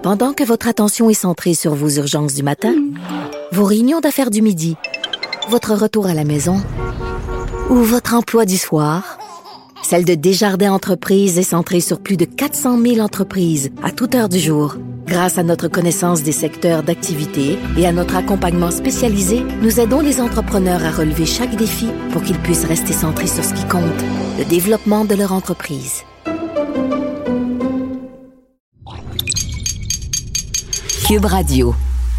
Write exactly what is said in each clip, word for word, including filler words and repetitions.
Pendant que votre attention est centrée sur vos urgences du matin, vos réunions d'affaires du midi, votre retour à la maison ou votre emploi du soir, celle de Desjardins Entreprises est centrée sur plus de quatre cent mille entreprises à toute heure du jour. Grâce à notre connaissance des secteurs d'activité et à notre accompagnement spécialisé, nous aidons les entrepreneurs à relever chaque défi pour qu'ils puissent rester centrés sur ce qui compte, le développement de leur entreprise. Cube Radio.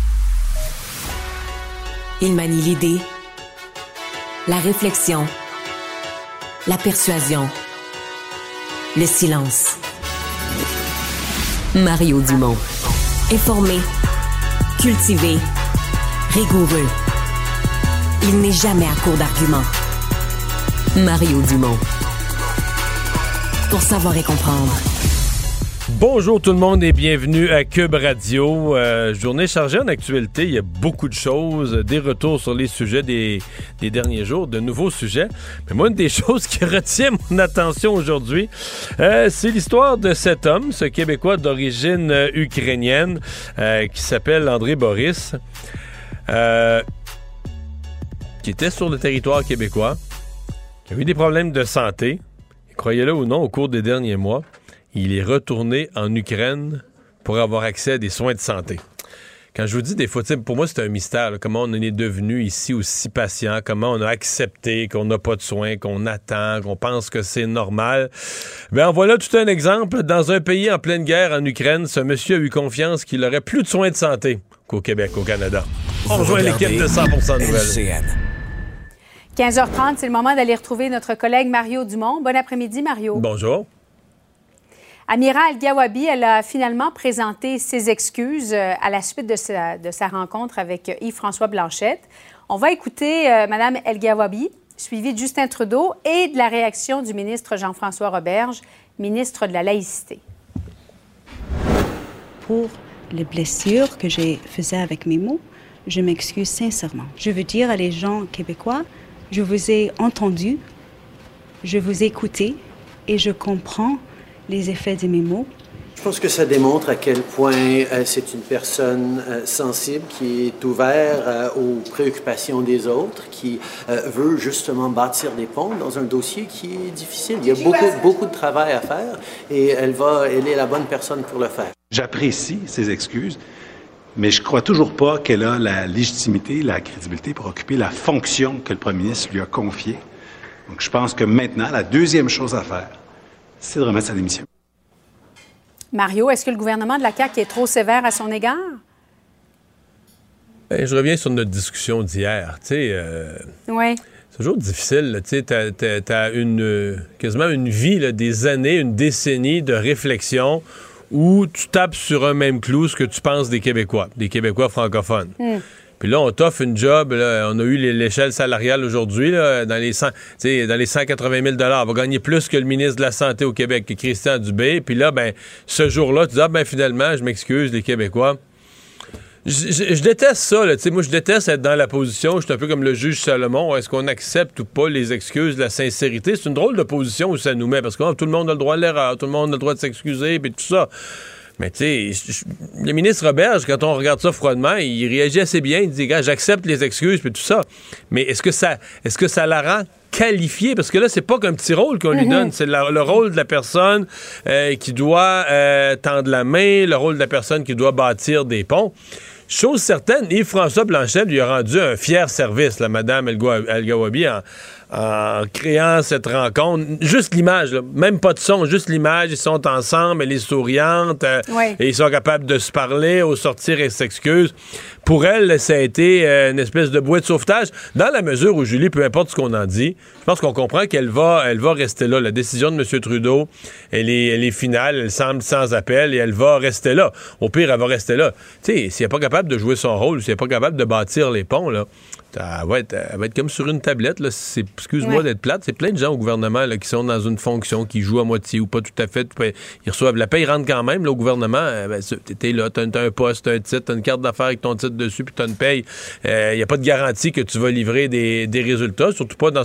Il manie l'idée, la réflexion, la persuasion, le silence. Mario Dumont. Informé, cultivé, rigoureux. Il n'est jamais à court d'arguments. Mario Dumont. Pour savoir et comprendre. Bonjour tout le monde et bienvenue à Cube Radio. Euh, journée chargée en actualité, il y a beaucoup de choses, des retours sur les sujets des, des derniers jours, de nouveaux sujets. Mais moi, une des choses qui retient mon attention aujourd'hui, euh, c'est l'histoire de cet homme, ce Québécois d'origine euh, ukrainienne, euh, qui s'appelle André Boris, euh, qui était sur le territoire québécois, qui a eu des problèmes de santé, et croyez-le ou non, au cours des derniers mois. Il est retourné en Ukraine pour avoir accès à des soins de santé. Quand je vous dis des fois, pour moi, c'est un mystère. Là, comment on en est devenu ici aussi patient, comment on a accepté qu'on n'a pas de soins, qu'on attend, qu'on pense que c'est normal. Bien, voilà tout un exemple. Dans un pays en pleine guerre, en Ukraine, ce monsieur a eu confiance qu'il aurait plus de soins de santé qu'au Québec, au Canada. On rejoint l'équipe de cent pour cent Nouvelles. quinze heures trente, c'est le moment d'aller retrouver notre collègue Mario Dumont. Bon après-midi, Mario. Bonjour. Amira El-Gawabi, elle a finalement présenté ses excuses euh, à la suite de sa, de sa rencontre avec euh, Yves-François Blanchet. On va écouter euh, Mme El-Gawabi, suivie de Justin Trudeau et de la réaction du ministre Jean-François Roberge, ministre de la Laïcité. Pour les blessures que j'ai faites avec mes mots, je m'excuse sincèrement. Je veux dire à les gens québécois, je vous ai entendu, je vous ai écouté et je comprends les effets de mes mots. Je pense que ça démontre à quel point euh, c'est une personne euh, sensible qui est ouverte euh, aux préoccupations des autres, qui euh, veut justement bâtir des ponts dans un dossier qui est difficile. Il y a beaucoup, beaucoup de travail à faire et elle, va, elle est la bonne personne pour le faire. J'apprécie ses excuses, mais je crois toujours pas qu'elle a la légitimité, la crédibilité pour occuper la fonction que le premier ministre lui a confiée. Donc je pense que maintenant, la deuxième chose à faire, c'est de remettre sa démission. Mario, est-ce que le gouvernement de la C A Q est trop sévère à son égard? Ben, je reviens sur notre discussion d'hier. Tu sais, euh, oui. C'est toujours difficile. Tu sais, t'as, t'as, t'as une, quasiment une vie, là, des années, une décennie de réflexion où tu tapes sur un même clou ce que tu penses des Québécois, des Québécois francophones. Mm. Puis là, on t'offre une job. Là, on a eu l'échelle salariale aujourd'hui là, dans les cent, dans les cent quatre-vingt mille dollars. On va gagner plus que le ministre de la Santé au Québec, Christian Dubé. Puis là, ben, ce jour-là, tu dis, ah, ben, finalement, je m'excuse, les Québécois. Je, je, je déteste ça. Là, moi, je déteste être dans la position. Je suis un peu comme le juge Salomon. Est-ce qu'on accepte ou pas les excuses, la sincérité? C'est une drôle de position où ça nous met. Parce que oh, tout le monde a le droit à l'erreur. Tout le monde a le droit de s'excuser. Puis tout ça. Mais tu sais, le ministre Roberge, quand on regarde ça froidement, il réagit assez bien. Il dit, gars, j'accepte les excuses puis tout ça. Mais est-ce que ça, est-ce que ça la rend qualifiée? Parce que là, c'est pas qu'un petit rôle qu'on mm-hmm. lui donne. C'est la, le rôle de la personne euh, qui doit euh, tendre la main, le rôle de la personne qui doit bâtir des ponts. Chose certaine, Yves-François Blanchet lui a rendu un fier service, la Mme El-Gawabi, en, en créant cette rencontre. Juste l'image, là. Même pas de son, juste l'image. Ils sont ensemble, elle est souriante, euh, oui. et ils sont capables de se parler. Au sortir, elle s'excuse. Pour elle, ça a été euh, une espèce de bouée de sauvetage, dans la mesure où, Julie, peu importe ce qu'on en dit, je pense qu'on comprend qu'elle va, elle va rester là. La décision de M. Trudeau, elle est, elle est finale, elle semble sans appel, et elle va rester là. Au pire, elle va rester là. Tu sais, si elle n'est pas capable de jouer son rôle, si elle n'est pas capable de bâtir les ponts, là, elle va, être, elle va être comme sur une tablette. Là. C'est, excuse-moi ouais. d'être plate. C'est plein de gens au gouvernement là, qui sont dans une fonction, qui jouent à moitié ou pas tout à fait. Ils reçoivent la paie, ils rentrent quand même là, au gouvernement. Ben, t'es là, t'as, t'as un poste, t'as un titre, t'as une carte d'affaires avec ton titre dessus, puis t'as une paye. Il euh, n'y a pas de garantie que tu vas livrer des, des résultats, surtout pas dans ce genre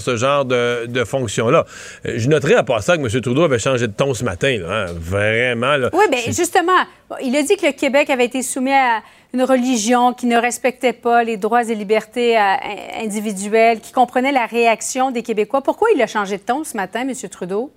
de, de fonction-là. Euh, je noterai à part ça que M. Trudeau avait changé de ton ce matin. Là, hein, vraiment. Là, oui, bien justement, il a dit que le Québec avait été soumis à une religion qui ne respectait pas les droits et libertés euh, individuelles, qui comprenait la réaction des Québécois. Pourquoi il a changé de ton ce matin, M. Trudeau?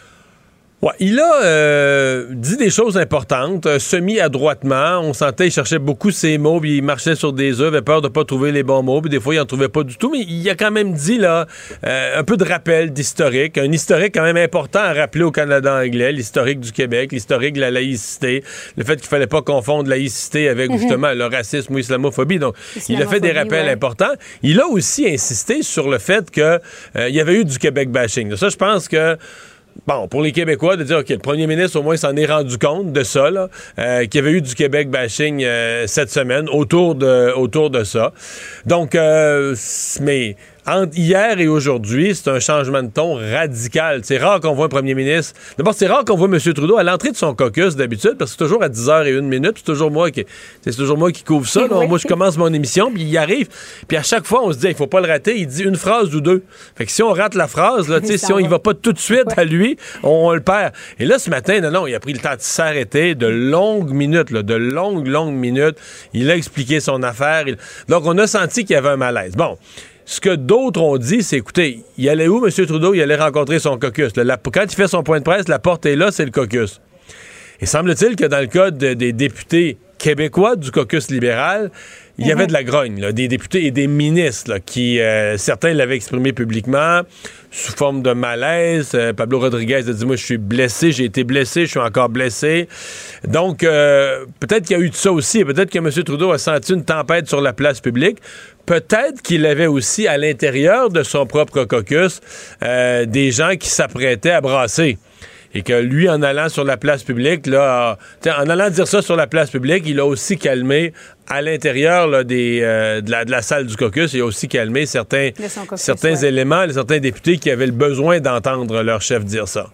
Ouais, il a euh, dit des choses importantes, euh, semi-adroitement. On sentait qu'il cherchait beaucoup ses mots, puis il marchait sur des œufs, avait peur de ne pas trouver les bons mots, puis des fois, il n'en trouvait pas du tout. Mais il a quand même dit, là, euh, un peu de rappel d'historique, un historique quand même important à rappeler au Canada anglais, l'historique du Québec, l'historique de la laïcité, le fait qu'il ne fallait pas confondre laïcité avec, mm-hmm. justement, le racisme ou l'islamophobie. Donc, il a fait des rappels ouais. importants. Il a aussi insisté sur le fait qu'il euh, y avait eu du Québec bashing. Ça, je pense que bon, pour les Québécois, de dire, OK, le premier ministre, au moins, s'en est rendu compte de ça, là, euh, qu'il y avait eu du Québec bashing euh, cette semaine autour de, autour de ça. Donc, euh, mais entre hier et aujourd'hui, c'est un changement de ton radical. C'est rare qu'on voit un premier ministre. D'abord, c'est rare qu'on voit M. Trudeau à l'entrée de son caucus d'habitude, parce que c'est toujours à dix heures et une minute, c'est toujours moi qui, c'est toujours moi qui couvre ça. Là. Moi, je commence mon émission, puis il arrive. Puis à chaque fois, on se dit, il faut pas le rater. Il dit une phrase ou deux. Fait que si on rate la phrase, là, si on y va pas tout de suite ouais. à lui, on, on le perd. Et là, ce matin, non, non, il a pris le temps de s'arrêter de longues minutes, là, de longues, longues minutes. Il a expliqué son affaire. Il... Donc, on a senti qu'il y avait un malaise. Bon. Ce que d'autres ont dit, c'est, écoutez, il allait où, M. Trudeau? Il allait rencontrer son caucus. Là, la, quand il fait son point de presse, la porte est là, c'est le caucus. Et semble-t-il que dans le cas de, des députés québécois du caucus libéral, il y avait de la grogne, là, des députés et des ministres là, qui, euh, certains l'avaient exprimé publiquement sous forme de malaise. Euh, Pablo Rodriguez a dit, moi, je suis blessé, j'ai été blessé, je suis encore blessé. Donc, euh, peut-être qu'il y a eu de ça aussi. Peut-être que M. Trudeau a senti une tempête sur la place publique. Peut-être qu'il avait aussi à l'intérieur de son propre caucus euh, des gens qui s'apprêtaient à brasser. Et que lui, en allant sur la place publique, là, en allant dire ça sur la place publique, il a aussi calmé à l'intérieur là, des, euh, de, la, de la salle du caucus, il a aussi calmé certains, caucus, certains ouais. éléments, certains députés qui avaient le besoin d'entendre leur chef dire ça.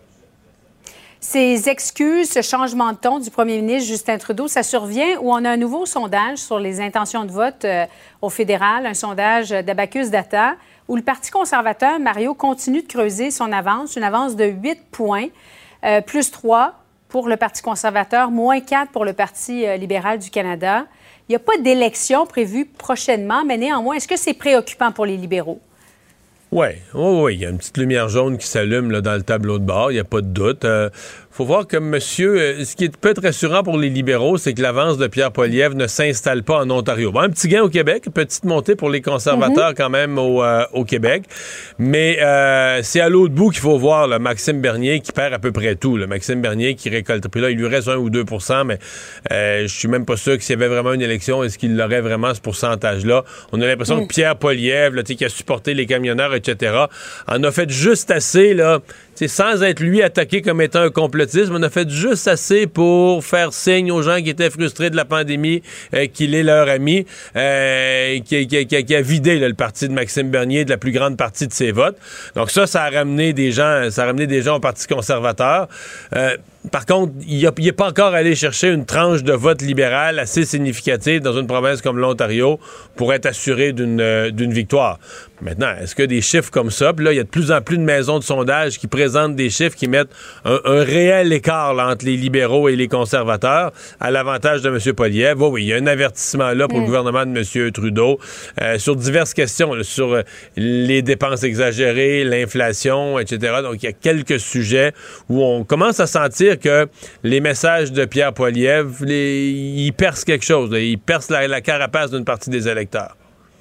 Ces excuses, ce changement de ton du premier ministre Justin Trudeau, ça survient où on a un nouveau sondage sur les intentions de vote euh, au fédéral, un sondage d'Abacus Data, où le Parti conservateur, Mario, continue de creuser son avance, une avance de huit points, euh, plus trois pour le Parti conservateur, moins quatre pour le Parti euh, libéral du Canada. Il n'y a pas d'élection prévue prochainement, mais néanmoins, est-ce que c'est préoccupant pour les libéraux? Oui, oui, oui. Il y a une petite lumière jaune qui s'allume là, dans le tableau de bord, il n'y a pas de doute. Euh, faut voir que monsieur... Euh, ce qui peut être rassurant pour les libéraux, c'est que l'avance de Pierre Poilievre ne s'installe pas en Ontario. Bon, un petit gain au Québec, petite montée pour les conservateurs mm-hmm. quand même au, euh, au Québec. Mais euh, c'est à l'autre bout qu'il faut voir là, Maxime Bernier qui perd à peu près tout. Là. Maxime Bernier qui récolte... Puis là, il lui reste un ou deux pour cent, mais euh, je suis même pas sûr que s'il y avait vraiment une élection, est-ce qu'il l'aurait vraiment ce pourcentage-là? On a l'impression mm. que Pierre Poilievre, là, qui a supporté les camionneurs, et cetera, en a fait juste assez, là, sans être lui attaqué comme étant un complotiste, on a fait juste assez pour faire signe aux gens qui étaient frustrés de la pandémie euh, qu'il est leur ami, euh, qui, qui, qui, qui a vidé là, le parti de Maxime Bernier de la plus grande partie de ses votes. Donc ça, ça a ramené des gens, ça a ramené des gens au Parti conservateur. Euh, Par contre, il n'est pas encore allé chercher une tranche de vote libéral assez significative dans une province comme l'Ontario pour être assuré d'une euh, d'une victoire. Maintenant, est-ce que des chiffres comme ça, puis là, il y a de plus en plus de maisons de sondage qui présentent des chiffres qui mettent un, un réel écart là, entre les libéraux et les conservateurs à l'avantage de M. Poilievre. Oh, oui, il y a un avertissement là pour mmh. le gouvernement de M. Trudeau euh, sur diverses questions, là, sur euh, les dépenses exagérées, l'inflation, et cetera. Donc, il y a quelques sujets où on commence à sentir que les messages de Pierre Poilievre, les, ils percent quelque chose. Là, ils percent la, la carapace d'une partie des électeurs.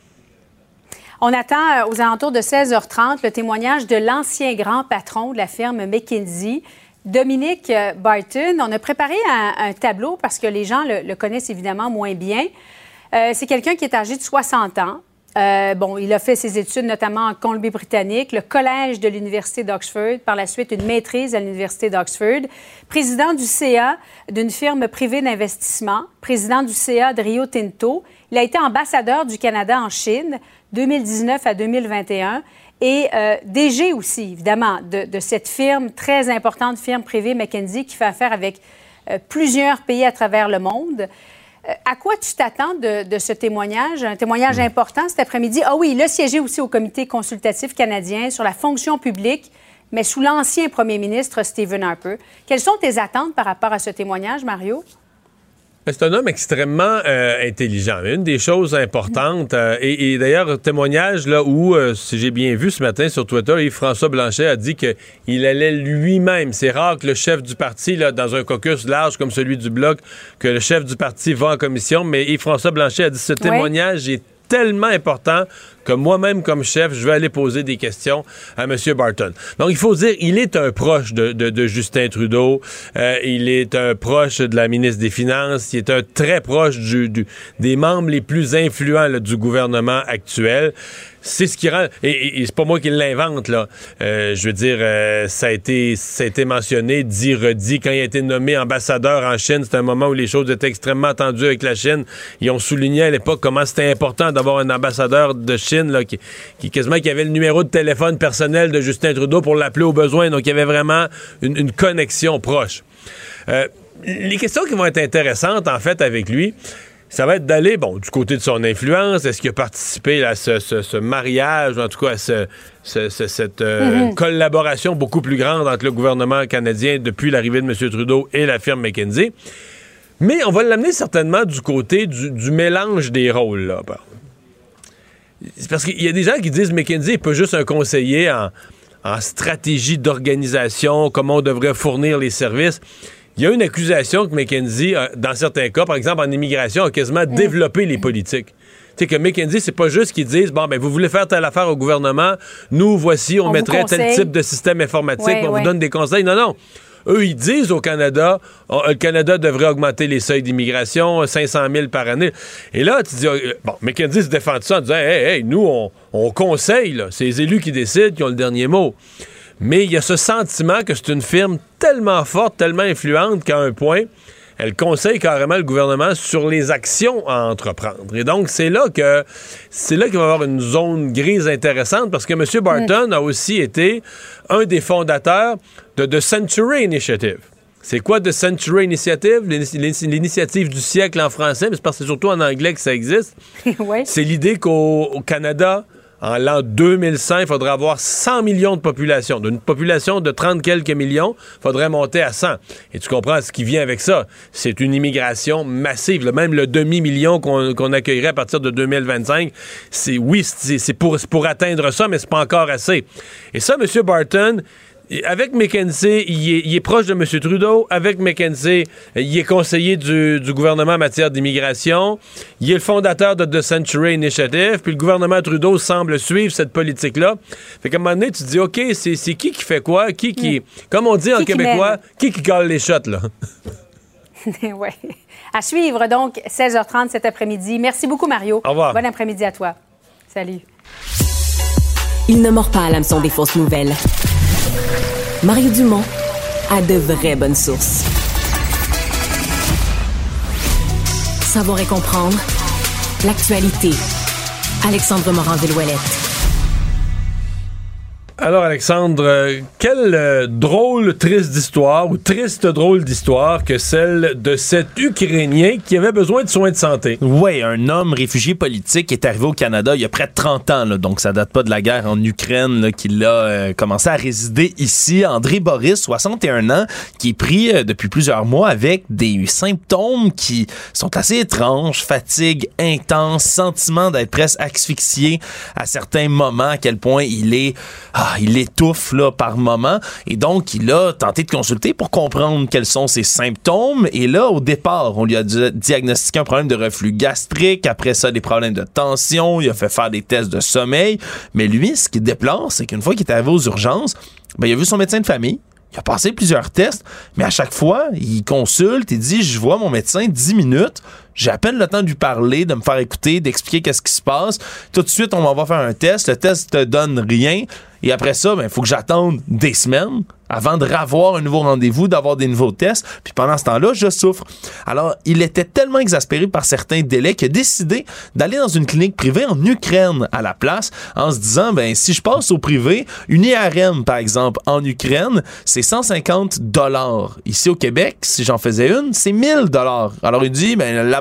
On attend aux alentours de seize heures trente le témoignage de l'ancien grand patron de la firme McKinsey, Dominic Barton. On a préparé un, un tableau parce que les gens le, le connaissent évidemment moins bien. Euh, c'est quelqu'un qui est âgé de soixante ans. Euh, bon, il a fait ses études notamment en Colombie-Britannique, le collège de l'Université d'Oxford, par la suite une maîtrise à l'Université d'Oxford, président du C A d'une firme privée d'investissement, président du C A de Rio Tinto. Il a été ambassadeur du Canada en Chine, deux mille dix-neuf à deux mille vingt et un, et euh, D G aussi, évidemment, de, de cette firme, très importante firme privée McKinsey qui fait affaire avec euh, plusieurs pays à travers le monde. à quoi tu t'attends de, de ce témoignage? Un témoignage mmh. important cet après-midi. Ah oui, il a siégé aussi au Comité consultatif canadien sur la fonction publique, mais sous l'ancien premier ministre Stephen Harper. Quelles sont tes attentes par rapport à ce témoignage, Mario? C'est un homme extrêmement euh, intelligent. Une des choses importantes, euh, et, et d'ailleurs, un témoignage là, où, euh, si j'ai bien vu ce matin sur Twitter, Yves-François Blanchet a dit qu'il allait lui-même, c'est rare que le chef du parti, là, dans un caucus large comme celui du Bloc, que le chef du parti va en commission, mais Yves-François Blanchet a dit ce témoignage ouais. est tellement important que moi-même, comme chef, je vais aller poser des questions à M. Barton. Donc, il faut dire, il est un proche de, de, de Justin Trudeau, euh, il est un proche de la ministre des Finances, il est un très proche du, du, des membres les plus influents là, du gouvernement actuel. C'est ce qui rend... Et, et, et c'est pas moi qui l'invente, là. Euh, je veux dire, euh, ça, a été, ça a été mentionné, dit, redit. Quand il a été nommé ambassadeur en Chine, c'était un moment où les choses étaient extrêmement tendues avec la Chine. Ils ont souligné à l'époque comment c'était important d'avoir un ambassadeur de Chine, là, qui, qui quasiment qui avait le numéro de téléphone personnel de Justin Trudeau pour l'appeler au besoin. Donc, il y avait vraiment une, une connexion proche. Euh, les questions qui vont être intéressantes, en fait, avec lui, ça va être d'aller, bon, du côté de son influence. Est-ce qu'il a participé à ce, ce, ce mariage, ou en tout cas à ce, ce, ce, cette euh, mm-hmm. collaboration beaucoup plus grande entre le gouvernement canadien depuis l'arrivée de M. Trudeau et la firme McKinsey. Mais on va l'amener certainement du côté du, du mélange des rôles, là. C'est parce qu'il y a des gens qui disent que McKinsey n'est pas juste un conseiller en, en stratégie d'organisation, comment on devrait fournir les services. Il y a une accusation que McKinsey, dans certains cas, par exemple en immigration, a quasiment mmh. développé les politiques. Tu sais, que McKinsey, c'est pas juste qu'ils disent, bon, ben vous voulez faire telle affaire au gouvernement, nous, voici, on, on mettrait tel type de système informatique, ouais, on ouais. vous donne des conseils. Non, non. Eux, ils disent au Canada, on, le Canada devrait augmenter les seuils d'immigration, cinq cent mille par année. Et là, tu dis, bon, McKinsey se défend de ça en disant, hey, hey, nous, on, on conseille, là. C'est les élus qui décident, qui ont le dernier mot. Mais il y a ce sentiment que c'est une firme tellement forte, tellement influente qu'à un point, elle conseille carrément le gouvernement sur les actions à entreprendre. Et donc, c'est là que c'est là qu'il va y avoir une zone grise intéressante parce que M. Barton mmh. a aussi été un des fondateurs de The Century Initiative. C'est quoi The Century Initiative? L'initiative du siècle en français, mais c'est parce que c'est surtout en anglais que ça existe. Ouais. C'est l'idée qu'au au Canada, en l'an deux mille cent, il faudrait avoir cent millions de population. D'une population de trente quelques millions, il faudrait monter à cent. Et tu comprends ce qui vient avec ça. C'est une immigration massive. Là, même le demi-million qu'on, qu'on accueillerait à partir de deux mille vingt-cinq, c'est, oui, c'est, c'est, pour, c'est pour atteindre ça, mais c'est pas encore assez. Et ça, M. Barton, avec McKinsey, il est, il est proche de M. Trudeau. Avec McKinsey, il est conseiller du, du gouvernement en matière d'immigration. Il est le fondateur de The Century Initiative. Puis le gouvernement Trudeau semble suivre cette politique-là. Fait qu'à un moment donné, tu te dis, OK, c'est, c'est qui qui fait quoi? Qui qui... Mm. Comme on dit en qui québécois, qui qui colle les shots, là? Oui. À suivre, donc, seize heures trente cet après-midi. Merci beaucoup, Mario. Au revoir. Bon après-midi à toi. Salut. Il ne mord pas à l'hameçon des fausses nouvelles. Mario Dumont a de vraies bonnes sources. Savoir et comprendre l'actualité. Alexandre Morin-Villouellette. Alors, Alexandre, euh, quelle euh, drôle, triste d'histoire, ou triste drôle d'histoire que celle de cet Ukrainien qui avait besoin de soins de santé. Oui, un homme réfugié politique qui est arrivé au Canada il y a près de trente ans, là, donc ça date pas de la guerre en Ukraine là, qu'il a euh, commencé à résider ici. André Boris, soixante et un ans, qui est pris euh, depuis plusieurs mois avec des symptômes qui sont assez étranges, fatigue intense, sentiment d'être presque asphyxié à certains moments, à quel point il est... Ah, il étouffe là, par moment et donc il a tenté de consulter pour comprendre quels sont ses symptômes et là au départ on lui a diagnostiqué un problème de reflux gastrique, après ça des problèmes de tension, il a fait faire des tests de sommeil, mais lui ce qui déplore c'est qu'une fois qu'il est arrivé aux urgences, ben, il a vu son médecin de famille. Il a passé plusieurs tests, mais à chaque fois, il consulte, il dit « Je vois mon médecin dix minutes, j'ai à peine le temps de lui parler, de me faire écouter, d'expliquer qu'est-ce qui se passe. Tout de suite, on m'en va faire un test. Le test te donne rien. Et après ça, ben, il faut que j'attende des semaines avant de revoir un nouveau rendez-vous, d'avoir des nouveaux tests. Puis pendant ce temps-là, je souffre. » Alors, il était tellement exaspéré par certains délais qu'il a décidé d'aller dans une clinique privée en Ukraine à la place, en se disant, ben si je passe au privé, une I R M, par exemple, en Ukraine, c'est cent cinquante dollars. Ici au Québec, si j'en faisais une, c'est mille dollars. Alors, il dit, ben là-bas,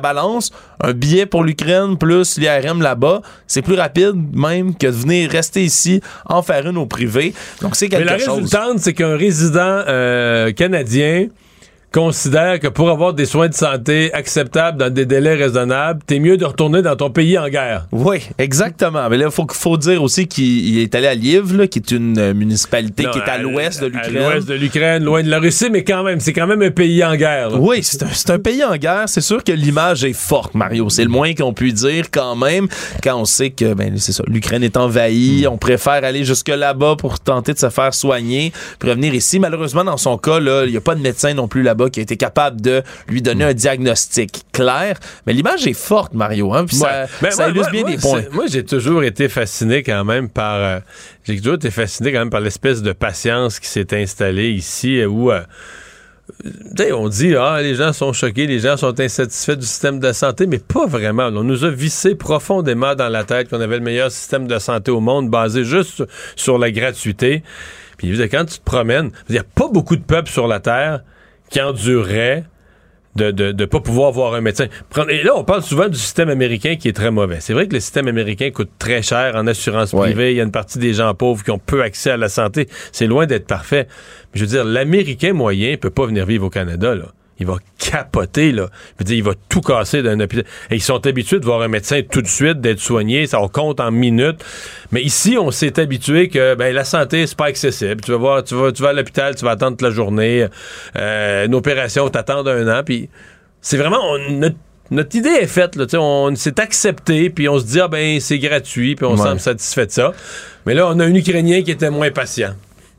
balance, un billet pour l'Ukraine plus l'I R M là-bas, c'est plus rapide même que de venir rester ici, en faire une au privé. Donc, c'est quelque Mais la chose. résultante, c'est qu'un résident euh, canadien considère que pour avoir des soins de santé acceptables dans des délais raisonnables, t'es mieux de retourner dans ton pays en guerre. Oui, exactement. Mais là, il faut, faut dire aussi qu'il est allé à Lviv, là, qui est une municipalité non, qui est à, à l'ouest de l'Ukraine. À l'ouest de l'Ukraine, loin de la Russie, mais quand même, c'est quand même un pays en guerre. Là. Oui, c'est un, c'est un pays en guerre. C'est sûr que l'image est forte, Mario. C'est le moins qu'on puisse dire quand même, quand on sait que ben, c'est ça, l'Ukraine est envahie. Mm. On préfère aller jusque là-bas pour tenter de se faire soigner, pour revenir ici. Malheureusement, dans son cas, il n'y a pas de médecin non plus là-bas qui a été capable de lui donner un diagnostic clair. Mais l'image est forte, Mario. Hein? Puis ça, ouais. ça moi, illustre moi, bien moi, des points. Moi, j'ai toujours été fasciné quand même par... Euh, j'ai toujours été fasciné quand même par l'espèce de patience qui s'est installée ici où... Euh, on dit, ah, les gens sont choqués, les gens sont insatisfaits du système de santé, mais pas vraiment. On nous a vissé profondément dans la tête qu'on avait le meilleur système de santé au monde basé juste sur la gratuité. Puis quand tu te promènes, il n'y a pas beaucoup de peuples sur la Terre qui endurerait de de de pas pouvoir voir un médecin. Et là, on parle souvent du système américain qui est très mauvais. C'est vrai que le système américain coûte très cher en assurance privée. Ouais. Il y a une partie des gens pauvres qui ont peu accès à la santé. C'est loin d'être parfait. Mais je veux dire, l'Américain moyen peut pas venir vivre au Canada, là. Il va capoter, là. Je veux dire, il va tout casser d'un hôpital. Et ils sont habitués de voir un médecin tout de suite, d'être soigné. Ça, on compte en minutes. Mais ici, on s'est habitué que, ben, la santé, c'est pas accessible. Tu vas voir, tu vas, tu vas à l'hôpital, tu vas attendre toute la journée. Euh, une opération, t'attends un an. Puis, c'est vraiment, on, notre, notre idée est faite, là. Tu sais, on s'est accepté, puis on se dit, ah, ben, c'est gratuit, puis on ouais. semble satisfait de ça. Mais là, on a un Ukrainien qui était moins patient.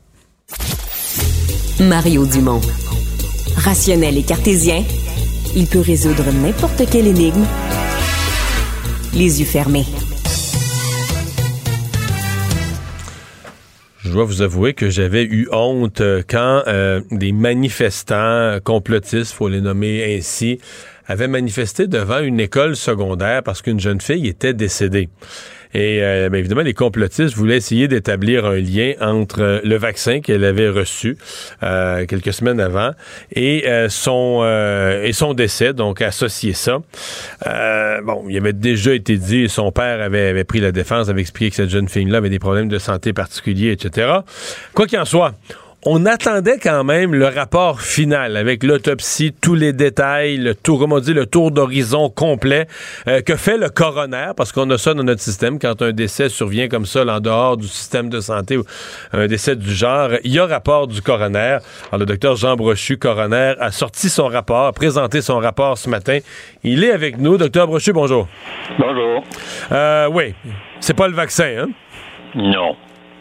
Mario Dumont. Rationnel et cartésien, il peut résoudre n'importe quelle énigme, les yeux fermés. Je dois vous avouer que j'avais eu honte quand euh, des manifestants complotistes, faut les nommer ainsi, avaient manifesté devant une école secondaire parce qu'une jeune fille était décédée. Et euh, bien évidemment, les complotistes voulaient essayer d'établir un lien entre euh, le vaccin qu'elle avait reçu euh, quelques semaines avant et euh, son euh, et son décès, donc associer ça. Euh, bon, il avait déjà été dit, son père avait, avait pris la défense, avait expliqué que cette jeune fille-là avait des problèmes de santé particuliers, et cetera. Quoi qu'il en soit, on attendait quand même le rapport final avec l'autopsie, tous les détails, le tour, comme on dit, le tour d'horizon complet euh, que fait le coroner, parce qu'on a ça dans notre système. Quand un décès survient comme ça, là, en dehors du système de santé, ou un décès du genre, il y a rapport du coroner. Alors, le docteur Jean Brochu, coroner, a sorti son rapport, a présenté son rapport ce matin. Il est avec nous. Docteur Brochu, bonjour. Bonjour. Euh, oui, c'est pas le vaccin, hein? Non.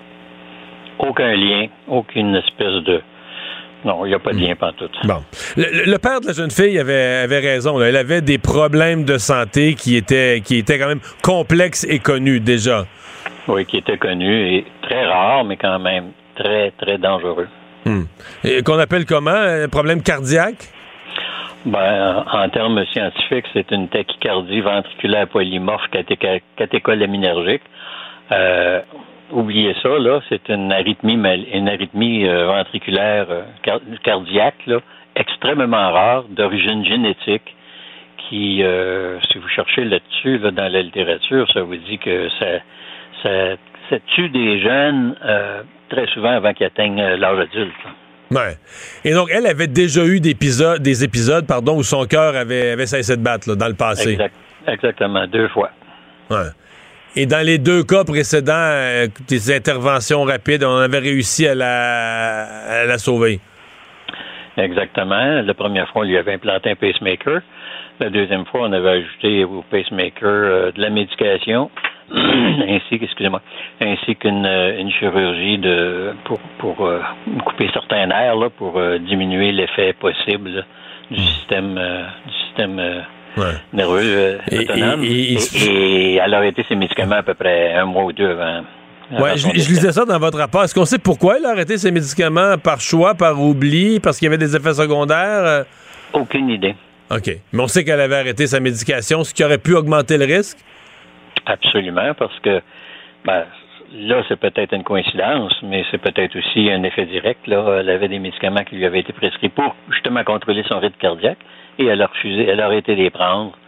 Aucun lien, aucune espèce de... Non, il n'y a pas de lien pantoute. Bon. Le, le père de la jeune fille avait, avait raison. Là. Elle avait des problèmes de santé qui étaient, qui étaient quand même complexes et connus déjà. Oui, qui étaient connus et très rares, mais quand même très, très dangereux. Hmm. Et qu'on appelle comment? Un problème cardiaque? Ben, en, en termes scientifiques, c'est une tachycardie ventriculaire polymorphe caté- catécholaminergique. Euh... Oubliez ça, là, c'est une arythmie, une arythmie euh, ventriculaire euh, car- cardiaque, là, extrêmement rare, d'origine génétique, qui, euh, si vous cherchez là-dessus, là, dans la littérature, ça vous dit que ça, ça, ça tue des jeunes euh, très souvent avant qu'ils atteignent l'âge adulte. Là. Ouais. Et donc, elle avait déjà eu des épisodes, des épisodes pardon, où son cœur avait, avait cessé de battre là, dans le passé. Exact, exactement, deux fois. Ouais. Et dans les deux cas précédents, euh, des interventions rapides, on avait réussi à la, à la sauver. Exactement. La première fois, on lui avait implanté un pacemaker. La deuxième fois, on avait ajouté au pacemaker euh, de la médication, ainsi, excusez-moi, ainsi qu'une euh, une chirurgie de pour pour euh, couper certains nerfs là, pour euh, diminuer l'effet possible là, du système euh, du système euh, Ouais. nerveux, euh, et, autonome. Et, et, et, et elle a arrêté ses médicaments à peu près un mois ou deux avant. avant ouais, je, je lisais ça dans votre rapport. Est-ce qu'on sait pourquoi elle a arrêté ses médicaments? Par choix, par oubli, parce qu'il y avait des effets secondaires? Aucune idée. OK. Mais on sait qu'elle avait arrêté sa médication, ce qui aurait pu augmenter le risque? Absolument, parce que ben, là, c'est peut-être une coïncidence, mais c'est peut-être aussi un effet direct. Là, elle avait des médicaments qui lui avaient été prescrits pour justement contrôler son rythme cardiaque. Et elle a refusé, elle a arrêté de les prendre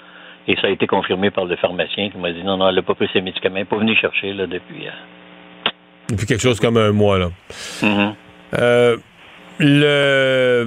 Et ça a été confirmé par le pharmacien qui m'a dit non, non, elle n'a pas pris ses médicaments, elle n'est pas venue chercher là, depuis. Euh... Depuis quelque chose comme un mois, là. Mm-hmm. Euh, le,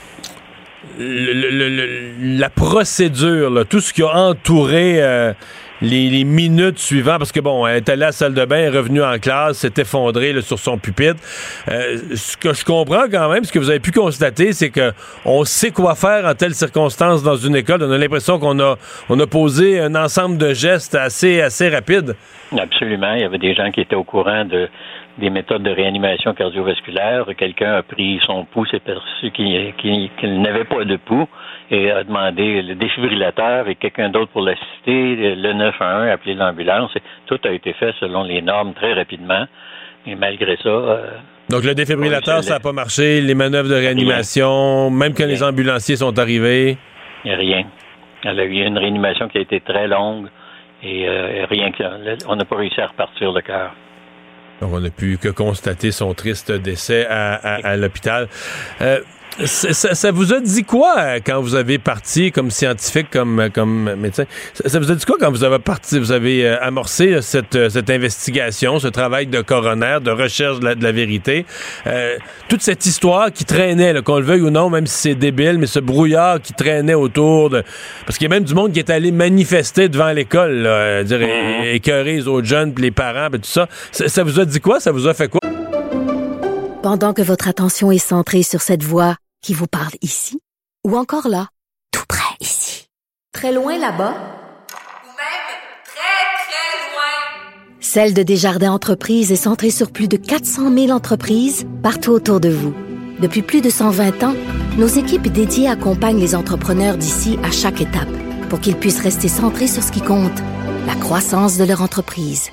le, le, le. La procédure, là, tout ce qui a entouré. Euh, Les, les minutes suivantes, parce que bon, elle est allée à la salle de bain, elle est revenue en classe, s'est effondrée là, sur son pupitre. Euh, ce que je comprends quand même, ce que vous avez pu constater, c'est que on sait quoi faire en telle circonstance dans une école. On a l'impression qu'on a, on a posé un ensemble de gestes assez, assez rapides. Absolument. Il y avait des gens qui étaient au courant de, des méthodes de réanimation cardiovasculaire. Quelqu'un a pris son pouls, s'est perçu qu'il, qu'il, qu'il n'avait pas de pouls et a demandé le défibrillateur et quelqu'un d'autre pour l'assister, le neuf un un, appeler l'ambulance. Et tout a été fait selon les normes très rapidement. Et malgré ça... Euh, Donc le défibrillateur, ça n'a pas marché, les manœuvres de réanimation, rien. Même quand rien. Les ambulanciers sont arrivés? Il n'y a rien. Elle a eu une réanimation qui a été très longue et euh, rien que... On n'a pas réussi à repartir le cœur. Donc on n'a pu que constater son triste décès à, à, à l'hôpital. Euh, Ça, ça vous a dit quoi quand vous avez parti comme scientifique, comme, comme médecin? Ça, ça vous a dit quoi quand vous avez parti, vous avez euh, amorcé cette, cette investigation, ce travail de coroner, de recherche de la, de la vérité? Euh, toute cette histoire qui traînait, là, qu'on le veuille ou non, même si c'est débile, mais ce brouillard qui traînait autour de... Parce qu'il y a même du monde qui est allé manifester devant l'école, là, euh, dire, é- écœurer les autres jeunes, puis les parents, puis tout ça. ça. Ça vous a dit quoi? Ça vous a fait quoi? Pendant que votre attention est centrée sur cette voix qui vous parle ici, ou encore là, tout près ici, très loin là-bas, ou même très, très loin. Celle de Desjardins Entreprises est centrée sur plus de quatre cent mille entreprises partout autour de vous. Depuis plus de cent vingt ans, nos équipes dédiées accompagnent les entrepreneurs d'ici à chaque étape pour qu'ils puissent rester centrés sur ce qui compte, la croissance de leur entreprise.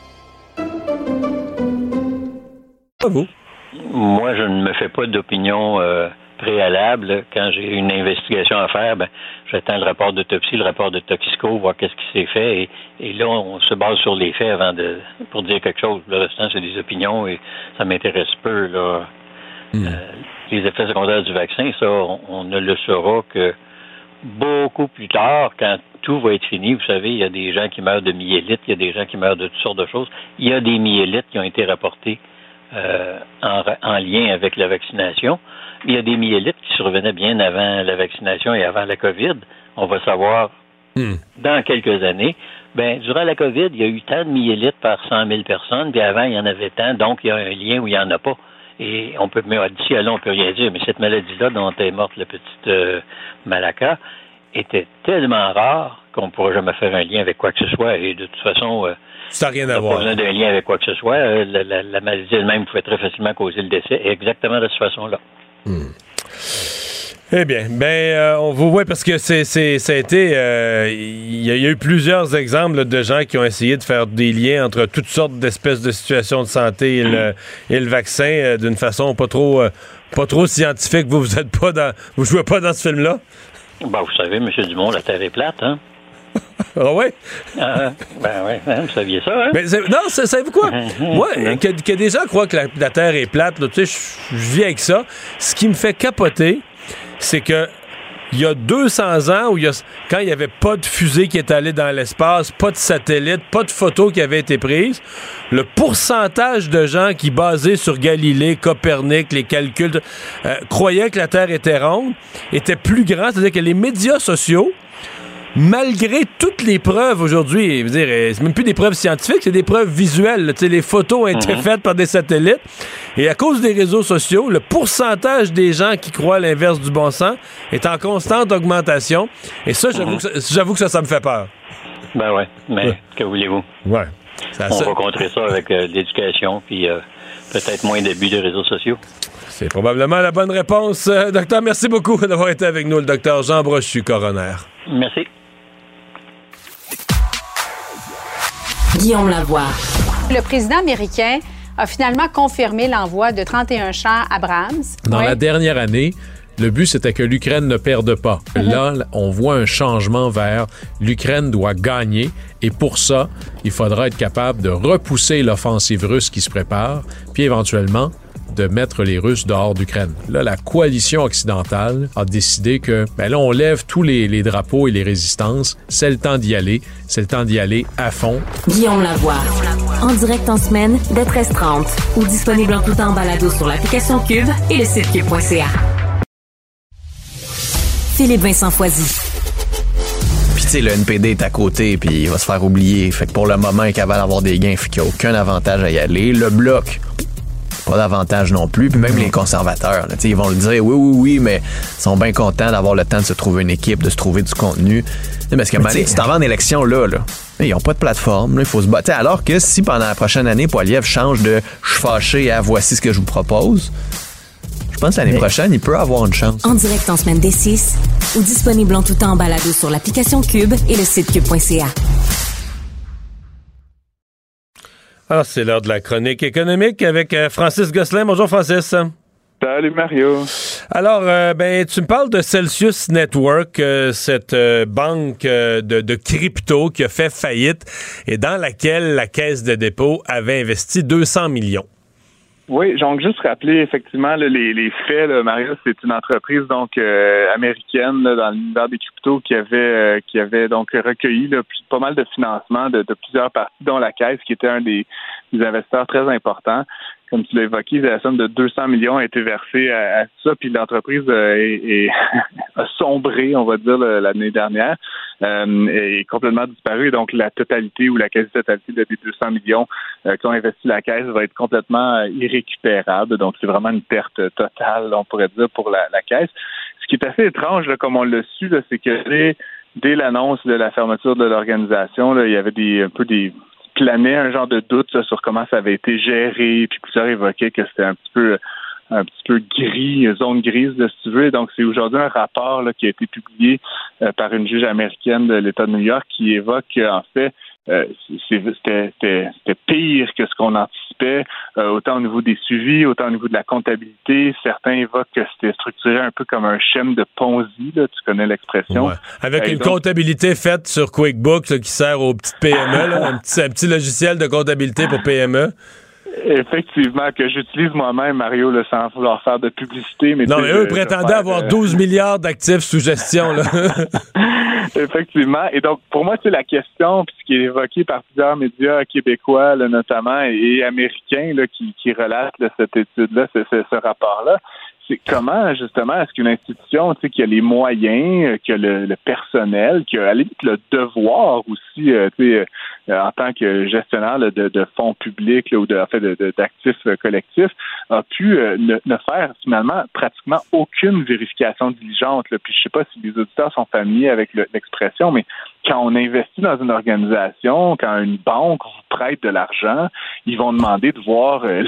Pas vous? Moi, je ne me fais pas d'opinion... Euh... préalable, quand j'ai une investigation à faire, ben, j'attends le rapport d'autopsie, le rapport de toxico, voir qu'est-ce qui s'est fait, et, et là, on se base sur les faits avant de pour dire quelque chose. Le restant, c'est des opinions, et ça m'intéresse peu, là. Mmh. Euh, les effets secondaires du vaccin, ça, on, on ne le saura que beaucoup plus tard, quand tout va être fini. Vous savez, il y a des gens qui meurent de myélite, il y a des gens qui meurent de toutes sortes de choses. Il y a des myélites qui ont été rapportés euh, en, en lien avec la vaccination. Il y a des myélites qui survenaient bien avant la vaccination et avant la COVID. On va savoir mm. dans quelques années. Ben, durant la COVID, il y a eu tant de myélites par cent mille personnes, puis avant, il y en avait tant, donc il y a un lien où il n'y en a pas. Et on peut, mais d'ici à là, on peut rien dire. Mais cette maladie-là, dont est morte la petite euh, Malaka, était tellement rare qu'on ne pourra jamais faire un lien avec quoi que ce soit. Et de toute façon, euh, ça n'a rien à voir. Pas besoin d'un lien avec quoi que ce soit. Euh, la, la, la maladie elle-même pouvait très facilement causer le décès, exactement de cette façon-là. Hmm. Eh bien, ben, euh, on vous voit parce que c'est, c'est, ça a été, il euh, y, y a eu plusieurs exemples là, de gens qui ont essayé de faire des liens entre toutes sortes d'espèces de situations de santé et le, et le vaccin euh, d'une façon pas trop, euh, pas trop scientifique. Vous, vous êtes pas dans, vous jouez pas dans ce film-là? Ben, vous savez, M. Dumont, la Terre est plate, hein? Ah ouais? Ah, ben ouais, hein, vous saviez ça, hein? Mais non, savez-vous quoi? Moi, que, que des gens croient que la, la Terre est plate, là, tu sais, je vis avec ça. Ce qui me fait capoter, c'est que il y a deux cents ans, où il y a, quand il n'y avait pas de fusée qui est allée dans l'espace, pas de satellite, pas de photos qui avaient été prises, le pourcentage de gens qui, basés sur Galilée, Copernic, les calculs, euh, croyaient que la Terre était ronde, était plus grand. C'est-à-dire que les médias sociaux, malgré toutes les preuves aujourd'hui, je veux dire, c'est même plus des preuves scientifiques, c'est des preuves visuelles. Là, les photos ont été mm-hmm. faites par des satellites. Et à cause des réseaux sociaux, le pourcentage des gens qui croient l'inverse du bon sens est en constante augmentation. Et ça, j'avoue, mm-hmm. que, ça, j'avoue que ça, ça me fait peur. Ben ouais, mais ouais. Que voulez-vous? Ouais. Ça, On ça... va contrer ça avec euh, l'éducation, puis euh, peut-être moins d'abus des réseaux sociaux. C'est probablement la bonne réponse. Euh, docteur, merci beaucoup d'avoir été avec nous, le docteur Jean Brochu, coroner. Merci. Guillaume Lavoie. Le président américain a finalement confirmé l'envoi de trente et un chars Abrams. Dans oui. la dernière année, le but, c'était que l'Ukraine ne perde pas. Mm-hmm. Là, on voit un changement vers l'Ukraine doit gagner. Et pour ça, il faudra être capable de repousser l'offensive russe qui se prépare, puis éventuellement de mettre les Russes dehors d'Ukraine. Là, la coalition occidentale a décidé que, ben là, on lève tous les, les drapeaux et les résistances. C'est le temps d'y aller. C'est le temps d'y aller à fond. Guillaume Lavoie. En direct en semaine, dès treize heures trente. Ou disponible en tout temps en balado sur l'application Cube et le site cube point c a. Philippe Vincent Foisy. Puis tu sais, le N P D est à côté, puis il va se faire oublier. Fait que pour le moment, il est capable d'avoir des gains, fait qu'il n'y a aucun avantage à y aller. Le Bloc, pas d'avantage non plus. Puis même les conservateurs, là, ils vont le dire, oui, oui, oui, mais ils sont bien contents d'avoir le temps de se trouver une équipe, de se trouver du contenu. Parce que tu t'en vas en élection là, là. Ils n'ont pas de plateforme, il faut se battre. Alors que si pendant la prochaine année, Poilievre change de « je suis fâché » à « voici ce que je vous propose », je pense que l'année prochaine, il peut avoir une chance. En direct en semaine dès six ou disponible en tout temps en balado sur l'application Cube et le site cube point c a. Alors, c'est l'heure de la chronique économique avec euh, Francis Gosselin. Bonjour, Francis. Salut, Mario. Alors, euh, ben, tu me parles de Celsius Network, euh, cette euh, banque euh, de, de crypto qui a fait faillite et dans laquelle la Caisse de dépôt avait investi deux cents millions. Oui, donc juste rappeler effectivement là, les, les faits, là, Mario, c'est une entreprise donc euh, américaine là, dans l'univers des cryptos qui avait euh, qui avait donc recueilli là, plus, pas mal de financement de, de plusieurs parties, dont la Caisse, qui était un des, des investisseurs très importants. Comme tu l'as évoqué, la somme de deux cents millions a été versée à, à ça, puis l'entreprise euh, est, est a sombré, on va dire, l'année dernière, euh, est complètement disparue. Donc, la totalité ou la quasi-totalité des deux cents millions euh, qu'ont investi la Caisse va être complètement euh, irrécupérable. Donc, c'est vraiment une perte totale, on pourrait dire, pour la, la Caisse. Ce qui est assez étrange, là, comme on l'a su, là, c'est que dès, dès l'annonce de la fermeture de l'organisation, là, il y avait des un peu des planait un genre de doute là, sur comment ça avait été géré, puis plusieurs évoquaient que c'était un petit peu un petit peu gris, zone grise, là, si tu veux. Donc, c'est aujourd'hui un rapport là, qui a été publié euh, par une juge américaine de l'État de New York qui évoque en fait euh, c'est, c'était, c'était, c'était pire que ce qu'on anticipait, euh, autant au niveau des suivis, autant au niveau de la comptabilité. Certains évoquent que c'était structuré un peu comme un schème de Ponzi, là, tu connais l'expression. Ouais. Avec euh, une donc, comptabilité faite sur QuickBooks là, qui sert aux petites P M E, là, un, petit, un petit logiciel de comptabilité pour P M E. Effectivement, que j'utilise moi-même, Mario, là, sans vouloir faire de publicité. Mais non, mais eux prétendaient avoir douze milliards d'actifs sous gestion. Là. Effectivement. Et donc, pour moi, c'est la question, puis ce qui est évoqué par plusieurs médias québécois, là, notamment, et américains, là, qui, qui relatent là, cette étude-là, ce, ce, ce rapport-là. C'est comment, justement, est-ce qu'une institution, tu sais, qui a les moyens, qui a le, le personnel, qui a à la limite le devoir aussi, euh, tu sais, euh, en tant que gestionnaire là, de, de fonds publics là, ou de, en fait, de, de, d'actifs euh, collectifs, a pu euh, ne, ne faire finalement pratiquement aucune vérification diligente. Là. Puis je sais pas si les auditeurs sont familiers avec le, l'expression, mais quand on investit dans une organisation, quand une banque vous prête de l'argent, ils vont demander de voir euh,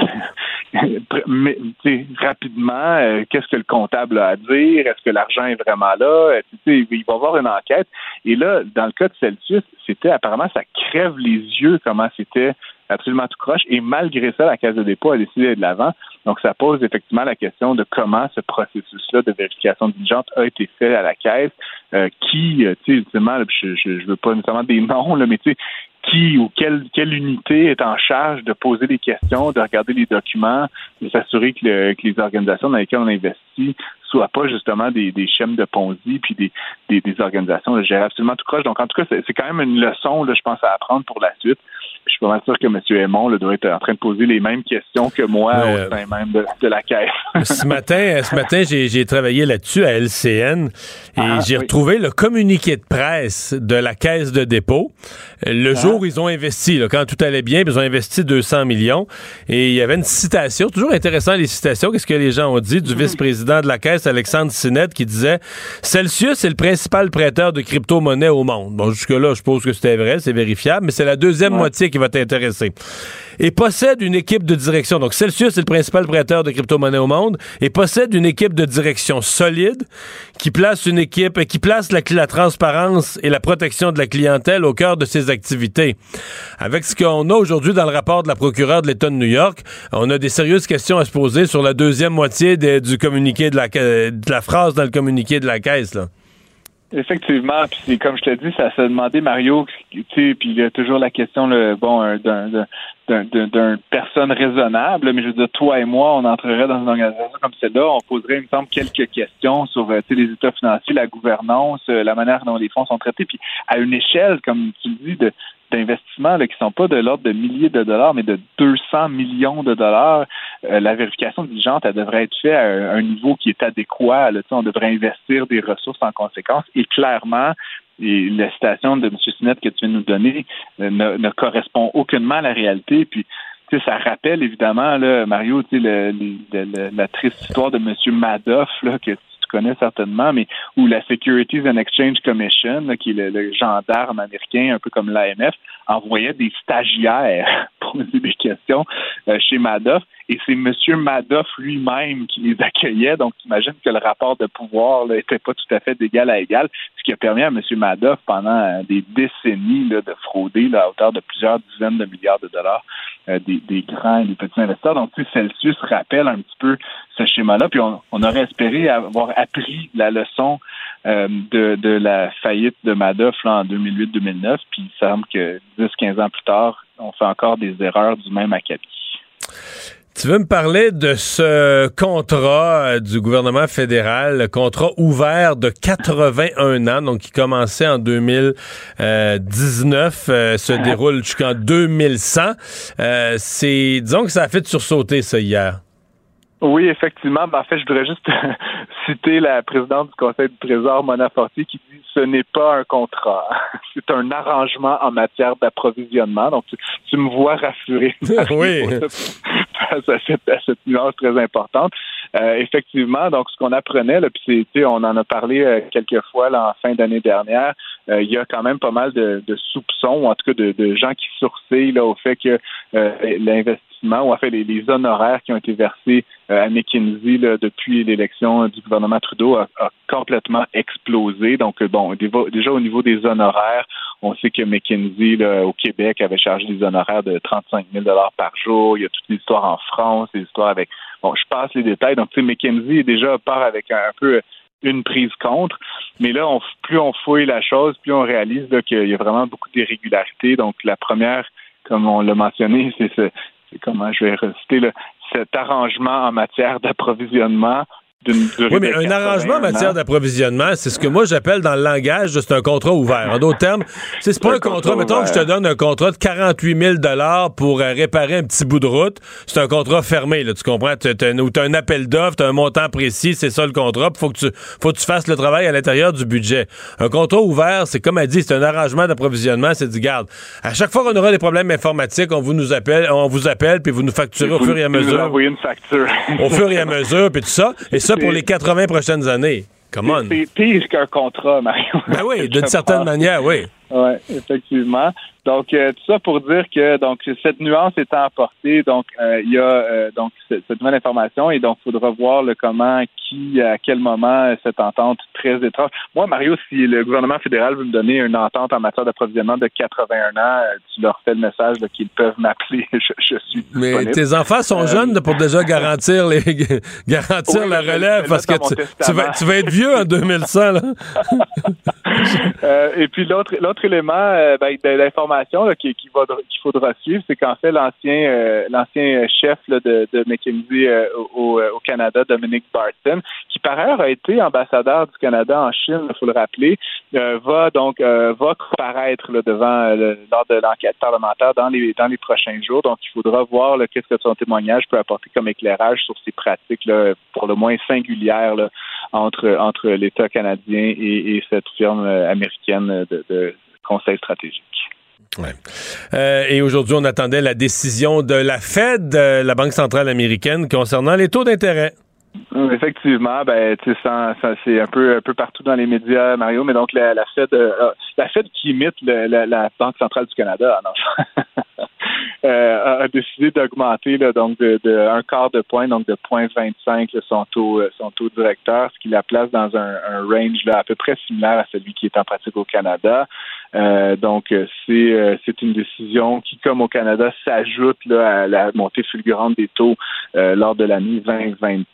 mais, rapidement euh, qu'est-ce que le comptable a à dire, est-ce que l'argent est vraiment là, il va y avoir une enquête. Et là, dans le cas de Celsius, c'était apparemment, ça crève les yeux comment c'était absolument tout croche. Et malgré ça, la Caisse de dépôt a décidé d'aller de l'avant. Donc, ça pose effectivement la question de comment ce processus-là de vérification diligente a été fait à la Caisse, euh, qui, tu sais, ultimement, là, je, je, je veux pas nécessairement des noms, là, mais tu sais, qui ou quelle, quelle unité est en charge de poser des questions, de regarder les documents, de s'assurer que, le, que les organisations dans lesquelles on investit soient pas justement des, des schèmes de Ponzi puis des, des, des organisations de gérer absolument tout croche. Donc, en tout cas, c'est, c'est quand même une leçon, là, je pense, à apprendre pour la suite. Je suis pas mal sûr que M. Aymon là, doit être en train de poser les mêmes questions que moi euh, au sein même de, de la Caisse. ce matin, ce matin j'ai, j'ai travaillé là-dessus à L C N et ah, j'ai oui. retrouvé le communiqué de presse de la Caisse de dépôt. Le ah. jour où ils ont investi, là, quand tout allait bien, ils ont investi deux cents millions et il y avait une citation, toujours intéressant les citations, qu'est-ce que les gens ont dit, du mmh. vice-président de la Caisse, Alexandre Sinette, qui disait « Celsius est le principal prêteur de crypto-monnaies au monde. » Bon, jusque-là, je suppose que c'était vrai, c'est vérifiable, mais c'est la deuxième ouais. moitié qui va t'intéresser. Et possède une équipe de direction. Donc, Celsius est le principal prêteur de crypto-monnaies au monde et possède une équipe de direction solide qui place une équipe, qui place la, la transparence et la protection de la clientèle au cœur de ses activités. Avec ce qu'on a aujourd'hui dans le rapport de la procureure de l'État de New York, on a des sérieuses questions à se poser sur la deuxième moitié de, du communiqué de la, de la phrase dans le communiqué de la Caisse, là. Effectivement, puis comme je te dis, ça s'est demandé, Mario, tu sais, puis il y a toujours la question, le, bon, d'un, d'un, d'un, d'un, d'une personne raisonnable, mais je veux dire, toi et moi, on entrerait dans une organisation comme celle-là, on poserait, il me semble, quelques questions sur euh, les états financiers, la gouvernance, euh, la manière dont les fonds sont traités, puis à une échelle, comme tu le dis, de d'investissements là, qui ne sont pas de l'ordre de milliers de dollars, mais de deux cents millions de dollars. Euh, la vérification diligente, elle devrait être faite à un, un niveau qui est adéquat. Là, on devrait investir des ressources en conséquence. Et clairement, et la citation de M. Sinnett que tu viens de nous donner euh, ne, ne correspond aucunement à la réalité. Puis, tu sais, ça rappelle évidemment, là, Mario, tu sais, le, le, le, la triste histoire de M. Madoff, là, que connaît certainement, mais où la Securities and Exchange Commission, là, qui est le, le gendarme américain, un peu comme l'A M F, envoyait des stagiaires poser des questions euh, chez Madoff, et c'est M. Madoff lui-même qui les accueillait, donc j'imagine que le rapport de pouvoir n'était pas tout à fait d'égal à égal, ce qui a permis à M. Madoff, pendant euh, des décennies, là, de frauder là, à hauteur de plusieurs dizaines de milliards de dollars euh, des, des grands et des petits investisseurs. Donc, tu sais, Celsius rappelle un petit peu ce schéma-là, puis on, on aurait espéré avoir appris la leçon euh, de, de la faillite de Madoff là, en deux mille huit deux mille neuf, puis il semble que dix à quinze ans plus tard, on fait encore des erreurs du même acabit. Tu veux me parler de ce contrat du gouvernement fédéral, le contrat ouvert de quatre-vingt-un ans, donc qui commençait en deux mille dix-neuf, euh, se déroule jusqu'en deux mille cent. Euh, c'est, disons que ça a fait sursauter ça hier. Oui, effectivement. Ben, en fait, je voudrais juste citer la présidente du Conseil du Trésor, Mona Fortier, qui dit « ce n'est pas un contrat, c'est un arrangement en matière d'approvisionnement ». Donc, tu, tu me vois rassuré oui. à, cette, à cette nuance très importante. Euh, effectivement, donc, ce qu'on apprenait, là, puis c'est, on en a parlé euh, quelques fois là, en fin d'année dernière, euh, il y a quand même pas mal de, de soupçons, ou en tout cas de, de gens qui sourcillent là, au fait que euh, l'investissement, ou en fait les, les honoraires qui ont été versés euh, à McKinsey là, depuis l'élection du gouvernement Trudeau a, a complètement explosé. Donc, bon, déjà au niveau des honoraires, on sait que McKinsey, là, au Québec, avait chargé des honoraires de trente-cinq mille dollars par jour. Il y a toute l'histoire en France, des histoires avec... Bon, je passe les détails. Donc, tu sais, McKinsey, déjà, part avec un, un peu une prise contre. Mais là, on, plus on fouille la chose, plus on réalise là, qu'il y a vraiment beaucoup d'irrégularités. Donc, la première, comme on l'a mentionné, c'est ce... C'est comment je vais reciter, là, cet arrangement en matière d'approvisionnement. Oui, mais un arrangement en matière d'approvisionnement, c'est ce que moi j'appelle dans le langage, c'est un contrat ouvert. En d'autres termes, c'est pas un, un contrat, contrat mettons que je te donne un contrat de quarante-huit mille dollars pour euh, réparer un petit bout de route, c'est un contrat fermé, là, tu comprends? Tu as un appel d'offres, tu as un montant précis, c'est ça le contrat, il faut que tu faut que tu fasses le travail à l'intérieur du budget. Un contrat ouvert, c'est comme elle dit, c'est un arrangement d'approvisionnement, c'est du garde. À chaque fois qu'on aura des problèmes informatiques, on vous nous appelle, on vous appelle, puis vous nous facturez au fur et à mesure. Vous envoyez une facture. Au fur et à mesure, puis tout ça. Et ça, pour les quatre-vingts prochaines années. Come on. C'est pire qu'un contrat, Mario. Ben oui, d'une certaine manière, oui. Oui, effectivement. Donc, euh, tout ça pour dire que donc cette nuance étant apportée, donc euh, il y a euh, donc cette, cette nouvelle information et donc il faudra voir le comment, qui, à quel moment cette entente très étrange. Moi, Mario, si le gouvernement fédéral veut me donner une entente en matière d'approvisionnement de quatre-vingt-un ans, euh, tu leur fais le message là, qu'ils peuvent m'appeler. je, je suis disponible. Mais tes enfants sont euh, jeunes là, pour déjà garantir les garantir oui, la relève parce que tu, tu, vas, tu vas être vieux en deux mille cent là. euh, et puis l'autre l'autre élément euh, ben, de l'information Là, qu'il, qu'il, va, qu'il faudra suivre, c'est qu'en fait, l'ancien, euh, l'ancien chef là, de, de McKinsey euh, au, au Canada, Dominic Barton, qui par ailleurs a été ambassadeur du Canada en Chine, il faut le rappeler, euh, va donc euh, va comparaître là, devant euh, lors de l'enquête parlementaire dans les dans les prochains jours. Donc, il faudra voir là, qu'est-ce que son témoignage peut apporter comme éclairage sur ces pratiques là, pour le moins singulières là, entre entre l'État canadien et, et cette firme euh, américaine de, de conseil stratégique. Ouais. Euh, et aujourd'hui, on attendait la décision de la Fed, euh, la Banque centrale américaine, concernant les taux d'intérêt. Effectivement, ben tu sais, ça, ça, c'est un peu un peu partout dans les médias, Mario, mais donc la, la Fed, euh, la Fed qui imite le, la, la Banque centrale du Canada, non, euh, a décidé d'augmenter là, donc de, de un quart de point, donc de zéro virgule vingt-cinq là, son taux son taux directeur, ce qui la place dans un, un range là à peu près similaire à celui qui est en pratique au Canada. Euh, donc c'est euh, c'est une décision qui, comme au Canada, s'ajoute là à la montée fulgurante des taux euh, lors de l'année vingt vingt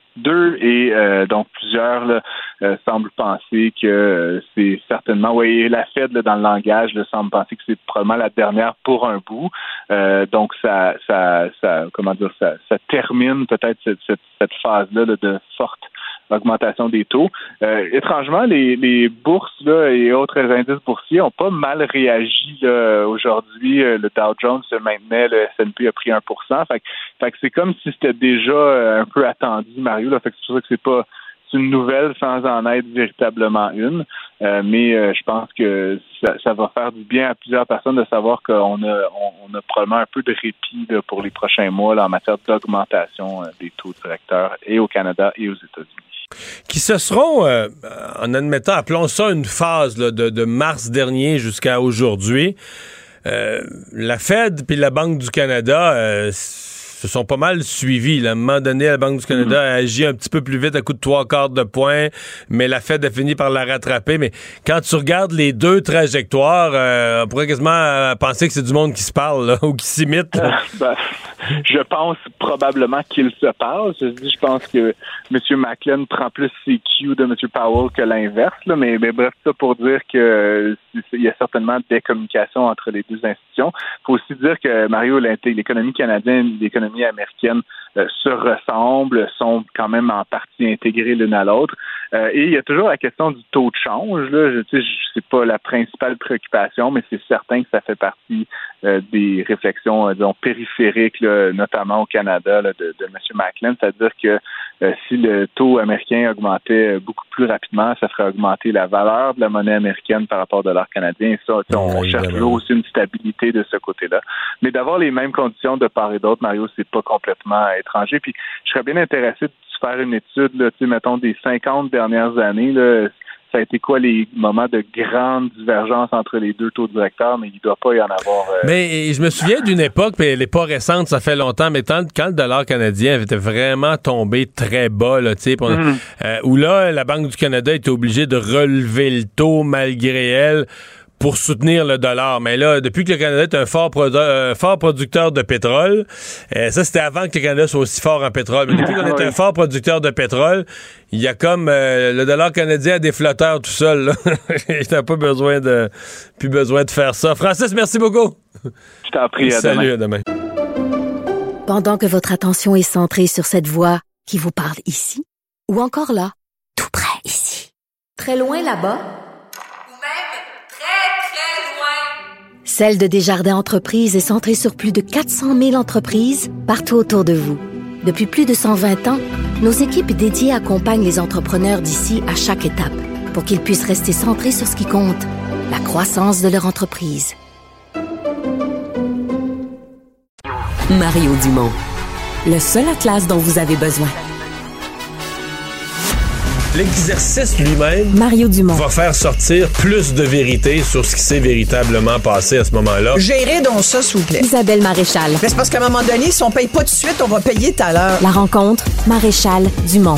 deux et euh, donc plusieurs là, euh, semblent penser que euh, c'est certainement, oui, la Fed là, dans le langage là, semble penser que c'est probablement la dernière pour un bout. Euh, donc ça, ça, ça, comment dire, ça, ça termine peut-être cette, cette, cette phase-là là, de forte augmentation des taux. Euh, étrangement, les, les bourses là, et autres indices boursiers ont pas mal réagi là, aujourd'hui. Le Dow Jones se maintenait, le S and P a pris un pour cent. Fait, fait que c'est comme si c'était déjà un peu attendu, Mario. Là. Fait que c'est pour ça que c'est pas c'est une nouvelle sans en être véritablement une. Euh, mais euh, je pense que ça, ça va faire du bien à plusieurs personnes de savoir qu'on a, on, on a probablement un peu de répit là, pour les prochains mois là, en matière d'augmentation euh, des taux directeurs et au Canada et aux États-Unis. Qui se seront, euh, en admettant, appelons ça une phase là, de, de mars dernier jusqu'à aujourd'hui, euh, la Fed puis la Banque du Canada euh, se sont pas mal suivis. Là. À un moment donné, la Banque du Canada mm-hmm. a agi un petit peu plus vite à coup de trois quarts de point, mais la Fed a fini par la rattraper. Mais quand tu regardes les deux trajectoires, euh, on pourrait quasiment euh, penser que c'est du monde qui se parle là, ou qui s'imite. Euh, ben, je pense probablement qu'ils se parlent. Je dis, je pense que M. Macklin prend plus ses cues de M. Powell que l'inverse. Là, mais, mais bref, ça pour dire que euh, il y a certainement des communications entre les deux institutions. Il faut aussi dire que, Mario, l'économie canadienne, l'économie américaine euh, se ressemblent, sont quand même en partie intégrées l'une à l'autre. Euh, et il y a toujours la question du taux de change. Là. Je, tu sais, c'est pas la principale préoccupation, mais c'est certain que ça fait partie euh, des réflexions, euh, disons, périphériques, là, notamment au Canada, là, de, de M. Macklin. C'est-à-dire que euh, si le taux américain augmentait beaucoup plus rapidement, ça ferait augmenter la valeur de la monnaie américaine par rapport au dollar canadien. Et ça, on, on cherche toujours aussi une stabilité de ce côté-là. Mais d'avoir les mêmes conditions de part et d'autre, Mario, c'est pas complètement étranger. Puis je serais bien intéressé de faire une étude, là, tu sais, mettons, des cinquante dernières années, là, ça a été quoi les moments de grande divergence entre les deux taux directeurs, mais il ne doit pas y en avoir. Euh... Mais je me souviens d'une époque, puis elle n'est pas récente, ça fait longtemps, mais quand, quand le dollar canadien était vraiment tombé très bas, là, tu sais, mm. euh, où là, la Banque du Canada était obligée de relever le taux malgré elle pour soutenir le dollar. Mais là, depuis que le Canada est un fort, produ- euh, fort producteur de pétrole, euh, ça, c'était avant que le Canada soit aussi fort en pétrole. Mais depuis qu'on est un fort producteur de pétrole, il y a comme euh, le dollar canadien a des flotteurs tout seul. Là. Il n'a pas besoin de, plus besoin de faire ça. Francis, merci beaucoup. Je t'en prie, à Salut, demain. à demain. Pendant que votre attention est centrée sur cette voix qui vous parle ici, ou encore là, tout près ici, très loin là-bas, Celle de Desjardins Entreprises est centrée sur plus de quatre cent mille entreprises partout autour de vous. Depuis plus de cent vingt ans, nos équipes dédiées accompagnent les entrepreneurs d'ici à chaque étape pour qu'ils puissent rester centrés sur ce qui compte, la croissance de leur entreprise. Mario Dumont, le seul atlas dont vous avez besoin. L'exercice lui-même Mario Dumont va faire sortir plus de vérité sur ce qui s'est véritablement passé à ce moment-là. Gérez donc ça, s'il vous plaît. Isabelle Maréchal. Mais c'est parce qu'à un moment donné, si on paye pas tout de suite, on va payer tout à l'heure. La rencontre, Maréchal Dumont.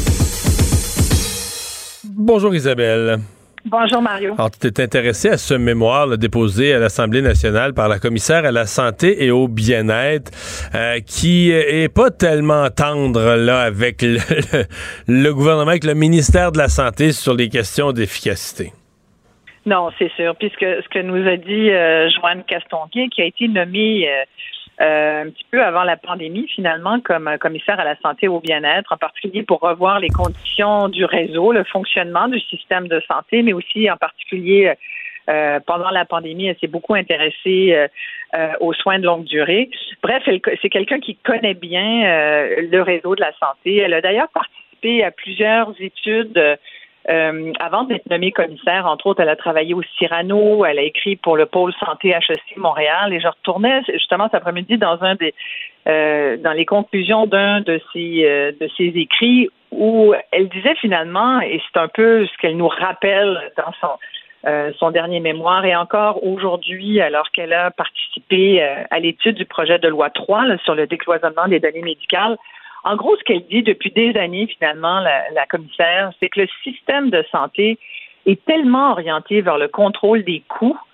Bonjour Isabelle. Bonjour Mario. Alors, tu t'es intéressé à ce mémoire là, déposé à l'Assemblée nationale par la commissaire à la santé et au bien-être, euh, qui est pas tellement tendre là avec le, le, le gouvernement, avec le ministère de la Santé sur les questions d'efficacité. Non, c'est sûr. Puisque ce que nous a dit euh, Joanne Castonguay, qui a été nommée euh, euh, un petit peu avant la pandémie, finalement, comme commissaire à la santé et au bien-être, en particulier pour revoir les conditions du réseau, le fonctionnement du système de santé, mais aussi en particulier euh, pendant la pandémie, elle s'est beaucoup intéressée euh, euh, aux soins de longue durée. Bref, elle, c'est quelqu'un qui connaît bien euh, le réseau de la santé. Elle a d'ailleurs participé à plusieurs études euh, Euh, avant d'être nommée commissaire. Entre autres, elle a travaillé au Cyrano, elle a écrit pour le pôle santé H E C Montréal, et je retournais justement cet après-midi dans un des euh, dans les conclusions d'un de ses euh, de ses écrits où elle disait finalement, et c'est un peu ce qu'elle nous rappelle dans son euh, son dernier mémoire, et encore aujourd'hui, alors qu'elle a participé euh, à l'étude du projet de loi trois là, sur le décloisonnement des données médicales. En gros, ce qu'elle dit depuis des années, finalement, la, la commissaire, c'est que le système de santé est tellement orienté vers le contrôle des coûts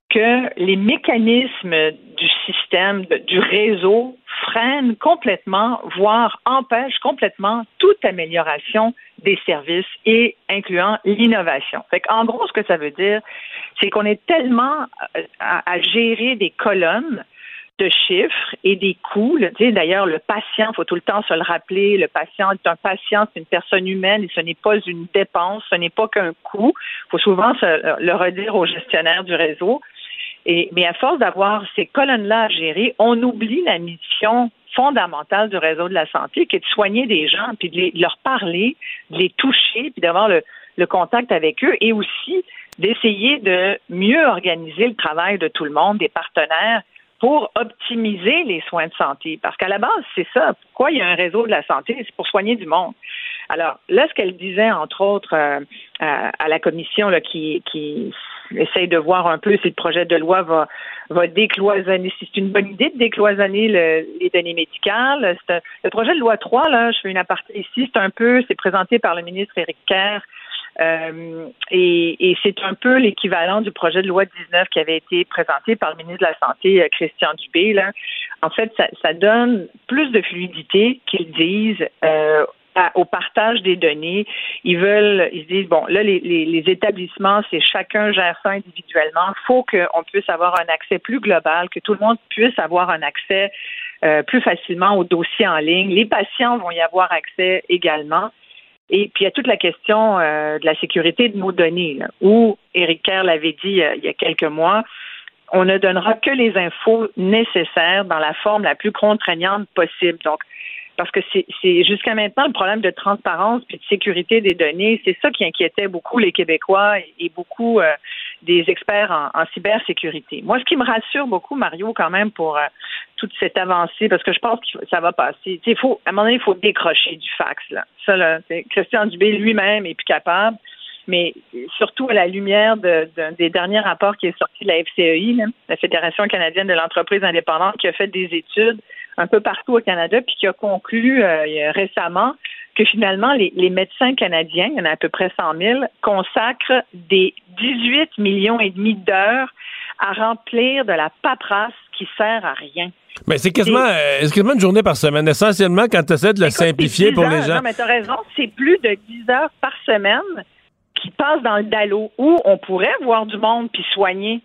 que les mécanismes du système, de, du réseau freinent complètement, voire empêchent complètement toute amélioration des services et incluant l'innovation. Fait qu'en gros, ce que ça veut dire, c'est qu'on est tellement à, à gérer des colonnes de chiffres et des coûts. Tu sais, d'ailleurs, le patient, il faut tout le temps se le rappeler, le patient est un patient, c'est une personne humaine et ce n'est pas une dépense, ce n'est pas qu'un coût. Il faut souvent se, le redire aux gestionnaires du réseau. Et, mais à force d'avoir ces colonnes-là à gérer, on oublie la mission fondamentale du réseau de la santé, qui est de soigner des gens, puis de, les, de leur parler, de les toucher, puis d'avoir le, le contact avec eux, et aussi d'essayer de mieux organiser le travail de tout le monde, des partenaires, pour optimiser les soins de santé. Parce qu'à la base, c'est ça. Pourquoi il y a un réseau de la santé? C'est pour soigner du monde. Alors, là, ce qu'elle disait, entre autres, euh, à, à la commission là, qui, qui essaye de voir un peu si le projet de loi va, va décloisonner, si c'est une bonne idée de décloisonner le, les données médicales. C'est un, le projet de loi trois, là, je fais une aparté ici, c'est un peu, c'est présenté par le ministre Éric Kerr, Euh, et, et c'est un peu l'équivalent du projet de loi dix-neuf qui avait été présenté par le ministre de la Santé, Christian Dubé. Là. En fait, ça, ça donne plus de fluidité, qu'ils disent, euh, à, au partage des données. Ils veulent, ils se disent, bon, là, les, les, les établissements, c'est chacun gère ça individuellement. Il faut qu'on puisse avoir un accès plus global, que tout le monde puisse avoir un accès euh, plus facilement aux dossiers en ligne. Les patients vont y avoir accès également. Et puis, il y a toute la question euh, de la sécurité de nos données, là, où Éric Kerr l'avait dit euh, il y a quelques mois, on ne donnera que les infos nécessaires dans la forme la plus contraignante possible. Donc, parce que c'est, c'est jusqu'à maintenant le problème de transparence puis de sécurité des données, c'est ça qui inquiétait beaucoup les Québécois et, et beaucoup euh, des experts en, en cybersécurité. Moi, ce qui me rassure beaucoup, Mario, quand même, pour euh, toute cette avancée, parce que je pense que ça va passer. Il faut, à un moment donné, il faut décrocher du fax. Là. Ça, là, Christian Dubé lui-même est plus capable, mais surtout à la lumière de, de, des derniers rapports qui est sorti de la F C E I, là, la Fédération canadienne de l'entreprise indépendante, qui a fait des études un peu partout au Canada, puis qui a conclu euh, récemment que finalement, les, les médecins canadiens, il y en a à peu près cent mille, consacrent des dix-huit millions et demi d'heures à remplir de la paperasse qui sert à rien. Mais c'est quasiment, euh, c'est quasiment une journée par semaine. Essentiellement, quand tu essaies de le Écoute, simplifier pour les gens. Non, mais tu as raison, c'est plus de dix heures par semaine qui passent dans le D A L O, où on pourrait voir du monde puis soigner.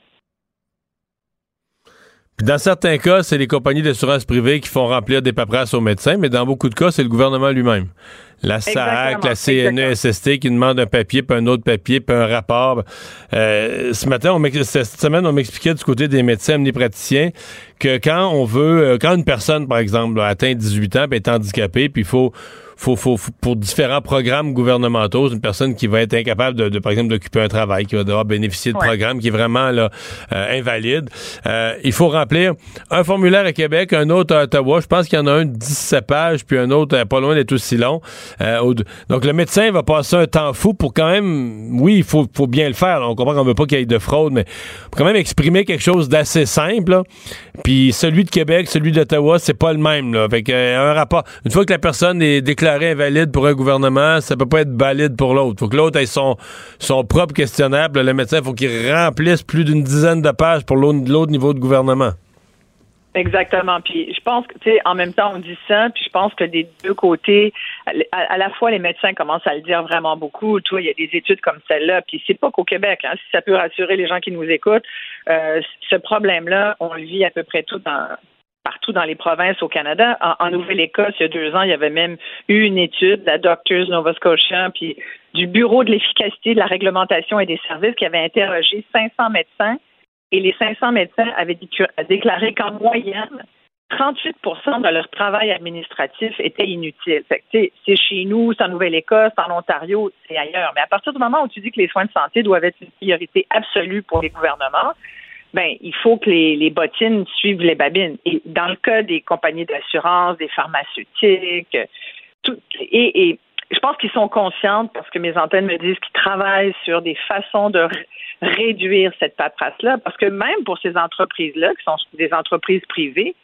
Puis dans certains cas, c'est les compagnies d'assurance privée qui font remplir des paperasses aux médecins, mais dans beaucoup de cas, c'est le gouvernement lui-même. La S A A C, la C N E S S T qui demande un papier, puis un autre papier, puis un rapport. Euh, ce matin, on cette semaine, on m'expliquait du côté des médecins omnipraticiens que quand on veut, quand une personne, par exemple, a atteint dix-huit ans, puis est handicapée, puis il faut Faut, faut, faut, pour différents programmes gouvernementaux, une personne qui va être incapable de, de par exemple, d'occuper un travail, qui va devoir bénéficier de ouais. programmes, qui est vraiment là euh, invalide. Euh, il faut remplir un formulaire à Québec, un autre à Ottawa. Je pense qu'il y en a un de dix-sept pages, puis un autre euh, pas loin d'être aussi long. Euh, au, donc, le médecin va passer un temps fou pour quand même... Oui, il faut, faut bien le faire. Là. On comprend qu'on veut pas qu'il y ait de fraude, mais pour quand même exprimer quelque chose d'assez simple. Là. Puis celui de Québec, celui d'Ottawa, c'est pas le même. Là. Fait que, euh, un rapport... Une fois que la personne est déclarée invalide pour un gouvernement, ça peut pas être valide pour l'autre. Faut que l'autre ait son, son propre questionnaire. Le médecin, il faut qu'il remplisse plus d'une dizaine de pages pour l'autre, l'autre niveau de gouvernement. Exactement. Puis je pense que, tu sais, en même temps, on dit ça, puis je pense que des deux côtés, à, à la fois, les médecins commencent à le dire vraiment beaucoup. Tu vois, il y a des études comme celle-là, puis c'est pas qu'au Québec, hein, si ça peut rassurer les gens qui nous écoutent, euh, ce problème-là, on le vit à peu près tout dans... partout dans les provinces au Canada. En, en Nouvelle-Écosse, il y a deux ans, il y avait même eu une étude de la Doctors Nova Scotia, puis du Bureau de l'efficacité de la réglementation et des services qui avait interrogé cinq cents médecins, et les cinq cents médecins avaient déclaré qu'en moyenne, trente-huit pour cent de leur travail administratif était inutile. Fait que, c'est chez nous, c'est en Nouvelle-Écosse, c'est en Ontario, c'est ailleurs. Mais à partir du moment où tu dis que les soins de santé doivent être une priorité absolue pour les gouvernements, ben, il faut que les, les bottines suivent les babines. Et dans le cas des compagnies d'assurance, des pharmaceutiques, tout, et, et je pense qu'ils sont conscients, parce que mes antennes me disent qu'ils travaillent sur des façons de r- réduire cette paperasse-là, parce que même pour ces entreprises-là, qui sont des entreprises privées,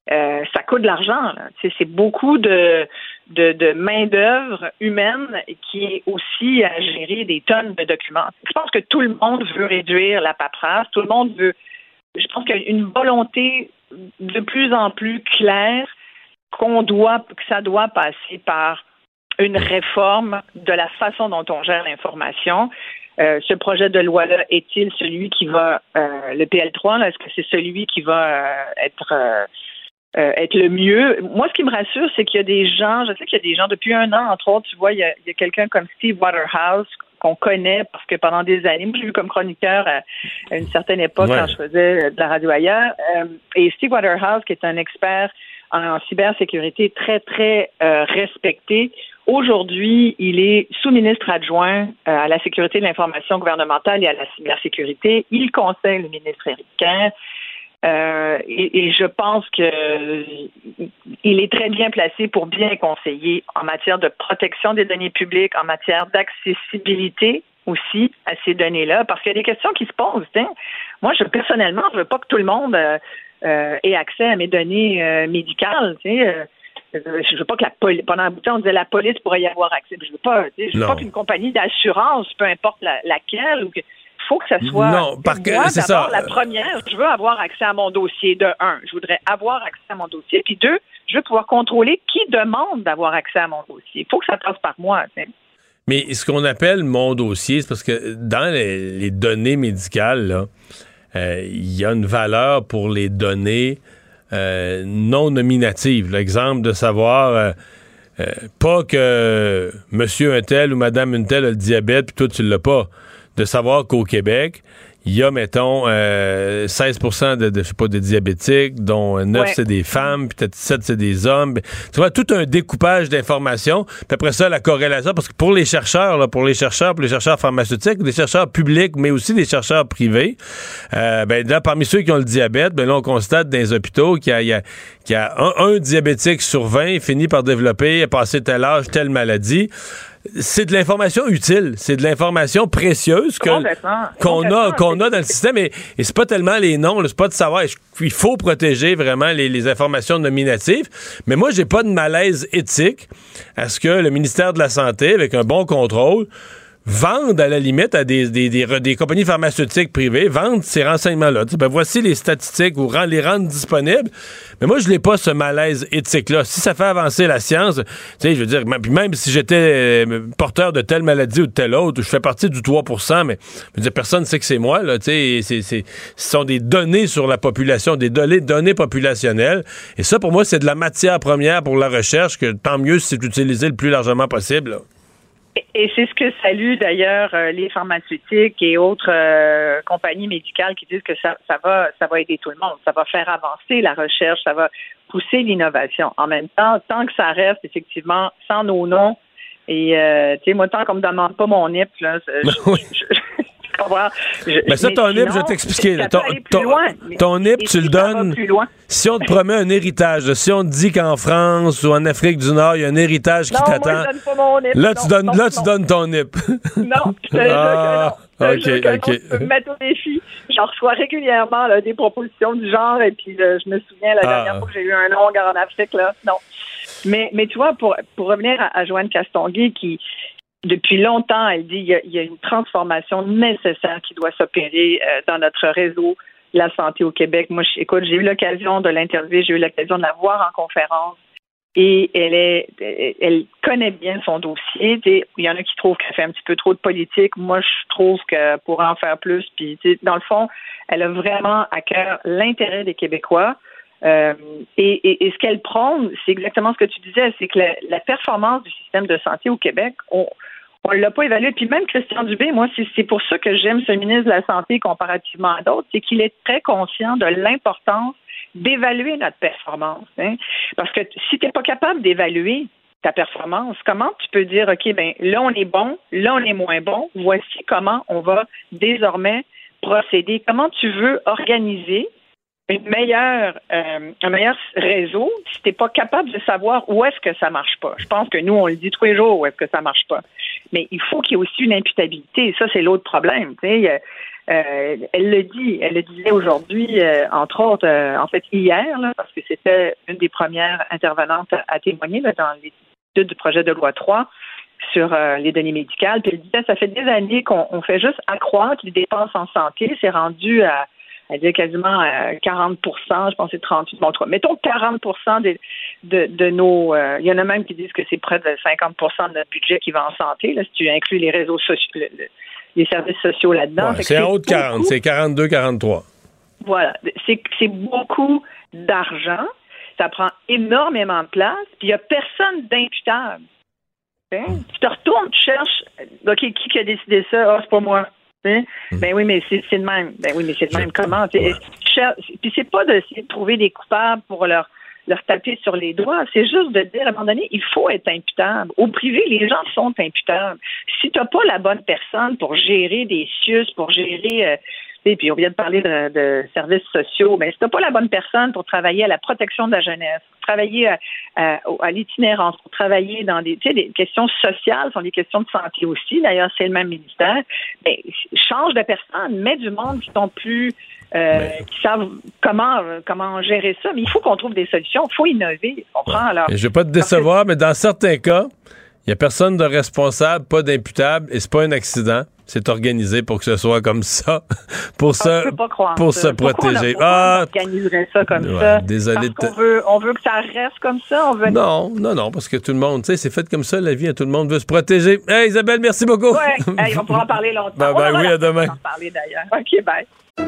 euh, ça coûte de l'argent. Là. C'est beaucoup de, de, de main-d'œuvre humaine qui est aussi à gérer des tonnes de documents. Je pense que tout le monde veut réduire la paperasse. Tout le monde veut... Je pense qu'il y a une volonté de plus en plus claire qu'on doit, que ça doit passer par une réforme de la façon dont on gère l'information. Euh, ce projet de loi-là est-il celui qui va, euh, le P L trois, là, est-ce que c'est celui qui va euh, être, euh, euh, être le mieux? Moi, ce qui me rassure, c'est qu'il y a des gens, je sais qu'il y a des gens, depuis un an, entre autres, tu vois, il y a, il y a quelqu'un comme Steve Waterhouse qu'on connaît parce que pendant des années, moi, j'ai vu comme chroniqueur à, à une certaine époque ouais. quand je faisais de la radio ailleurs. Euh, et Steve Waterhouse, qui est un expert en cybersécurité très, très euh, respecté. Aujourd'hui, il est sous-ministre adjoint euh, à la sécurité de l'information gouvernementale et à la cybersécurité. Il conseille le ministre américain euh, et, et je pense que euh, il est très bien placé pour bien conseiller en matière de protection des données publiques, en matière d'accessibilité aussi à ces données-là, parce qu'il y a des questions qui se posent. Hein. Moi, je personnellement, je veux pas que tout le monde euh, euh, ait accès à mes données euh, médicales. Tu sais, euh, je veux pas que la police, pendant un bout de temps, on disait la police pourrait y avoir accès. Je veux pas, tu sais, je veux pas qu'une compagnie d'assurance, peu importe la, laquelle, ou que faut que ça soit. Non, parce que moi, c'est ça. La première, je veux avoir accès à mon dossier. De un, je voudrais avoir accès à mon dossier. Puis deux, je veux pouvoir contrôler qui demande d'avoir accès à mon dossier. Il faut que ça passe par moi. Tu sais. Mais ce qu'on appelle mon dossier, c'est parce que dans les, les données médicales, là, euh, il y a une valeur pour les données euh, non nominatives. L'exemple de savoir euh, euh, pas que monsieur un tel ou madame une telle a le diabète puis toi tu l'as pas. De savoir qu'au Québec, il y a, mettons, euh, seize pour cent de, de, je sais pas, de diabétiques, dont neuf ouais. c'est des femmes, puis peut-être sept c'est des hommes. Tu vois, tout un découpage d'informations. Puis après ça, la corrélation, parce que pour les chercheurs, là, pour les chercheurs, pour les chercheurs pharmaceutiques, des chercheurs publics, mais aussi des chercheurs privés, euh, ben là, parmi ceux qui ont le diabète, ben là, on constate dans les hôpitaux qu'il y a, il y a, qu'il y a un, un diabétique sur vingt finit par développer, passer tel âge, telle maladie. C'est de l'information utile, c'est de l'information précieuse que, qu'on a qu'on a dans le système et, et c'est pas tellement les noms, là, c'est pas de savoir, il faut protéger vraiment les, les informations nominatives, mais moi j'ai pas de malaise éthique à ce que le ministère de la Santé, avec un bon contrôle, vendent à la limite à des, des, des, des compagnies pharmaceutiques privées, vendent ces renseignements-là. Ben, voici les statistiques ou rend, les rendre disponibles. Mais moi, je n'ai pas ce malaise éthique-là. Si ça fait avancer la science, tu sais, je veux dire, même, même si j'étais euh, porteur de telle maladie ou de telle autre, je fais partie du trois pour cent, mais je veux dire, personne ne sait que c'est moi, là, tu sais, c'est, c'est, ce sont des données sur la population, des données, données populationnelles. Et ça, pour moi, c'est de la matière première pour la recherche, que tant mieux si c'est utilisé le plus largement possible, là. Et c'est ce que saluent d'ailleurs euh, les pharmaceutiques et autres euh, compagnies médicales qui disent que ça, ça va, ça va aider tout le monde, ça va faire avancer la recherche, ça va pousser l'innovation. En même temps, tant que ça reste effectivement sans nos noms et euh, tu sais, moi tant qu'on me demande pas mon I P, là, je, je, je, Je, mais ça, ton sinon, I P, je vais t'expliquer. Là, ton, ton, loin, ton I P, tu le donnes. Si on te promet un héritage, là, si on te dit qu'en France ou en Afrique du Nord, il y a un héritage qui non, t'attend. Moi, je donne pas mon I P. Là, non, tu donnes, non, là, non. tu donnes ton I P. Non, je te jure ah, que non. Je OK, te jure que OK. non. Je peux me mettre au défi. J'en reçois régulièrement là, des propositions du genre. Et puis, là, je me souviens la ah. dernière fois que j'ai eu un ongle en Afrique. Là. Non. Mais, mais tu vois, pour, pour revenir à, à Joanne Castonguay, qui, depuis longtemps, elle dit qu'il y, y a une transformation nécessaire qui doit s'opérer euh, dans notre réseau de la santé au Québec. Moi, je, écoute, j'ai eu l'occasion de l'interviewer, j'ai eu l'occasion de la voir en conférence et elle est, elle connaît bien son dossier. T'sais, il y en a qui trouvent qu'elle fait un petit peu trop de politique. Moi, je trouve qu'elle pourrait en faire plus. Puis, dans le fond, elle a vraiment à cœur l'intérêt des Québécois. Euh, et, et, et ce qu'elle prône, c'est exactement ce que tu disais, c'est que la, la performance du système de santé au Québec, on on ne l'a pas évalué. Puis même Christian Dubé, moi, c'est, c'est pour ça que j'aime ce ministre de la Santé comparativement à d'autres, c'est qu'il est très conscient de l'importance d'évaluer notre performance. Hein? Parce que si tu n'es pas capable d'évaluer ta performance, comment tu peux dire, OK, ben là, on est bon, là, on est moins bon, voici comment on va désormais procéder. Comment tu veux organiser une meilleure, euh, un meilleur réseau si tu n'es pas capable de savoir où est-ce que ça marche pas. Je pense que nous, on le dit tous les jours où est-ce que ça marche pas. Mais il faut qu'il y ait aussi une imputabilité. Ça, c'est l'autre problème. Tu sais, Euh, elle le dit, elle le disait aujourd'hui, euh, entre autres, euh, en fait hier, là, parce que c'était une des premières intervenantes à, à témoigner là, dans l'étude du projet de loi trois sur euh, les données médicales. Puis elle disait, ça fait des années qu'on on fait juste accroître les dépenses en santé. C'est rendu à, à dire quasiment à quarante pour cent, je pense que c'est trente-huit, bon, mettons quarante pour cent de, de, de nos... Euh, il y en a même qui disent que c'est près de cinquante pour cent de notre budget qui va en santé, là, si tu inclus les réseaux sociaux, le, le, les services sociaux là-dedans. Ouais, c'est en haut de quarante, beaucoup, c'est quarante-deux quarante-trois. Voilà, c'est, c'est beaucoup d'argent, ça prend énormément de place, puis il n'y a personne d'imputable. Hein? Tu te retournes, tu cherches, OK, qui, qui a décidé ça? Ah, oh, c'est pas moi. Hein? Mm. Ben oui, mais c'est, c'est le même. Ben oui, mais c'est le même. Comment? Ouais. Puis c'est pas d'essayer de trouver des coupables pour leur leur taper sur les doigts, c'est juste de dire à un moment donné, il faut être imputable. Au privé, les gens sont imputables. Si tu n'as pas la bonne personne pour gérer des C I U S, pour gérer, euh, et puis on vient de parler de, de services sociaux, mais si tu n'as pas la bonne personne pour travailler à la protection de la jeunesse, pour travailler à, à, à l'itinérance, pour travailler dans des, tu sais, des questions sociales, sont des questions de santé aussi, d'ailleurs c'est le même ministère, mais change de personne, mets du monde qui sont plus Euh, ben. qui savent comment euh, comment gérer ça, mais il faut qu'on trouve des solutions, il faut innover, on prend alors. Je vais pas te décevoir, mais dans certains cas, il y a personne de responsable, pas d'imputable, et c'est pas un accident. C'est organisé pour que ce soit comme ça, pour ah, se, pour ça. se protéger. On a, ah, on organiserait ça comme ouais, ça. Désolé. Parce qu'on veut, on veut que ça reste comme ça. On veut... Non, non, non, parce que tout le monde, tu sais, c'est fait comme ça la vie. Tout le monde veut se protéger. Hey, Isabelle, merci beaucoup. Ouais, hey, on pourra en parler longtemps. Ben, ben oui, à demain. On va en parler d'ailleurs. Ok, bye.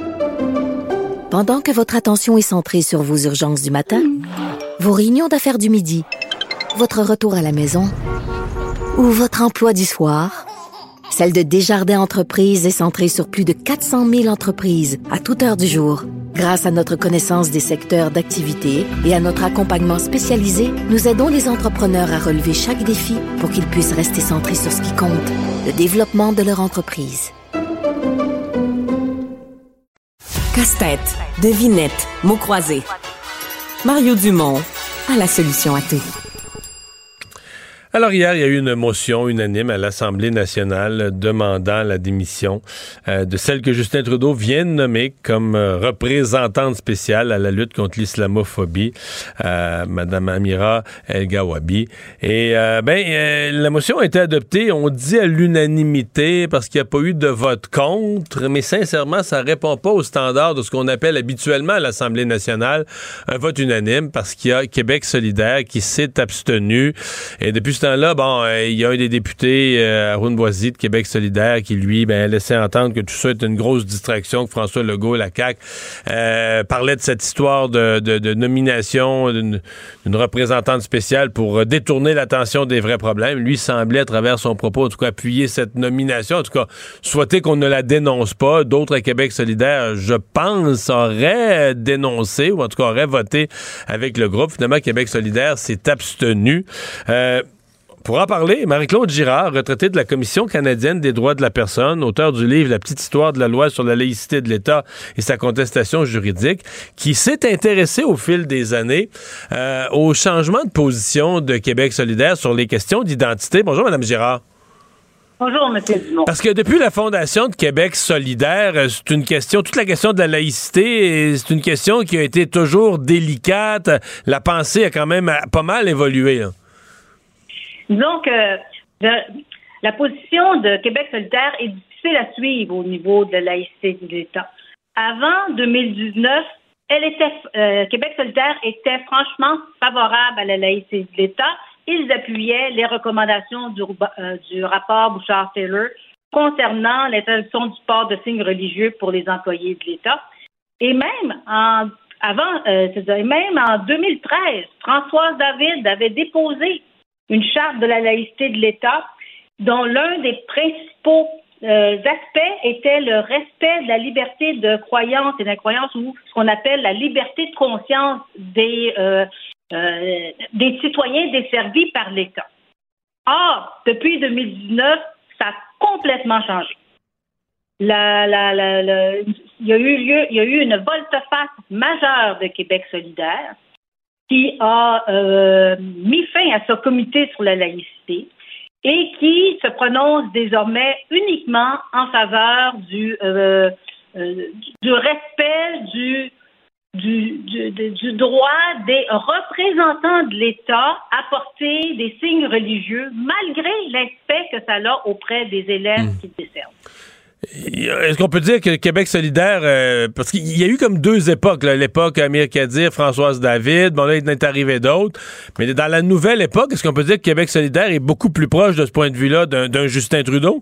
Pendant que votre attention est centrée sur vos urgences du matin, vos réunions d'affaires du midi, votre retour à la maison ou votre emploi du soir, celle de Desjardins Entreprises est centrée sur plus de quatre cent mille entreprises à toute heure du jour. Grâce à notre connaissance des secteurs d'activité et à notre accompagnement spécialisé, nous aidons les entrepreneurs à relever chaque défi pour qu'ils puissent rester centrés sur ce qui compte, le développement de leur entreprise. Casse-tête, devinette, mots croisés. Mario Dumont a la solution à tout. Alors hier, il y a eu une motion unanime à l'Assemblée nationale demandant la démission euh, de celle que Justin Trudeau vient de nommer comme euh, représentante spéciale à la lutte contre l'islamophobie, euh, Mme Amira El-Gawabi. Et euh, ben, euh, la motion a été adoptée, on dit à l'unanimité, parce qu'il n'y a pas eu de vote contre, mais sincèrement, ça ne répond pas aux standards de ce qu'on appelle habituellement à l'Assemblée nationale un vote unanime, parce qu'il y a Québec solidaire qui s'est abstenu. Et depuis ce temps-là, bon, euh, il y a un des députés, euh, Arun Boisy de Québec solidaire, qui, lui, ben, laissait entendre que tout ça est une grosse distraction, que François Legault, la C A Q, euh, parlait de cette histoire de, de, de nomination d'une, d'une représentante spéciale pour détourner l'attention des vrais problèmes. Lui semblait, à travers son propos, en tout cas, appuyer cette nomination, en tout cas, souhaiter qu'on ne la dénonce pas. D'autres à Québec solidaire, je pense, auraient dénoncé, ou en tout cas auraient voté avec le groupe. Finalement, Québec solidaire s'est abstenu. Euh, Pour en parler, Marie-Claude Girard, retraitée de la Commission canadienne des droits de la personne, auteure du livre « La petite histoire de la loi sur la laïcité de l'État et sa contestation juridique », qui s'est intéressée au fil des années euh, au changement de position de Québec solidaire sur les questions d'identité. Bonjour, Mme Girard. Bonjour, M. Dumont. Parce que depuis la fondation de Québec solidaire, c'est une question, toute la question de la laïcité, c'est une question qui a été toujours délicate. La pensée a quand même pas mal évolué, là. Disons que de, la position de Québec solidaire est difficile à suivre au niveau de la laïcité de l'État. Avant deux mille dix-neuf, elle était, euh, Québec solidaire était franchement favorable à la laïcité de l'État. Ils appuyaient les recommandations du, euh, du rapport Bouchard-Taylor concernant l'interdiction du port de signes religieux pour les employés de l'État. Et même en, avant, euh, c'est-à-dire même en deux mille treize, Françoise David avait déposé une charte de la laïcité de l'État dont l'un des principaux euh, aspects était le respect de la liberté de croyance et d'incroyance, ou ce qu'on appelle la liberté de conscience des, euh, euh, des citoyens desservis par l'État. Or, depuis deux mille dix-neuf, ça a complètement changé. La, la, la, la, il y a eu lieu, il y a eu une volte-face majeure de Québec solidaire qui a euh, mis fin à ce comité sur la laïcité et qui se prononce désormais uniquement en faveur du, euh, euh, du respect du, du, du, du droit des représentants de l'État à porter des signes religieux, malgré l'aspect que ça a auprès des élèves mmh. qui desservent. Est-ce qu'on peut dire que le Québec solidaire, euh, parce qu'il y a eu comme deux époques, là, l'époque Amir Kadir, Françoise David, bon là il en est arrivé d'autres, mais dans la nouvelle époque, est-ce qu'on peut dire que Québec solidaire est beaucoup plus proche de ce point de vue-là d'un, d'un Justin Trudeau?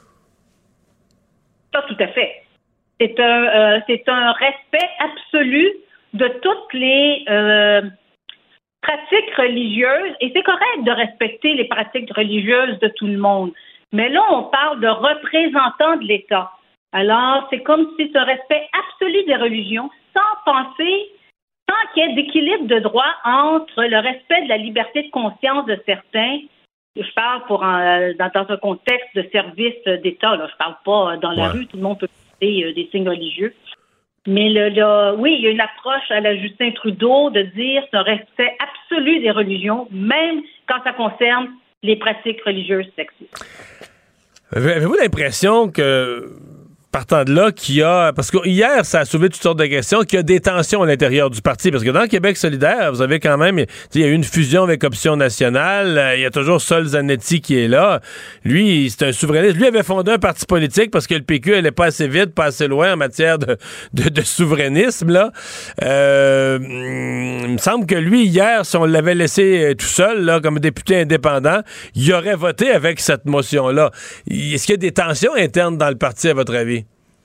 Pas tout à fait. C'est un, euh, c'est un respect absolu de toutes les euh, pratiques religieuses, et c'est correct de respecter les pratiques religieuses de tout le monde. Mais là, on parle de représentants de l'État. Alors, c'est comme si c'est un respect absolu des religions, sans penser, sans qu'il y ait d'équilibre de droit entre le respect de la liberté de conscience de certains. Je parle pour un, dans, dans un contexte de service d'État. Là, je parle pas dans la ouais. rue, tout le monde peut porter euh, des signes religieux. Mais le, le, oui, il y a une approche à la Justin Trudeau de dire c'est un respect absolu des religions, même quand ça concerne les pratiques religieuses sexistes. Avez-vous l'impression que, partant de là, qu'il y a... Parce que hier, ça a soulevé toutes sortes de questions, qu'il y a des tensions à l'intérieur du parti. Parce que dans Québec solidaire, vous avez quand même... Il y a eu une fusion avec Option nationale. Il y a toujours Sol Zanetti qui est là. Lui, c'est un souverainiste. Lui avait fondé un parti politique parce que le P Q allait pas assez vite, pas assez loin en matière de, de, de souverainisme, là. Euh, il me semble que lui, hier, si on l'avait laissé tout seul, là, comme député indépendant, il aurait voté avec cette motion-là. Est-ce qu'il y a des tensions internes dans le parti, à votre avis?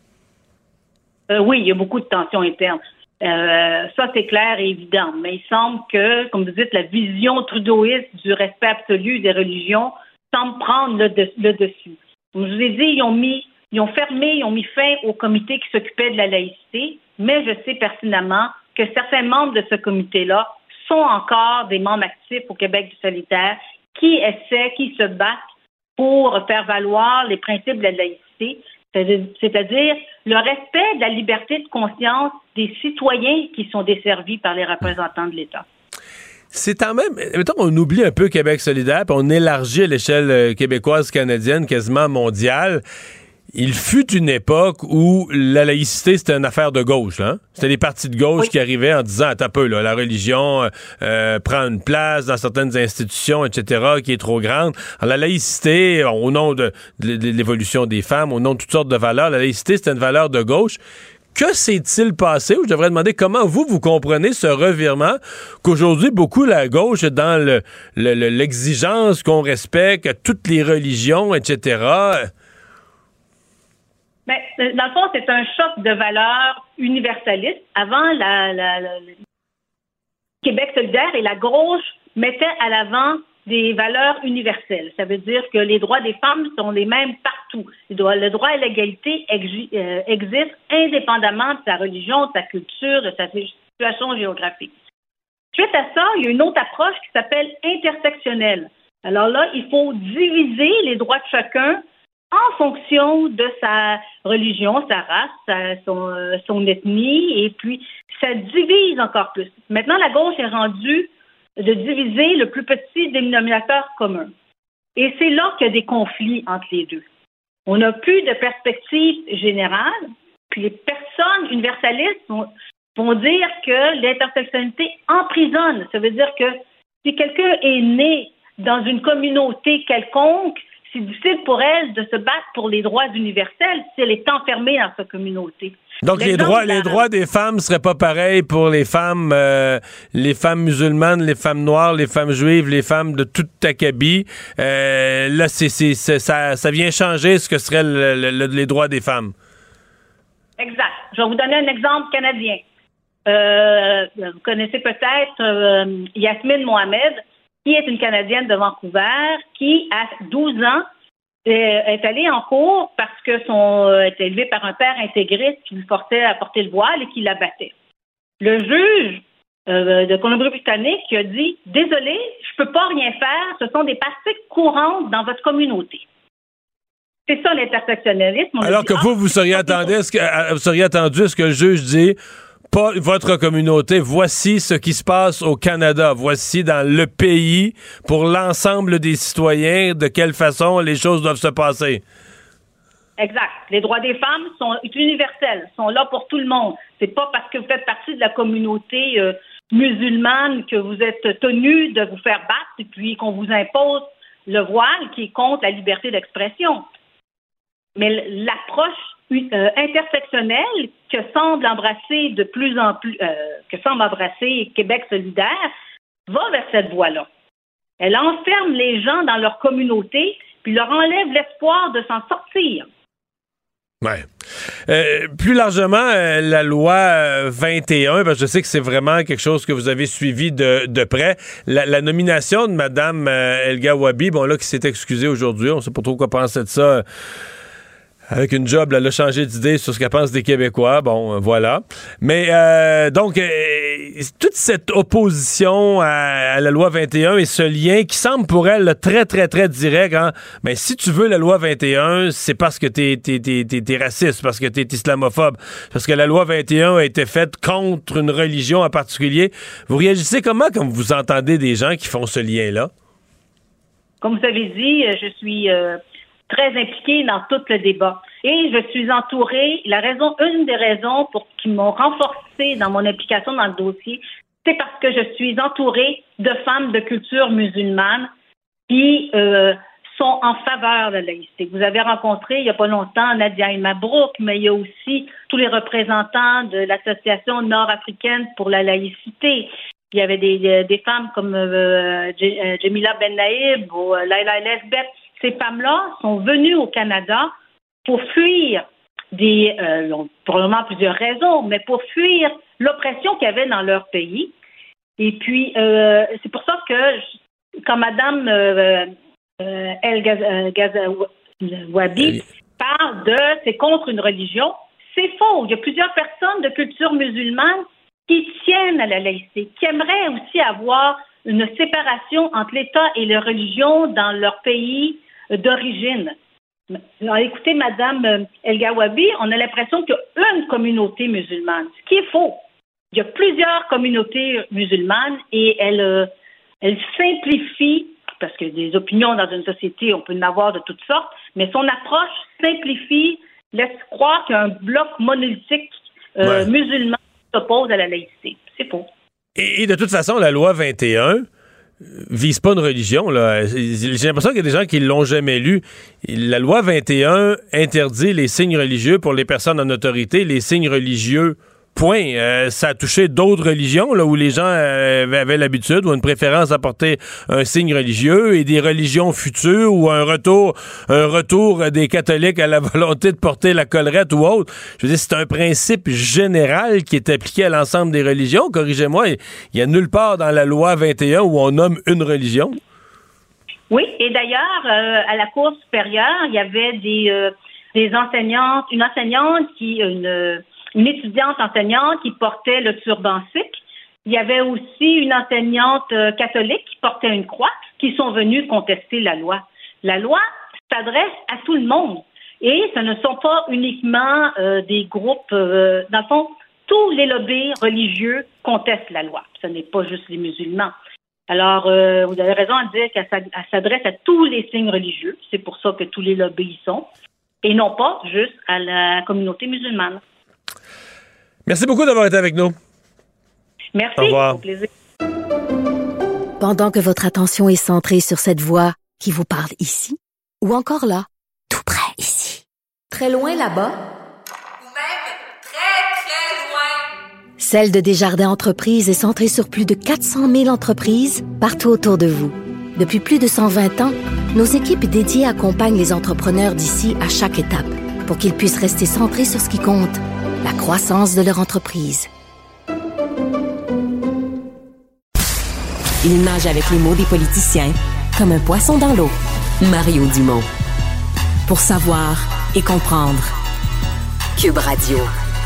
Euh, oui, il y a beaucoup de tensions internes. Euh, ça, c'est clair et évident. Mais il semble que, comme vous dites, la vision trudeauiste du respect absolu des religions semble prendre le, de, le dessus. Comme je vous ai dit, ils ont mis, ils ont fermé, ils ont mis fin au comité qui s'occupait de la laïcité, mais je sais pertinemment que certains membres de ce comité-là sont encore des membres actifs au Québec du solidaire qui essaient, qui se battent pour faire valoir les principes de la laïcité, c'est-à-dire le respect de la liberté de conscience des citoyens qui sont desservis par les représentants de l'État. C'est quand même... Mettons qu'on oublie un peu Québec solidaire, puis on élargit à l'échelle québécoise, canadienne, quasiment mondiale. Il fut une époque où la laïcité, c'était une affaire de gauche. Hein? C'était les partis de gauche oui. qui arrivaient en disant « Attends un peu, là, la religion euh, prend une place dans certaines institutions, et cetera, qui est trop grande. » Alors, la laïcité, au nom de, de, de l'évolution des femmes, au nom de toutes sortes de valeurs, la laïcité, c'était une valeur de gauche. Que s'est-il passé? Ou je devrais demander comment vous, vous comprenez ce revirement qu'aujourd'hui, beaucoup la gauche est dans le, le, le, l'exigence qu'on respecte toutes les religions, et cetera. Ben, dans le fond, c'est un choc de valeurs universalistes. Avant, la, la, la, le Québec solidaire et la gauche mettaient à l'avant des valeurs universelles. Ça veut dire que les droits des femmes sont les mêmes partout. Le droit à l'égalité existe indépendamment de sa religion, de sa culture, de sa situation géographique. Suite à ça, il y a une autre approche qui s'appelle intersectionnelle. Alors là, il faut diviser les droits de chacun en fonction de sa religion, sa race, sa, son, euh, son ethnie, et puis ça divise encore plus. Maintenant, la gauche est rendue de diviser le plus petit dénominateur commun. Et c'est là qu'il y a des conflits entre les deux. On n'a plus de perspective générale, puis les personnes universalistes vont, vont dire que l'intersectionnalité emprisonne. Ça veut dire que si quelqu'un est né dans une communauté quelconque, c'est difficile pour elle de se battre pour les droits universels si elle est enfermée dans sa communauté. Donc les droits, les droits des femmes seraient pas pareils pour les femmes, euh, les femmes musulmanes, les femmes noires, les femmes juives, les femmes de toute Takabi. Euh, là, c'est, c'est, c'est, ça, ça vient changer ce que seraient le, le, le, les droits des femmes. Exact. Je vais vous donner un exemple canadien. Euh, vous connaissez peut-être euh, Yasmine Mohamed, qui est une Canadienne de Vancouver, qui, à douze ans, est allée en cours parce que son euh, est élevée par un père intégriste qui lui forçait à porter le voile et qui la battait. Le juge euh, de Colombie-Britannique qui a dit « Désolé, je peux pas rien faire, ce sont des pratiques courantes dans votre communauté. » C'est ça l'intersectionnalisme. Alors dit, que vous, ah, vous seriez attendu, est-ce que, vous seriez attendu à ce que le juge dit pas votre communauté. Voici ce qui se passe au Canada. Voici dans le pays, pour l'ensemble des citoyens, de quelle façon les choses doivent se passer. Exact. Les droits des femmes sont universels, sont là pour tout le monde. C'est pas parce que vous faites partie de la communauté euh, musulmane que vous êtes tenu de vous faire battre et puis qu'on vous impose le voile qui est contre la liberté d'expression. Mais l'approche euh, intersectionnelle que semble embrasser de plus en plus, euh, que semble embrasser Québec solidaire, va vers cette voie-là. Elle enferme les gens dans leur communauté puis leur enlève l'espoir de s'en sortir. Ouais. Euh, plus largement, euh, la loi euh, vingt et un, parce que je sais que c'est vraiment quelque chose que vous avez suivi de, de près. La, la nomination de Mme euh, El-Gawabi, bon là, qui s'est excusée aujourd'hui, on sait pas trop quoi penser de ça. Euh, Avec une job, là, elle a changé d'idée sur ce qu'elle pense des Québécois. Bon, euh, voilà. Mais euh, donc, euh, toute cette opposition à, à la loi vingt et un et ce lien qui semble pour elle là, très, très, très direct. Hein? Ben, si tu veux la loi vingt et un, c'est parce que t'es, t'es, t'es, t'es, t'es raciste, parce que t'es islamophobe, parce que la loi vingt et un a été faite contre une religion en particulier. Vous réagissez comment quand vous entendez des gens qui font ce lien-là? Comme vous avez dit, je suis... Euh très impliquée dans tout le débat. Et je suis entourée, la raison, une des raisons pour qui m'ont renforcée dans mon implication dans le dossier, c'est parce que je suis entourée de femmes de culture musulmane qui euh, sont en faveur de la laïcité. Vous avez rencontré il n'y a pas longtemps Nadia El Mabrouk, mais il y a aussi tous les représentants de l'Association nord-africaine pour la laïcité. Il y avait des, des femmes comme euh, Jamila Ben Naïb ou euh, Laila Lesbeth. Ces femmes-là sont venues au Canada pour fuir des, euh, probablement plusieurs raisons, mais pour fuir l'oppression qu'il y avait dans leur pays. Et puis, euh, c'est pour ça que je, quand Mme euh, euh, El-Gawabi parle de « c'est contre une religion », c'est faux. Il y a plusieurs personnes de culture musulmane qui tiennent à la laïcité, qui aimeraient aussi avoir une séparation entre l'État et les religions dans leur pays d'origine. Alors, écoutez, Mme El-Gawabi, on a l'impression qu'il y a une communauté musulmane, ce qui est faux. Il y a plusieurs communautés musulmanes et elle, euh, elle simplifie, parce que des opinions dans une société, on peut en avoir de toutes sortes, mais son approche simplifie, laisse croire qu'il y a un bloc monolithique euh, ouais. musulman qui s'oppose à la laïcité. C'est faux. Et, et de toute façon, la loi vingt et un vise pas une religion, là. J'ai l'impression qu'il y a des gens qui l'ont jamais lu. La loi vingt et un interdit les signes religieux pour les personnes en autorité, les signes religieux, point. Euh, ça a touché d'autres religions, là, où les gens euh, avaient l'habitude ou une préférence à porter un signe religieux, et des religions futures ou un retour, un retour des catholiques à la volonté de porter la collerette ou autre. Je veux dire, c'est un principe général qui est appliqué à l'ensemble des religions. Corrigez-moi, il y a nulle part dans la loi vingt et un où on nomme une religion. Oui, et d'ailleurs, euh, à la Cour supérieure, il y avait des, euh, des enseignantes, une enseignante qui, une une étudiante enseignante qui portait le turban sikh. Il y avait aussi une enseignante euh, catholique qui portait une croix, qui sont venues contester la loi. La loi s'adresse à tout le monde. Et ce ne sont pas uniquement euh, des groupes, euh, dans le fond, tous les lobbies religieux contestent la loi. Ce n'est pas juste les musulmans. Alors, euh, vous avez raison à dire qu'elle s'adresse à tous les signes religieux. C'est pour ça que tous les lobbies y sont. Et non pas juste à la communauté musulmane. Merci beaucoup d'avoir été avec nous. Merci. Au revoir. Au plaisir. Pendant que votre attention est centrée sur cette voix qui vous parle ici, ou encore là, tout près ici, très loin là-bas, ou même très, très loin, celle de Desjardins Entreprises est centrée sur plus de quatre cent mille entreprises partout autour de vous. Depuis plus de cent vingt ans, nos équipes dédiées accompagnent les entrepreneurs d'ici à chaque étape pour qu'ils puissent rester centrés sur ce qui compte, la croissance de leur entreprise. Il nage avec les mots des politiciens comme un poisson dans l'eau. Mario Dumont. Pour savoir et comprendre. Cube Radio.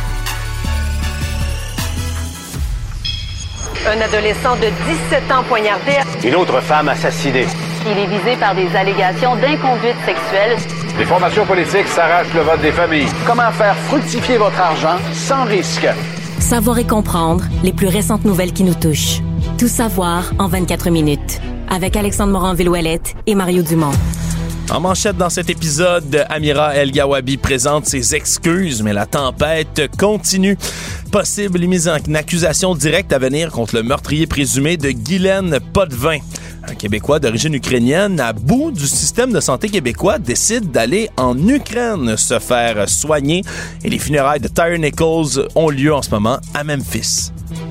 Un adolescent de dix-sept ans poignardé. Une autre femme assassinée. Il est visé par des allégations d'inconduite sexuelle. Les formations politiques s'arrachent le vote des familles. Comment faire fructifier votre argent sans risque? Savoir et comprendre les plus récentes nouvelles qui nous touchent. Tout savoir en vingt-quatre minutes. Avec Alexandre Morin-Villouellette et Mario Dumont. En manchette dans cet épisode, Amira El-Gawabi présente ses excuses, mais la tempête continue. Possible mise en accusation directe à venir contre le meurtrier présumé de Guylaine Potvin. Un Québécois d'origine ukrainienne à bout du système de santé québécois décide d'aller en Ukraine se faire soigner. Et les funérailles de Tyre Nichols ont lieu en ce moment à Memphis.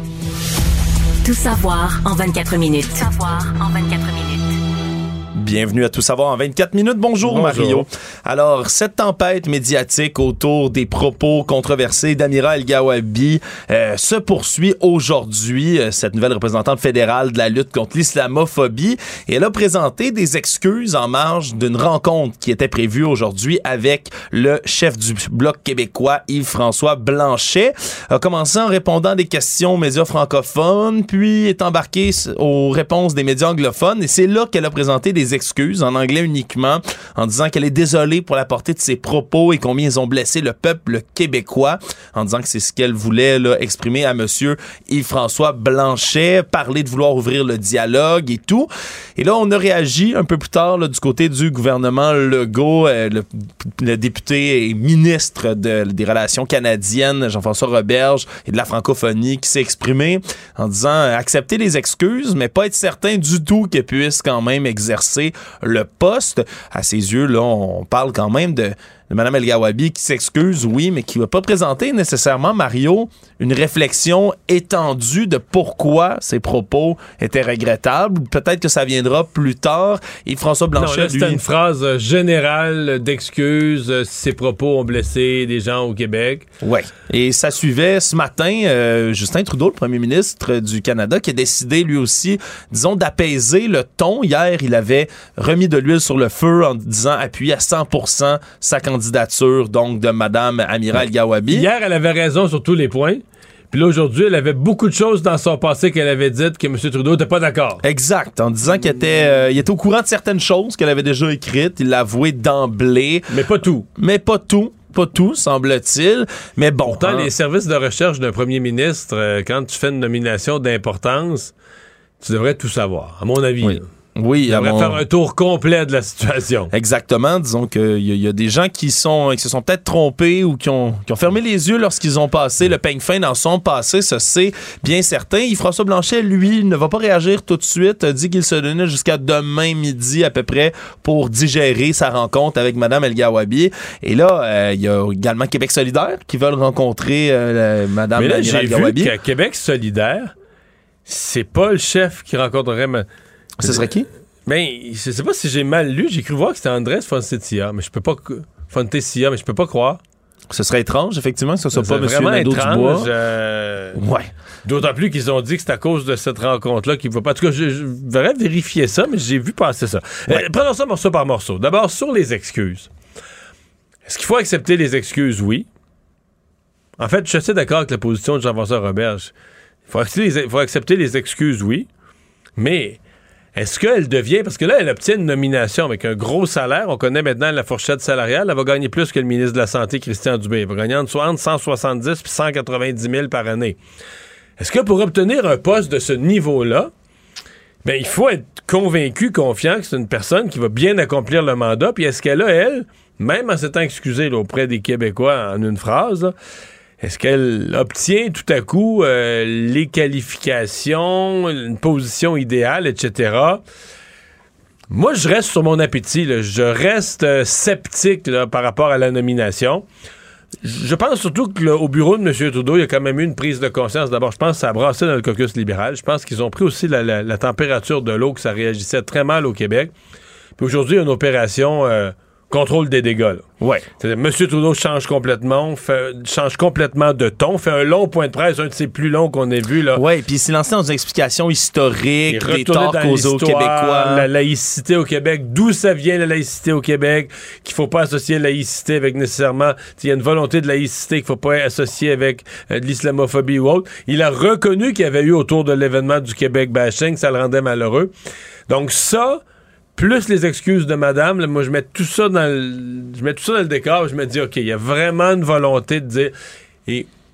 Tout savoir en vingt-quatre minutes. Tout savoir en vingt-quatre minutes. Bienvenue à Tout savoir en vingt-quatre minutes. Bonjour, Bonjour, Mario. Alors, cette tempête médiatique autour des propos controversés d'Amira El-Gawabi euh, se poursuit aujourd'hui. Cette nouvelle représentante fédérale de la lutte contre l'islamophobie. Et elle a présenté des excuses en marge d'une rencontre qui était prévue aujourd'hui avec le chef du Bloc québécois, Yves-François Blanchet. A commencé en répondant à des questions aux médias francophones, puis est embarqué aux réponses des médias anglophones. Et c'est là qu'elle a présenté des excuses en anglais uniquement, en disant qu'elle est désolée pour la portée de ses propos et combien ils ont blessé le peuple québécois, en disant que c'est ce qu'elle voulait là, exprimer à monsieur Yves-François Blanchet, parler de vouloir ouvrir le dialogue et tout. Et là, on a réagi un peu plus tard là, du côté du gouvernement Legault, euh, le, le député et ministre de, des Relations canadiennes, Jean-François Roberge, et de la francophonie, qui s'est exprimé en disant euh, accepter les excuses, mais pas être certain du tout qu'elle puisse quand même exercer le poste. À ses yeux, là, on parle quand même de, de Mme El-Gawabi qui s'excuse, oui, mais qui ne va pas présenter nécessairement, Mario, une réflexion étendue de pourquoi ses propos étaient regrettables. Peut-être que ça viendra plus tard. Et François Blanchet, non, là, c'était lui... une phrase générale d'excuses si ses propos ont blessé des gens au Québec. Oui. Et ça suivait ce matin euh, Justin Trudeau, le premier ministre du Canada, qui a décidé lui aussi, disons, d'apaiser le ton. Hier, il avait remis de l'huile sur le feu en disant appuyer à cent pour cent sa candidature, donc, de Mme Amira El-Gawabi. Hier, elle avait raison sur tous les points. Puis là, aujourd'hui, elle avait beaucoup de choses dans son passé qu'elle avait dites que M. Trudeau n'était pas d'accord. Exact. En disant qu'il était, euh, il était au courant de certaines choses qu'elle avait déjà écrites. Il l'a avoué d'emblée. Mais pas tout. Mais pas tout. Pas tout, semble-t-il. Mais bon. Pourtant, hein, les services de recherche d'un premier ministre, euh, quand tu fais une nomination d'importance, tu devrais tout savoir, à mon avis. Oui. Oui, il devrait mon... faire un tour complet de la situation. Exactement. Disons qu'il y, y a des gens qui sont qui se sont peut-être trompés ou qui ont, qui ont fermé les yeux lorsqu'ils ont passé le peigne fin dans son passé, ça c'est bien certain. Yves-François Blanchet, lui, ne va pas réagir tout de suite, a dit qu'il se donnait jusqu'à demain midi à peu près pour digérer sa rencontre avec Mme El-Gawabi. Et là, euh, il y a également Québec solidaire qui veulent rencontrer euh, Mme El-Gawabi. Mais là, j'ai vu qu'à Québec solidaire, c'est pas le chef qui rencontrerait... Ma... Ce serait qui? Ben, je sais pas si j'ai mal lu. J'ai cru voir que c'était Andrés Fonseca, mais je peux pas... Fonseca, mais je peux pas croire. Ce serait étrange, effectivement, que ce soit pas M. Nadeau-Dubois. Euh... Ouais. D'autant plus qu'ils ont dit que c'est à cause de cette rencontre-là qu'il ne va pas... En tout cas, je, je voudrais vérifier ça, mais j'ai vu passer ça. Ouais. Euh, prenons ça morceau par morceau. D'abord, sur les excuses. Est-ce qu'il faut accepter les excuses? Oui. En fait, je suis assez d'accord avec la position de Jean-François Roberge. Il faut accepter les, il faut accepter les excuses, oui. Mais... est-ce qu'elle devient... parce que là, elle obtient une nomination avec un gros salaire. On connaît maintenant la fourchette salariale. Elle va gagner plus que le ministre de la Santé, Christian Dubé. Elle va gagner entre cent soixante-dix et cent quatre-vingt-dix mille par année. Est-ce que pour obtenir un poste de ce niveau-là, ben, il faut être convaincu, confiant que c'est une personne qui va bien accomplir le mandat? Puis est-ce qu'elle a, elle, même en s'étant excusée là, auprès des Québécois en une phrase, là, est-ce qu'elle obtient tout à coup euh, les qualifications, une position idéale, et cetera? Moi, je reste sur mon appétit. Là. Je reste euh, sceptique là, par rapport à la nomination. Je pense surtout qu'au bureau de M. Trudeau, il y a quand même eu une prise de conscience. D'abord, je pense que ça a brassé dans le caucus libéral. Je pense qu'ils ont pris aussi la, la, la température de l'eau, que ça réagissait très mal au Québec. Puis aujourd'hui, il y a une opération... Euh, contrôle des dégâts. Là. Ouais. C'est-à-dire, M. Trudeau change complètement, fait, change complètement de ton, fait un long point de presse, un de ses plus longs qu'on ait vu. Là. Oui, puis il s'est lancé dans des explications historiques, des torts causés aux Québécois. La laïcité au Québec, d'où ça vient la laïcité au Québec, qu'il faut pas associer la laïcité avec nécessairement... Il y a une volonté de laïcité qu'il faut pas associer avec euh, de l'islamophobie ou autre. Il a reconnu qu'il y avait eu autour de l'événement du Québec bashing, ça le rendait malheureux. Donc ça... plus les excuses de madame, là, moi, je mets tout ça dans le, je mets tout ça dans le décor, je me dis, OK, il y a vraiment une volonté de dire... Et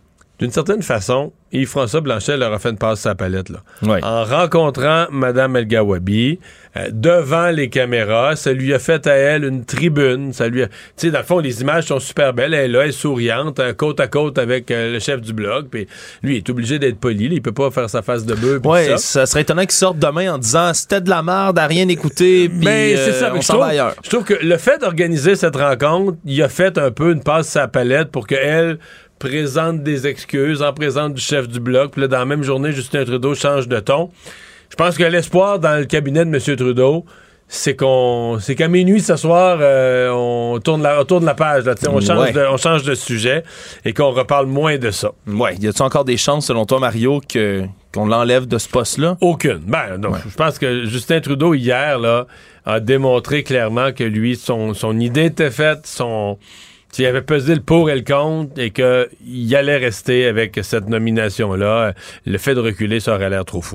d'une certaine façon, Yves-François Blanchet leur a fait une passe sur la palette, là. Ouais. En rencontrant Mme El-Gawabi, euh, devant les caméras, ça lui a fait à elle une tribune. Ça lui a... Tu sais, dans le fond, les images sont super belles. Elle est là, elle est souriante, euh, côte à côte avec euh, le chef du Bloc. Puis lui, il est obligé d'être poli. Là. Il peut pas faire sa face de bœuf. Oui, ça. ça serait étonnant qu'il sorte demain en disant c'était de la merde, à rien écouter, puis Mais euh, c'est ça, on je s'en trouve, va ailleurs. Je trouve que le fait d'organiser cette rencontre, il a fait un peu une passe sur la palette pour qu'elle présente des excuses en présence du chef du Bloc. Puis là, dans la même journée, Justin Trudeau change de ton. Je pense que l'espoir dans le cabinet de M. Trudeau, c'est qu'on, c'est qu'à minuit ce soir, euh, on tourne la, on tourne la page, là, on change ouais. de, on change de sujet et qu'on reparle moins de ça. Ouais. Y a-t-il encore des chances, selon toi, Mario, que qu'on l'enlève de ce poste-là? Aucune. Ben, donc, ouais. je pense que Justin Trudeau hier là a démontré clairement que lui, son, son idée était faite, son il avait pesé le pour et le contre et qu'il allait rester avec cette nomination-là. Le fait de reculer, ça aurait l'air trop fou.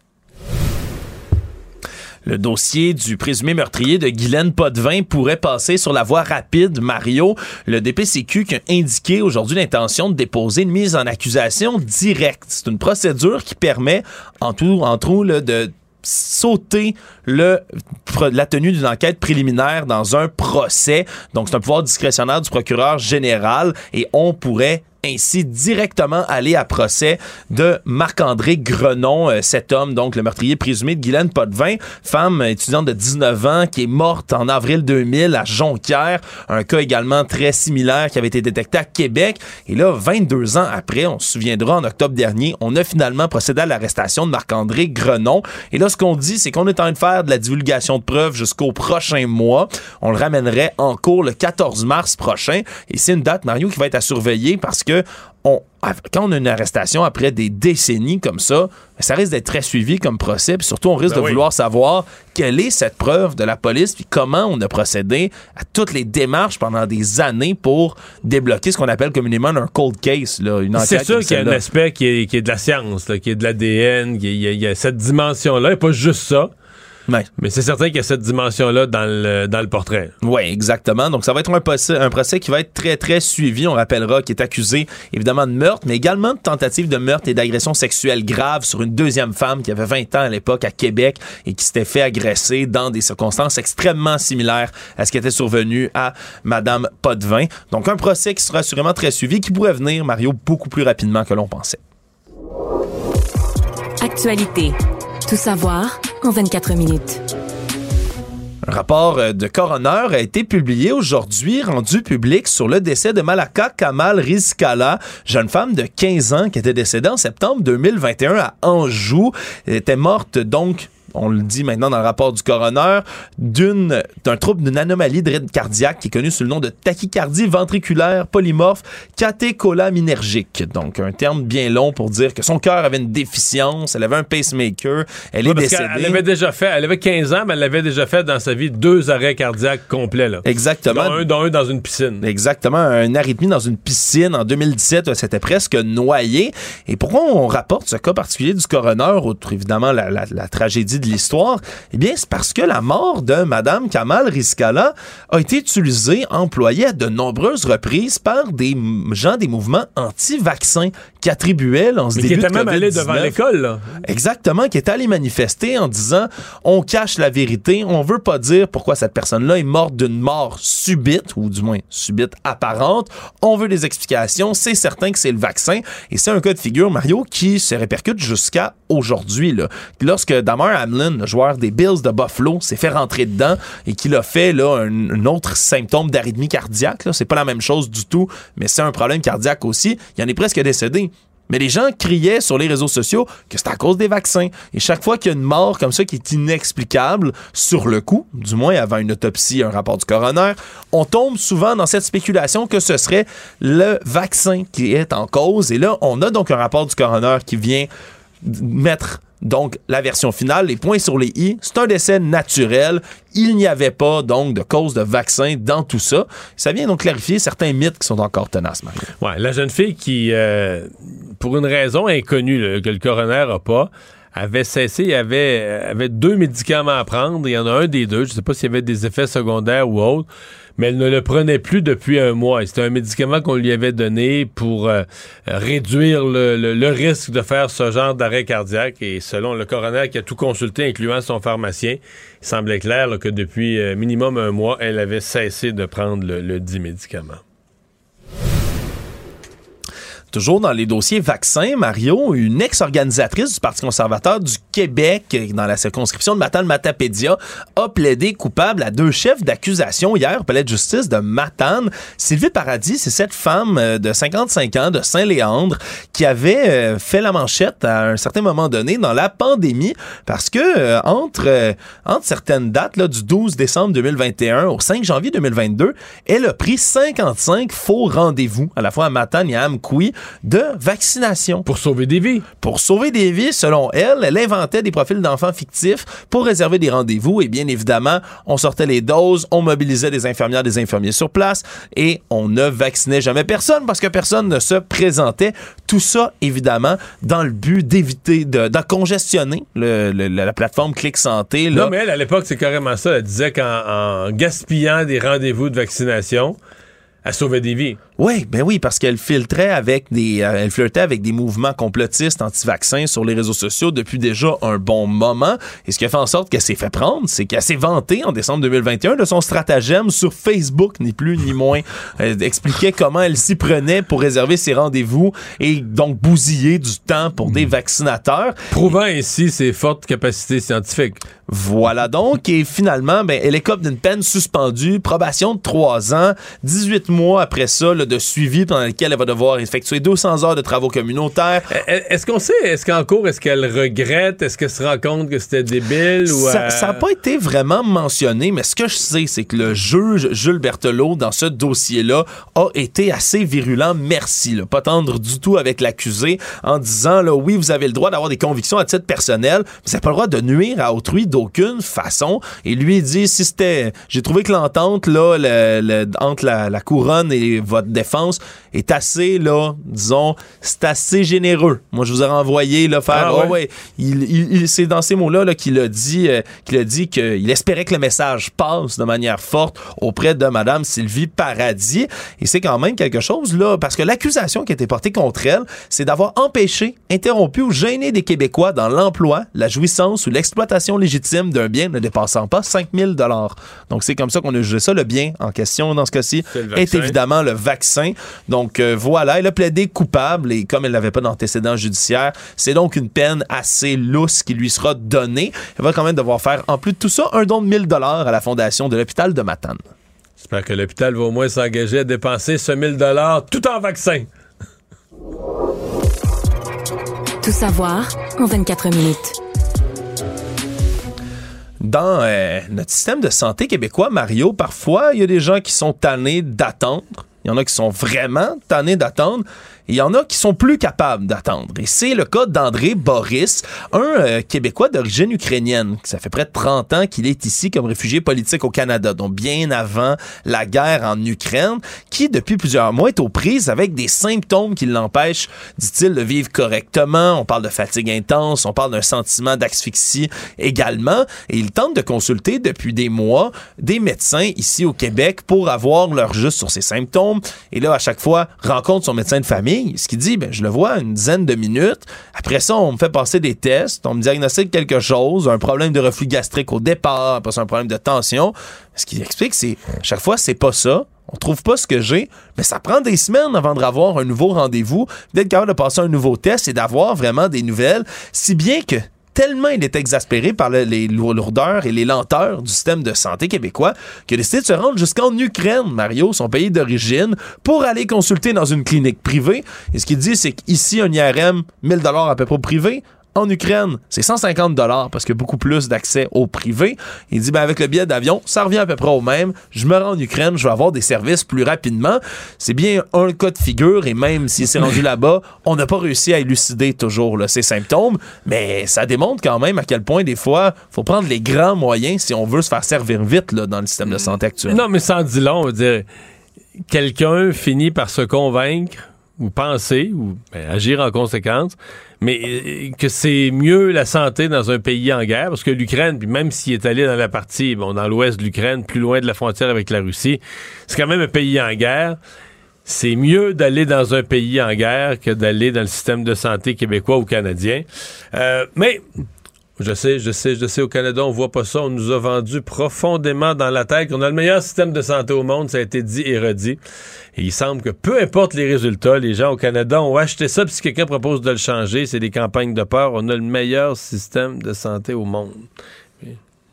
Le dossier du présumé meurtrier de Guylaine Potvin pourrait passer sur la voie rapide. Mario, le D P C Q qui a indiqué aujourd'hui l'intention de déposer une mise en accusation directe. C'est une procédure qui permet, en tout, en tout, là, de sauter le, la tenue d'une enquête préliminaire dans un procès. Donc, c'est un pouvoir discrétionnaire du procureur général et on pourrait ainsi directement aller à procès de Marc-André Grenon, euh, cet homme, donc le meurtrier présumé de Guylaine Potvin, femme étudiante de dix-neuf ans qui est morte en avril deux mille à Jonquière, un cas également très similaire qui avait été détecté à Québec. Et là, vingt-deux ans après, on se souviendra, en octobre dernier, on a finalement procédé à l'arrestation de Marc-André Grenon. Et là, ce qu'on dit, c'est qu'on est en train de faire de la divulgation de preuves jusqu'au prochain mois. On le ramènerait en cours le quatorze mars prochain. Et c'est une date, Mario, qui va être à surveiller parce que que on, quand on a une arrestation après des décennies comme ça, ça risque d'être très suivi comme procès, puis surtout on risque ben de oui. vouloir savoir quelle est cette preuve de la police, puis comment on a procédé à toutes les démarches pendant des années pour débloquer ce qu'on appelle communément un cold case, là, une enquête. C'est sûr qu'il y a un aspect qui est, qui est de la science, là, qui est de l'A D N, qui est, il, y a, il y a cette dimension-là, et pas juste ça. Ouais. Mais c'est certain qu'il y a cette dimension-là dans le, dans le portrait. Oui, exactement. Donc, ça va être un procès, un procès qui va être très, très suivi. On rappellera qu'il est accusé, évidemment, de meurtre, mais également de tentative de meurtre et d'agression sexuelle grave sur une deuxième femme qui avait vingt ans à l'époque à Québec et qui s'était fait agresser dans des circonstances extrêmement similaires à ce qui était survenu à Mme Potvin. Donc, un procès qui sera assurément très suivi, qui pourrait venir, Mario, beaucoup plus rapidement que l'on pensait. Actualité. Tout savoir en vingt-quatre minutes. Un rapport de coroner a été publié aujourd'hui, rendu public sur le décès de Malaka Kamal Rizkallah, jeune femme de quinze ans qui était décédée en septembre deux mille vingt et un à Anjou. Elle était morte donc, on le dit maintenant dans le rapport du coroner, d'une, d'un trouble d'une anomalie de rythme cardiaque qui est connue sous le nom de tachycardie ventriculaire polymorphe catécholaminergique. Donc, un terme bien long pour dire que son cœur avait une déficience, elle avait un pacemaker, elle ouais, est parce décédée. Elle avait déjà fait, elle avait quinze ans, mais elle avait déjà fait dans sa vie deux arrêts cardiaques complets, là. Exactement. Dont un, dont un dans une piscine. Exactement. Un arythmie dans une piscine en deux mille dix-sept, elle s'était presque noyée. Et pourquoi on rapporte ce cas particulier du coroner, outre évidemment la, la, la tragédie de l'histoire? Eh bien, c'est parce que la mort de Mme Kamal Rizkallah a été utilisée, employée à de nombreuses reprises par des gens des mouvements anti-vaccins qui attribuaient là, en ce Mais début qui de étaient même allés devant l'école, là. Exactement, qui étaient allés manifester en disant on cache la vérité, on veut pas dire pourquoi cette personne-là est morte d'une mort subite, ou du moins subite apparente, on veut des explications, c'est certain que c'est le vaccin. Et c'est un cas de figure, Mario, qui se répercute jusqu'à aujourd'hui, là. Lorsque Damar Hamlin, le joueur des Bills de Buffalo, s'est fait rentrer dedans et qu'il a fait là, un, un autre symptôme d'arythmie cardiaque, là, c'est pas la même chose du tout, mais c'est un problème cardiaque aussi, il en est presque décédé. Mais les gens criaient sur les réseaux sociaux que c'est à cause des vaccins. Et chaque fois qu'il y a une mort comme ça qui est inexplicable, sur le coup, du moins avant une autopsie, un rapport du coroner, on tombe souvent dans cette spéculation que ce serait le vaccin qui est en cause. Et là, on a donc un rapport du coroner qui vient mettre donc la version finale, les points sur les i. C'est un décès naturel. Il n'y avait pas donc de cause de vaccin dans tout ça. Ça vient donc clarifier certains mythes qui sont encore tenaces, Marie. Ouais, la jeune fille qui, euh, pour une raison inconnue là, que le coroner n'a pas, avait cessé, il avait, avait deux médicaments à prendre. Il y en a un des deux. Je ne sais pas s'il y avait des effets secondaires ou autres, mais elle ne le prenait plus depuis un mois. Et c'était un médicament qu'on lui avait donné pour euh, réduire le, le, le risque de faire ce genre d'arrêt cardiaque. Et selon le coroner qui a tout consulté, incluant son pharmacien, il semblait clair là, que depuis euh, minimum un mois, elle avait cessé de prendre le, le dit médicament. Toujours dans les dossiers vaccins, Mario, une ex-organisatrice du Parti conservateur du Québec dans la circonscription de Matane-Matapédia a plaidé coupable à deux chefs d'accusation hier au palais de justice de Matane. Sylvie Paradis, c'est cette femme de cinquante-cinq ans de Saint-Léandre qui avait fait la manchette à un certain moment donné dans la pandémie parce que euh, entre, euh, entre certaines dates là, du douze décembre deux mille vingt et un au cinq janvier deux mille vingt-deux, elle a pris cinquante-cinq faux rendez-vous à la fois à Matane et à Amqui de vaccination. Pour sauver des vies. Pour sauver des vies, selon elle, elle inventait des profils d'enfants fictifs pour réserver des rendez-vous et bien évidemment, on sortait les doses, on mobilisait des infirmières, des infirmiers sur place et on ne vaccinait jamais personne parce que personne ne se présentait. Tout ça, évidemment, dans le but d'éviter de, de congestionner le, le, la plateforme Clic Santé. Là. Non, mais elle, à l'époque, c'est carrément ça. Elle disait qu'en en gaspillant des rendez-vous de vaccination, elle sauvait des vies. Oui, ben oui, parce qu'elle filtrait avec des, euh, elle flirtait avec des mouvements complotistes anti-vaccins sur les réseaux sociaux depuis déjà un bon moment. Et ce qui a fait en sorte qu'elle s'est fait prendre, c'est qu'elle s'est vantée en décembre deux mille vingt et un de son stratagème sur Facebook, ni plus ni moins. Elle expliquait comment elle s'y prenait pour réserver ses rendez-vous et donc bousiller du temps pour des vaccinateurs. Prouvant ainsi ses fortes capacités scientifiques. Voilà donc, et finalement, ben, elle écope d'une peine suspendue, probation de trois ans, dix-huit mois après ça, là, de suivi pendant lequel elle va devoir effectuer deux cents heures de travaux communautaires. Est-ce qu'on sait, est-ce qu'en cours, est-ce qu'elle regrette, est-ce qu'elle se rend compte que c'était débile? Ou ça euh... n'a pas été vraiment mentionné, mais ce que je sais, c'est que le juge Jules Berthelot, dans ce dossier-là, a été assez virulent, merci, là, pas tendre du tout avec l'accusé, en disant, là, oui, vous avez le droit d'avoir des convictions à titre personnel, mais vous n'avez pas le droit de nuire à autrui d'aucune façon. Et lui, il dit, si c'était... J'ai trouvé que l'entente, là, le, le, entre la, la couronne et votre défense est assez, là, disons, c'est assez généreux. Moi, je vous ai renvoyé, là, faire, ah, ouais. oh, ouais, il, il, il, c'est dans ces mots-là, là, qu'il a dit, euh, qu'il a dit qu'il espérait que le message passe de manière forte auprès de Madame Sylvie Paradis. Et c'est quand même quelque chose, là, parce que l'accusation qui a été portée contre elle, c'est d'avoir empêché, interrompu ou gêné des Québécois dans l'emploi, la jouissance ou l'exploitation légitime d'un bien ne dépassant pas cinq mille dollars. Donc, c'est comme ça qu'on a jugé ça. Le bien en question, dans ce cas-ci, est évidemment le vaccin. Donc, euh, voilà, elle a plaidé coupable et comme elle n'avait pas d'antécédent judiciaire, c'est donc une peine assez lousse qui lui sera donnée. Elle va quand même devoir faire, en plus de tout ça, un don de mille dollars à la fondation de l'hôpital de Matane. J'espère que l'hôpital va au moins s'engager à dépenser ce mille dollars tout en vaccin. Tout savoir en vingt-quatre minutes. Dans euh, notre système de santé québécois, Mario, parfois, il y a des gens qui sont tannés d'attendre. Il y en a qui sont vraiment tannés d'attendre. Il y en a qui sont plus capables d'attendre. Et c'est le cas d'André Boris, un euh, Québécois d'origine ukrainienne. Ça fait près de trente ans qu'il est ici comme réfugié politique au Canada, donc bien avant la guerre en Ukraine, qui depuis plusieurs mois est aux prises avec des symptômes qui l'empêchent, dit-il, de vivre correctement. On parle de fatigue intense, on parle d'un sentiment d'asphyxie également. Et il tente de consulter depuis des mois des médecins ici au Québec pour avoir leur juste sur ces symptômes. Et là, à chaque fois, rencontre son médecin de famille. Ce qu'il dit, ben, je le vois une dizaine de minutes. Après ça, on me fait passer des tests. On me diagnostique quelque chose, un problème de reflux gastrique au départ, après ça, un problème de tension. Ce qu'il explique, c'est à chaque fois, c'est pas ça. On trouve pas ce que j'ai, mais ça prend des semaines avant de avoir un nouveau rendez-vous, d'être capable de passer un nouveau test et d'avoir vraiment des nouvelles. Si bien que tellement il est exaspéré par le, les lourdeurs et les lenteurs du système de santé québécois qu'il a décidé de se rendre jusqu'en Ukraine, Mario, son pays d'origine, pour aller consulter dans une clinique privée. Et ce qu'il dit, c'est qu'ici, un I R M, mille dollars à peu près privé. En Ukraine, c'est cent cinquante dollars parce qu'il y a beaucoup plus d'accès au privé. Il dit, ben avec le billet d'avion, ça revient à peu près au même. Je me rends en Ukraine, je vais avoir des services plus rapidement. C'est bien un cas de figure et même s'il s'est rendu là-bas, on n'a pas réussi à élucider toujours là, ses symptômes, mais ça démontre quand même à quel point des fois, il faut prendre les grands moyens si on veut se faire servir vite là, dans le système de santé actuel. Non, mais sans dire long, on veut dire, quelqu'un finit par se convaincre ou penser, ou ben, agir en conséquence, mais euh, que c'est mieux la santé dans un pays en guerre, parce que l'Ukraine, puis même s'il est allé dans la partie, bon, dans l'ouest de l'Ukraine, plus loin de la frontière avec la Russie, c'est quand même un pays en guerre. C'est mieux d'aller dans un pays en guerre que d'aller dans le système de santé québécois ou canadien. Euh, mais... Je sais, je sais, je sais, au Canada, on voit pas ça. On nous a vendu profondément dans la tête qu'on a le meilleur système de santé au monde. Ça a été dit et redit. Et il semble que peu importe les résultats, les gens au Canada ont acheté ça. Puis si quelqu'un propose de le changer, c'est des campagnes de peur. On a le meilleur système de santé au monde. Oui.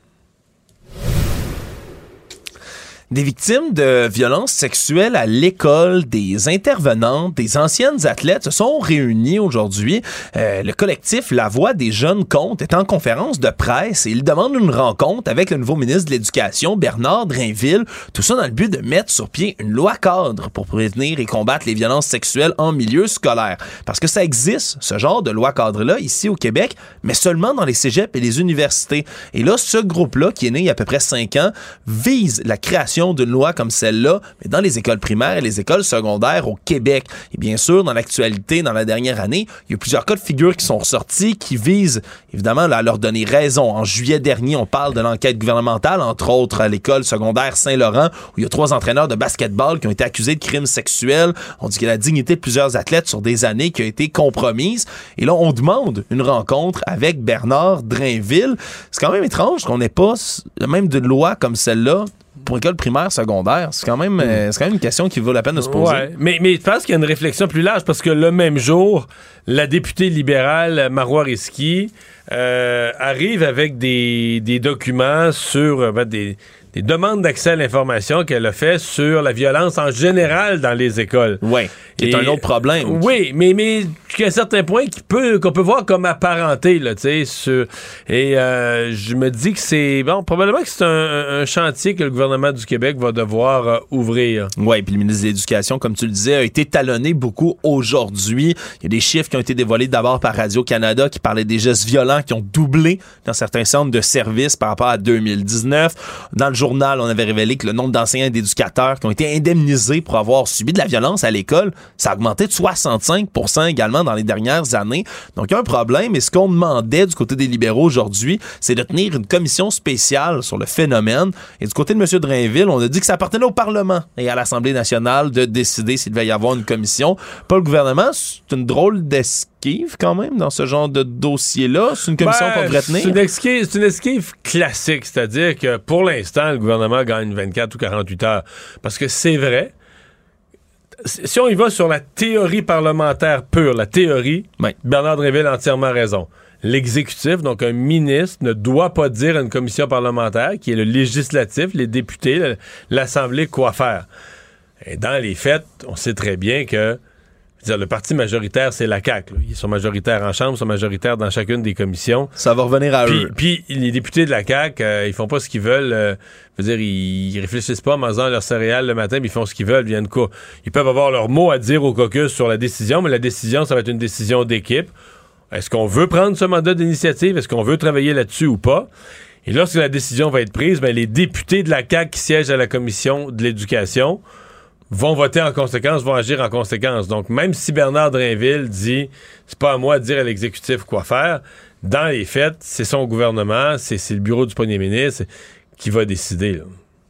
Des victimes de violences sexuelles à l'école, des intervenantes, des anciennes athlètes se sont réunis aujourd'hui. Euh, le collectif La Voix des jeunes comptes est en conférence de presse et il demande une rencontre avec le nouveau ministre de l'Éducation, Bernard Drainville. Tout ça dans le but de mettre sur pied une loi cadre pour prévenir et combattre les violences sexuelles en milieu scolaire. Parce que ça existe, ce genre de loi cadre-là, ici au Québec, mais seulement dans les cégeps et les universités. Et là, ce groupe-là, qui est né il y a à peu près cinq ans, vise la création d'une loi comme celle-là, mais dans les écoles primaires et les écoles secondaires au Québec. Et bien sûr, dans l'actualité, dans la dernière année, il y a plusieurs cas de figure qui sont ressortis qui visent, évidemment, là, à leur donner raison. En juillet dernier, on parle de l'enquête gouvernementale, entre autres à l'école secondaire Saint-Laurent, où il y a trois entraîneurs de basketball qui ont été accusés de crimes sexuels. On dit que la dignité de plusieurs athlètes sur des années qui a été compromise. Et là, on demande une rencontre avec Bernard Drainville. C'est quand même étrange qu'on n'ait pas même d'une loi comme celle-là pour école primaire, secondaire. C'est quand même, euh, c'est quand même une question qui vaut la peine de se poser. Ouais, mais, mais je pense qu'il y a une réflexion plus large parce que le même jour, la députée libérale Marois Risky euh, arrive avec des, des documents sur euh, des, des demandes d'accès à l'information qu'elle a fait sur la violence en général dans les écoles. Oui, c'est un autre problème. Oui, mais, mais qu'à un certain point qui peut, qu'on peut voir comme apparenté, là, tu sais, sur, et euh, je me dis que c'est, bon, probablement que c'est un, un chantier que le gouvernement du Québec va devoir euh, ouvrir. Oui, puis le ministre de l'Éducation, comme tu le disais, a été talonné beaucoup aujourd'hui. Il y a des chiffres qui ont été dévoilés d'abord par Radio-Canada qui parlaient des gestes violents qui ont doublé dans certains centres de services par rapport à deux mille dix-neuf. Dans le journal, on avait révélé que le nombre d'enseignants et d'éducateurs qui ont été indemnisés pour avoir subi de la violence à l'école, ça a augmenté de soixante-cinq pour cent également dans les dernières années. Donc, il y a un problème et ce qu'on demandait du côté des libéraux aujourd'hui, c'est de tenir une commission spéciale sur le phénomène. Et du côté de M. Drainville, on a dit que ça appartenait au Parlement et à l'Assemblée nationale de décider s'il devait y avoir une commission. Pas le gouvernement, c'est une drôle d'esquive quand même dans ce genre de dossier-là. C'est une commission ben, qu'on devrait tenir. C'est une esquive, c'est une esquive classique, c'est-à-dire que pour l'instant, le gouvernement gagne vingt-quatre ou quarante-huit heures. Parce que c'est vrai, si on y va sur la théorie parlementaire pure, la théorie, oui. Bernard Drainville a entièrement raison. L'exécutif, donc un ministre, ne doit pas dire à une commission parlementaire, qui est le législatif, les députés, l'Assemblée, quoi faire. Et dans les faits, on sait très bien que dire, le parti majoritaire, c'est la C A Q. Là. Ils sont majoritaires en Chambre, ils sont majoritaires dans chacune des commissions. Ça va revenir à puis, eux. Puis les députés de la C A Q, euh, ils font pas ce qu'ils veulent. Euh, je veux dire, ils, ils réfléchissent pas en mangeant leurs céréales le matin, mais ils font ce qu'ils veulent. Ils, viennent quoi. Ils peuvent avoir leur mot à dire au caucus sur la décision, mais la décision, ça va être une décision d'équipe. Est-ce qu'on veut prendre ce mandat d'initiative? Est-ce qu'on veut travailler là-dessus ou pas? Et lorsque la décision va être prise, ben, les députés de la C A Q qui siègent à la commission de l'éducation vont voter en conséquence, vont agir en conséquence. Donc, même si Bernard Drainville dit « c'est pas à moi de dire à l'exécutif quoi faire », dans les faits, c'est son gouvernement, c'est, c'est le bureau du premier ministre qui va décider. Là.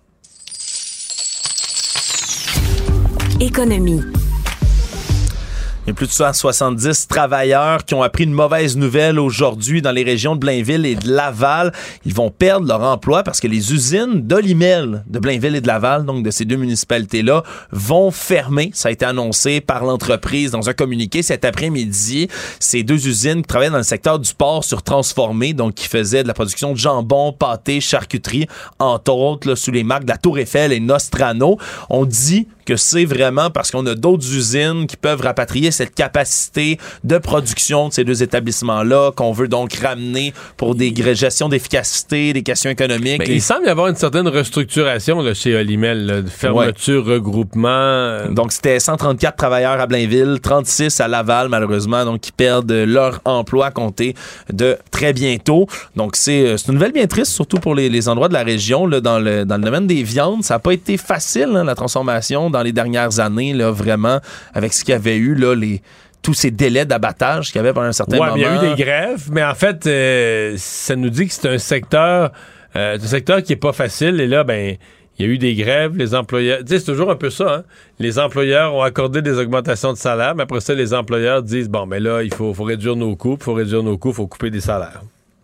Économie. Il y a plus de cent soixante-dix travailleurs qui ont appris une mauvaise nouvelle aujourd'hui dans les régions de Blainville et de Laval. Ils vont perdre leur emploi parce que les usines d'Olimel de Blainville et de Laval, donc de ces deux municipalités-là, vont fermer. Ça a été annoncé par l'entreprise dans un communiqué cet après-midi. Ces deux usines qui travaillaient dans le secteur du porc sur Transformé, donc qui faisaient de la production de jambon, pâté, charcuterie, entre autres, là, sous les marques de la Tour Eiffel et Nostrano. On dit que c'est vraiment parce qu'on a d'autres usines qui peuvent rapatrier cette capacité de production de ces deux établissements-là qu'on veut donc ramener pour des gestions d'efficacité, des questions économiques. Mais les... il semble y avoir une certaine restructuration là, chez Olimel, là, de fermeture, ouais. regroupement. Donc, c'était cent trente-quatre travailleurs à Blainville, trente-six à Laval, malheureusement, donc qui perdent leur emploi à compter de très bientôt. Donc, c'est, c'est une nouvelle bien triste, surtout pour les, les endroits de la région, là, dans, le, dans le domaine des viandes. Ça n'a pas été facile, hein, la transformation dans les dernières années, là, vraiment, avec ce qu'il y avait eu, là, les... tous ces délais d'abattage qu'il y avait pendant un certain ouais, moment. Oui, mais il y a eu des grèves, mais en fait, euh, ça nous dit que c'est un secteur, euh, un secteur qui est pas facile. Et là, ben, il y a eu des grèves, les employeurs... Tu sais, c'est toujours un peu ça, hein? Les employeurs ont accordé des augmentations de salaire, mais après ça, les employeurs disent, bon, mais là, il faut, faut réduire nos coûts, il faut réduire nos coûts, il faut couper des salaires.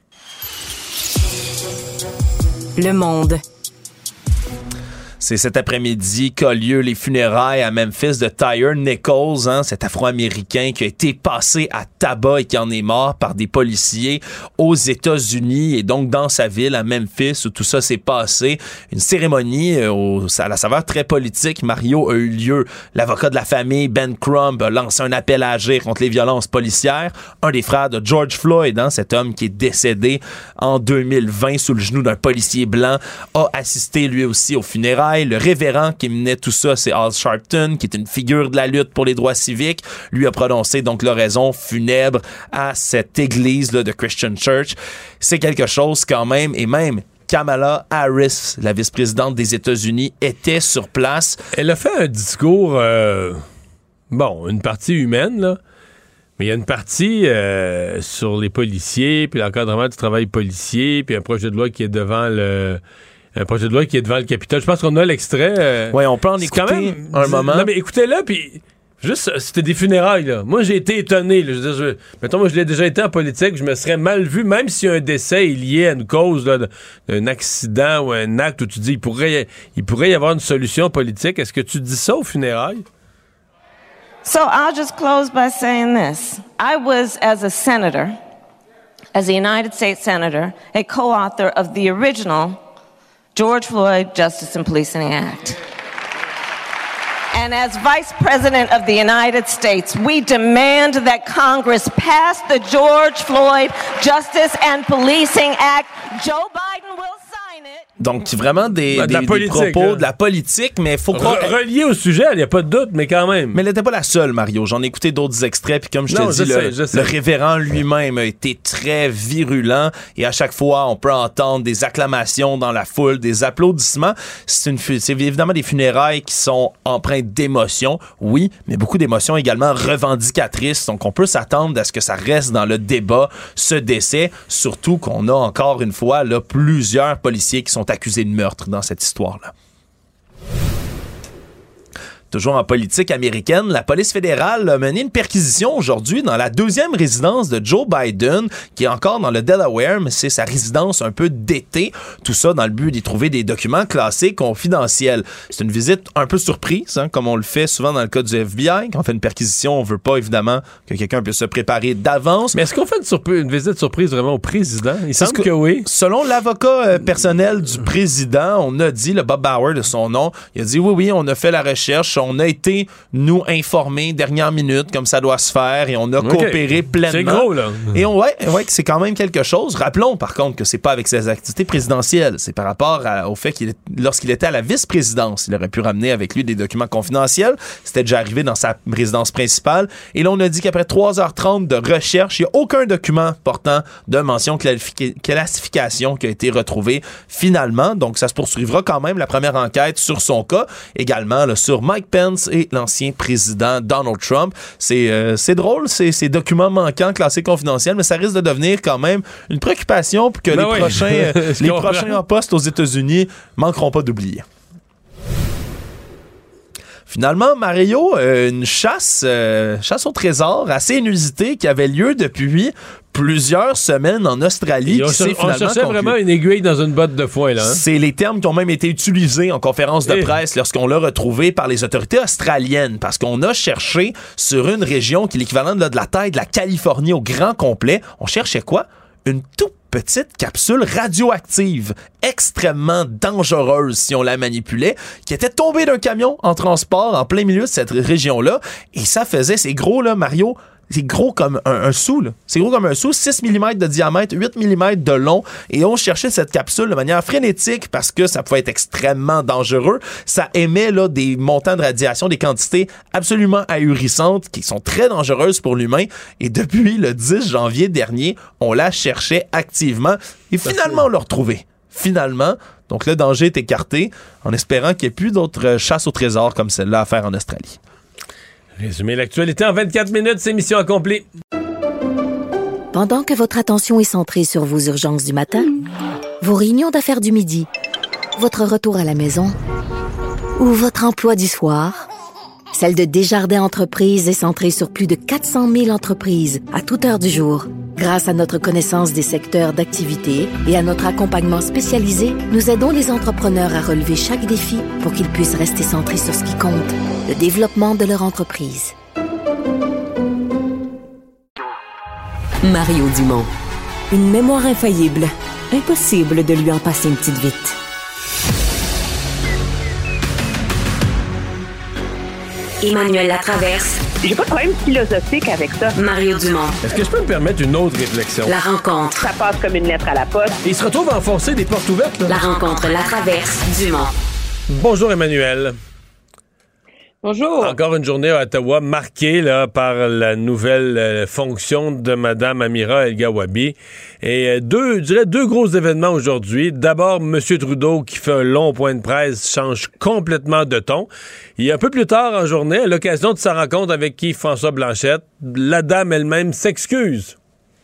Le Monde. C'est cet après-midi qu'a lieu les funérailles à Memphis de Tyre Nichols, hein, cet Afro-Américain qui a été passé à tabac et qui en est mort par des policiers aux États-Unis et donc dans sa ville à Memphis où tout ça s'est passé. Une cérémonie euh, au, à la saveur très politique, Mario, a eu lieu. L'avocat de la famille, Ben Crumb, a lancé un appel à agir contre les violences policières. Un des frères de George Floyd, hein, cet homme qui est décédé en deux mille vingt sous le genou d'un policier blanc, a assisté lui aussi aux funérailles. Le révérend qui menait tout ça, c'est Al Sharpton, qui est une figure de la lutte pour les droits civiques. Lui a prononcé donc l'oraison funèbre à cette église là, de Christian Church. C'est quelque chose quand même, et même Kamala Harris, la vice-présidente des États-Unis, était sur place. Elle a fait un discours, euh, bon, une partie humaine, là. Mais il y a une partie euh, sur les policiers, puis l'encadrement du travail policier, puis un projet de loi qui est devant le... Un projet de loi qui est devant le Capitole. Je pense qu'on a l'extrait. Euh, oui, on peut en écouter quand même, un moment. Non, mais écoutez-le, puis juste, c'était des funérailles, là. Moi, j'ai été étonné. Là. Je veux dire, je, mettons, moi, je l'ai déjà été en politique, je me serais mal vu, même si un décès est lié à une cause, là, d'un accident ou un acte où tu dis, il pourrait, il pourrait y avoir une solution politique. Est-ce que tu dis ça aux funérailles? So I'll just close by saying this. I was, as a senator, as a United States senator, a co-author of the original George Floyd Justice and Policing Act. And as Vice President of the United States, we demand that Congress pass the George Floyd Justice and Policing Act. Joe Biden will sign it. Donc, vraiment des, ben, de des, la politique, des propos, hein. de la politique, mais il faut croire... Re- relié au sujet, il n'y a pas de doute, mais quand même. Mais elle n'était pas la seule, Mario. J'en ai écouté d'autres extraits, puis comme je non, te je dis, sais, le, je sais. le révérend lui-même a été très virulent, et à chaque fois, on peut entendre des acclamations dans la foule, des applaudissements. C'est, une, c'est évidemment des funérailles qui sont empreintes d'émotions, oui, mais beaucoup d'émotions également revendicatrices. Donc, on peut s'attendre à ce que ça reste dans le débat, ce décès, surtout qu'on a encore une fois là, plusieurs policiers qui sont accusés de meurtre dans cette histoire-là. Toujours en politique américaine, la police fédérale a mené une perquisition aujourd'hui dans la deuxième résidence de Joe Biden, qui est encore dans le Delaware, mais c'est sa résidence un peu d'été. Tout ça dans le but d'y trouver des documents classés confidentiels. C'est une visite un peu surprise, hein, comme on le fait souvent dans le cas du F B I. Quand on fait une perquisition, on veut pas évidemment que quelqu'un puisse se préparer d'avance. Mais est-ce qu'on fait une, surp- une visite surprise vraiment au président? Il semble que, que oui. Selon l'avocat euh, personnel du président, on a dit, le Bob Bauer de son nom, il a dit oui, oui, on a fait la recherche, on a été, nous, informés dernière minute, comme ça doit se faire, et on a okay. coopéré pleinement. C'est gros, là. Et on, ouais, ouais, c'est quand même quelque chose. Rappelons, par contre, que c'est pas avec ses activités présidentielles. C'est par rapport à, au fait qu'il est, lorsqu'il était à la vice-présidence, il aurait pu ramener avec lui des documents confidentiels. C'était déjà arrivé dans sa résidence principale. Et là, on a dit qu'après trois heures trente de recherche, il n'y a aucun document portant de mention classifi- classification qui a été retrouvé finalement. Donc, ça se poursuivra quand même, la première enquête sur son cas. Également, là, sur Mike Pence et l'ancien président Donald Trump. C'est, euh, c'est drôle, c'est ces documents manquants classés confidentiels, mais ça risque de devenir quand même une préoccupation pour que ben les, oui. prochains, euh, les prochains en poste aux États-Unis manqueront pas d'oublier. Finalement, Mario, euh, une chasse, euh, chasse au trésor assez inusitée qui avait lieu depuis plusieurs semaines en Australie. Et on, qui cher- s'est on cherchait vraiment une aiguille dans une botte de foin, là. Hein? C'est les termes qui ont même été utilisés en conférence de Et... presse lorsqu'on l'a retrouvé par les autorités australiennes, parce qu'on a cherché sur une région qui est l'équivalent de, là, de la taille de la Californie au grand complet. On cherchait quoi? Une toute petite capsule radioactive, extrêmement dangereuse si on la manipulait, qui était tombée d'un camion en transport en plein milieu de cette région-là. Et ça faisait, c'est gros là, Mario, c'est gros comme un, un sou, là. C'est gros comme un sou, six millimètres de diamètre, huit millimètres de long, et on cherchait cette capsule de manière frénétique parce que ça pouvait être extrêmement dangereux. Ça émet là, des montants de radiation, des quantités absolument ahurissantes qui sont très dangereuses pour l'humain. Et depuis le dix janvier dernier, on la cherchait activement et finalement on l'a retrouvée. Finalement, donc le danger est écarté en espérant qu'il n'y ait plus d'autres chasses au trésor comme celle-là à faire en Australie. Résumer l'actualité en vingt-quatre minutes, c'est mission accomplie. Pendant que votre attention est centrée sur vos urgences du matin, vos réunions d'affaires du midi, votre retour à la maison ou votre emploi du soir, celle de Desjardins Entreprises est centrée sur plus de quatre cent mille entreprises à toute heure du jour. Grâce à notre connaissance des secteurs d'activité et à notre accompagnement spécialisé, nous aidons les entrepreneurs à relever chaque défi pour qu'ils puissent rester centrés sur ce qui compte, le développement de leur entreprise. Mario Dumont. Une mémoire infaillible. Impossible de lui en passer une petite vite. Emmanuel Latraverse. J'ai pas de problème philosophique avec ça. Mario Dumont. Est-ce que je peux me permettre une autre réflexion? La rencontre. Ça passe comme une lettre à la poste. Et il se retrouve à enfoncer des portes ouvertes, là. La rencontre Latraverse Dumont. Bonjour, Emmanuel. Bonjour. Encore une journée à Ottawa marquée là, par la nouvelle euh, fonction de Mme Amira El-Gawabi. Et euh, deux, je dirais deux gros événements aujourd'hui. D'abord, M. Trudeau qui fait un long point de presse change complètement de ton. Et un peu plus tard en journée, à l'occasion de sa rencontre avec Yves-François Blanchet, la dame elle-même s'excuse.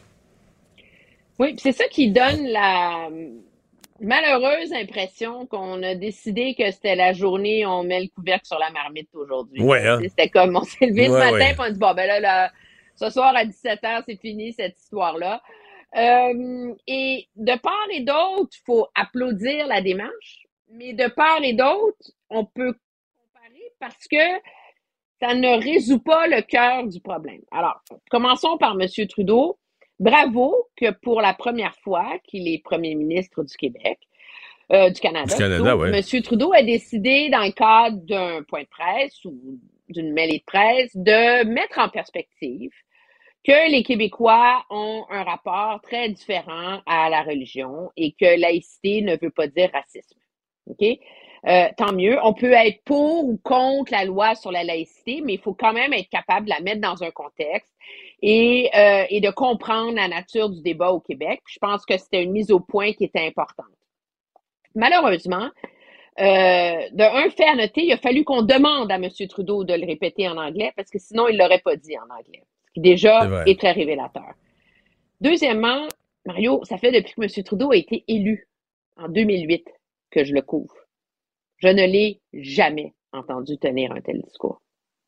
Oui, c'est ça qui donne la malheureuse impression qu'on a décidé que c'était la journée où on met le couvercle sur la marmite aujourd'hui. Ouais, hein? C'était comme, on s'est levé ouais, ce matin ouais. et on a dit, bon, ben là, là, ce soir à dix-sept heures, c'est fini cette histoire-là. Euh, et de part et d'autre, il faut applaudir la démarche, mais de part et d'autre, on peut comparer parce que ça ne résout pas le cœur du problème. Alors, commençons par M. Trudeau. Bravo que pour la première fois qu'il est premier ministre du Québec, euh, du Canada, du Canada plutôt, ouais. M. Trudeau a décidé, dans le cadre d'un point de presse ou d'une mêlée de presse, de mettre en perspective que les Québécois ont un rapport très différent à la religion et que laïcité ne veut pas dire racisme. OK? Euh, tant mieux. On peut être pour ou contre la loi sur la laïcité, mais il faut quand même être capable de la mettre dans un contexte et, euh, et de comprendre la nature du débat au Québec. Je pense que c'était une mise au point qui était importante. Malheureusement, euh, de un fait à noter, il a fallu qu'on demande à M. Trudeau de le répéter en anglais parce que sinon, il ne l'aurait pas dit en anglais, ce qui déjà est, est très révélateur. Deuxièmement, Mario, ça fait depuis que M. Trudeau a été élu en deux mille huit que je le couvre. Je ne l'ai jamais entendu tenir un tel discours.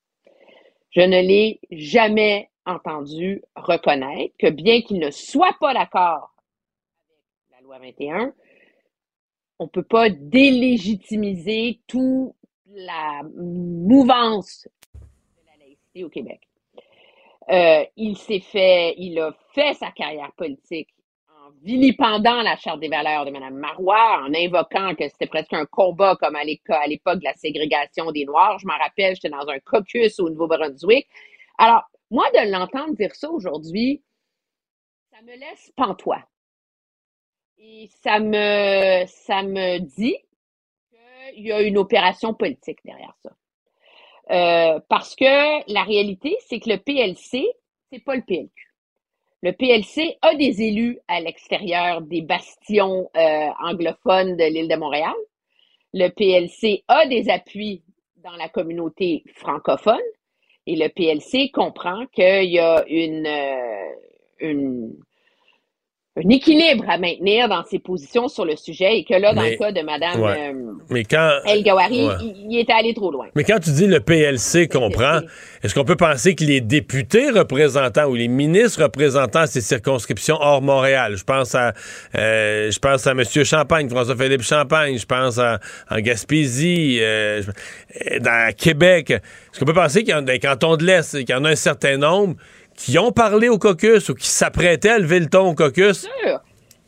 Je ne l'ai jamais entendu reconnaître que bien qu'il ne soit pas d'accord avec la loi vingt et un, on ne peut pas délégitimiser toute la mouvance de la laïcité au Québec. Euh, il s'est fait, il a fait sa carrière politique en vilipendant la Charte des valeurs de Mme Marois, en invoquant que c'était presque un combat comme à l'époque de la ségrégation des Noirs. Je m'en rappelle, j'étais dans un caucus au Nouveau-Brunswick. Alors, moi, de l'entendre dire ça aujourd'hui, ça me laisse pantois. Et ça me, ça me dit qu'il y a une opération politique derrière ça. Euh, parce que la réalité, c'est que le P L C, c'est pas le P L Q. Le P L C a des élus à l'extérieur des bastions euh, anglophones de l'île de Montréal. Le P L C a des appuis dans la communauté francophone. Et le P L C comprend qu'il y a une, euh, une, un équilibre à maintenir dans ses positions sur le sujet et que là, dans mais, le cas de Mme ouais. euh, mais quand, El-Gawari, ouais. il, il était allé trop loin. Mais quand tu dis le P L C comprend, est-ce qu'on peut penser que les députés représentants ou les ministres représentants ces circonscriptions hors Montréal, je pense à euh, je pense à M. Champagne, François-Philippe Champagne, je pense à en Gaspésie, euh, dans Québec, est-ce qu'on peut penser qu'il y a dans les cantons de l'Est, qu'il y en a un certain nombre qui ont parlé au caucus ou qui s'apprêtaient à lever le ton au caucus? Bien sûr.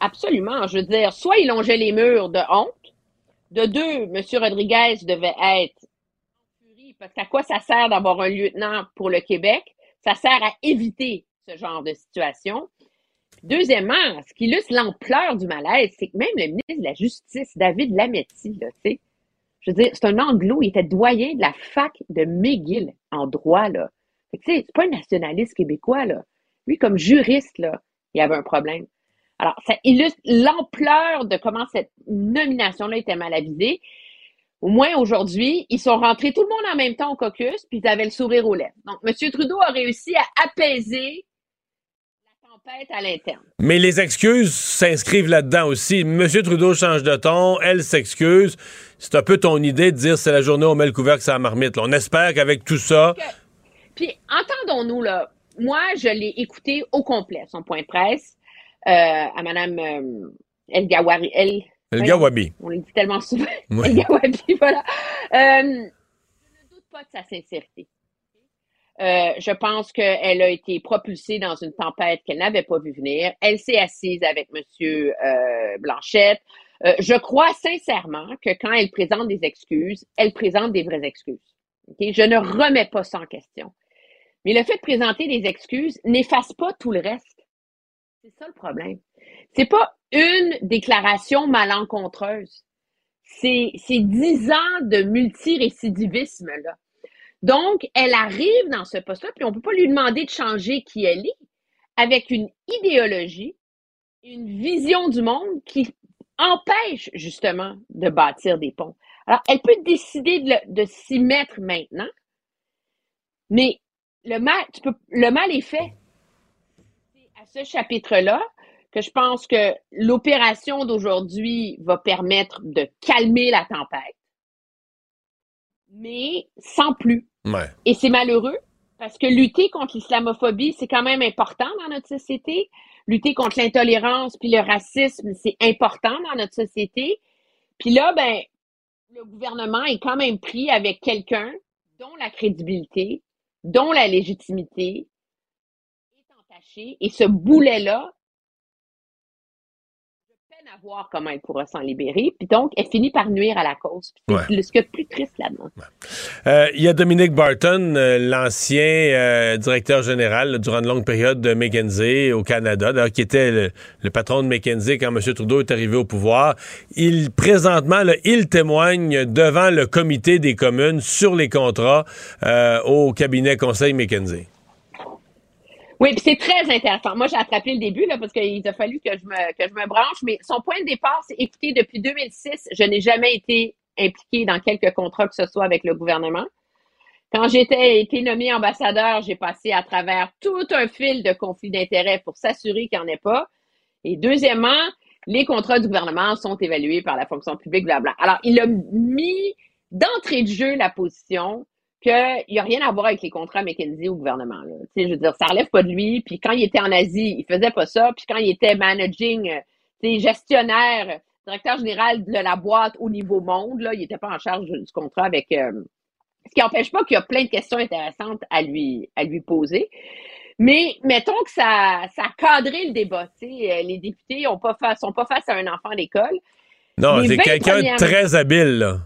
absolument. Je veux dire, soit il longeait les murs de honte. De deux, M. Rodriguez devait être en furie, parce qu'à quoi ça sert d'avoir un lieutenant pour le Québec? Ça sert à éviter ce genre de situation. Deuxièmement, ce qui illustre l'ampleur du malaise, c'est que même le ministre de la Justice, David Lametti, là, tu sais, je veux dire, c'est un anglo, il était doyen de la fac de McGill en droit, là. Tu sais, c'est pas un nationaliste québécois, là. Lui, comme juriste, là, il y avait un problème. Alors, ça illustre l'ampleur de comment cette nomination-là était mal avisée. Au moins, aujourd'hui, ils sont rentrés tout le monde en même temps au caucus, puis ils avaient le sourire aux lèvres. Donc, M. Trudeau a réussi à apaiser la tempête à l'interne. Mais les excuses s'inscrivent là-dedans aussi. M. Trudeau change de ton, elle s'excuse. C'est un peu ton idée de dire c'est la journée où on met le couvercle sur la marmite. Là. On espère qu'avec tout ça... Que... Puis, entendons-nous, là, moi, je l'ai écouté au complet, son point de presse, euh, à Mme euh, El Gawari. El... El Gawabi. On le dit tellement souvent. Oui. El Gawabi, voilà. Euh, je ne doute pas de sa sincérité. Euh, je pense qu'elle a été propulsée dans une tempête qu'elle n'avait pas vu venir. Elle s'est assise avec M. Euh, Blanchette. Euh, je crois sincèrement que quand elle présente des excuses, elle présente des vraies excuses. Okay? Je ne remets pas ça en question. Mais le fait de présenter des excuses n'efface pas tout le reste. C'est ça le problème. C'est pas une déclaration malencontreuse. C'est, c'est dix ans de multirécidivisme, là. Donc, elle arrive dans ce poste-là, puis on peut pas lui demander de changer qui elle est, avec une idéologie, une vision du monde qui empêche, justement, de bâtir des ponts. Alors, elle peut décider de, le, de s'y mettre maintenant, mais le mal, tu peux, le mal est fait. C'est à ce chapitre-là que je pense que l'opération d'aujourd'hui va permettre de calmer la tempête, mais sans plus. Ouais. Et c'est malheureux parce que lutter contre l'islamophobie, c'est quand même important dans notre société. Lutter contre l'intolérance puis le racisme, c'est important dans notre société. Puis là, ben, le gouvernement est quand même pris avec quelqu'un dont la crédibilité, dont la légitimité est entachée. Et ce boulet-là, je peine à voir comment elle pourra s'en libérer. Puis donc, elle finit par nuire à la cause. Puis c'est ouais. ce qu'il y a de plus triste là-dedans. Ouais. Euh, il y a Dominic Barton, euh, l'ancien euh, directeur général là, durant une longue période de McKinsey au Canada, d'ailleurs, qui était le, le patron de McKinsey quand M. Trudeau est arrivé au pouvoir. Il, présentement, là, il témoigne devant le comité des communes sur les contrats euh, au cabinet conseil McKinsey. Oui, puis c'est très intéressant. Moi, j'ai attrapé le début là parce qu'il a fallu que je me que je me branche, mais son point de départ, c'est écoutez, depuis deux mille six, je n'ai jamais été impliquée dans quelque contrat que ce soit avec le gouvernement. Quand j'étais été nommée ambassadeur, j'ai passé à travers tout un fil de conflits d'intérêts pour s'assurer qu'il n'y en ait pas. Et deuxièmement, les contrats du gouvernement sont évalués par la fonction publique, blablabla. Alors, il a mis d'entrée de jeu la position qu'il n'y a rien à voir avec les contrats McKinsey au gouvernement. Là. Tu sais, je veux dire, ça relève pas de lui. Puis quand il était en Asie, il faisait pas ça. Puis quand il était managing, tu sais, gestionnaire, directeur général de la boîte au niveau monde, là, il n'était pas en charge du contrat avec... Euh, ce qui n'empêche pas qu'il y a plein de questions intéressantes à lui, à lui poser. Mais mettons que ça, ça a cadré le débat. Tu sais, les députés ne sont pas face à un enfant d'école. Non, les c'est quelqu'un de très habile, là.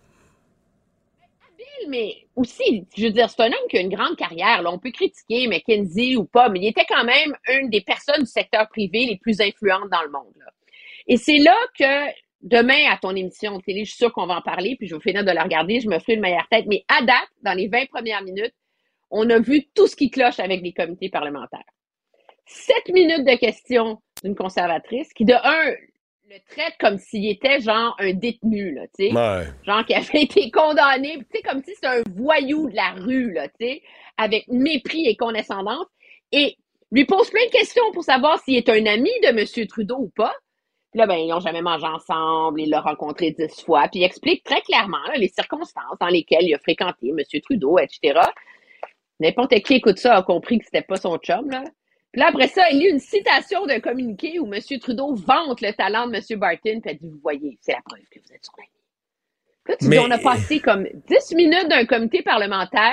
Mais aussi, je veux dire, c'est un homme qui a une grande carrière. Là. On peut critiquer McKinsey ou pas, mais il était quand même une des personnes du secteur privé les plus influentes dans le monde. Là. Et c'est là que, demain, à ton émission de télé, je suis sûre qu'on va en parler, puis je vais finir de la regarder, je me ferai une meilleure tête. Mais à date, dans les vingt premières minutes, on a vu tout ce qui cloche avec les comités parlementaires. Sept minutes de questions d'une conservatrice qui, de un, le traite comme s'il était genre un détenu, là, tu sais. Ouais. Genre qui avait été condamné, tu sais, comme si c'était un voyou de la rue, là, tu sais, avec mépris et condescendance. Et lui pose plein de questions pour savoir s'il est un ami de M. Trudeau ou pas. Puis là, ben, ils n'ont jamais mangé ensemble, il l'a rencontré dix fois. Puis il explique très clairement là, les circonstances dans lesquelles il a fréquenté M. Trudeau, et cetera. N'importe qui écoute ça a compris que c'était pas son chum, là. Puis là, après ça, il lit une citation d'un communiqué où M. Trudeau vante le talent de M. Barton, puis elle dit, vous voyez, c'est la preuve que vous êtes son ami. Là, tu Mais... dis, on a passé comme dix minutes d'un comité parlementaire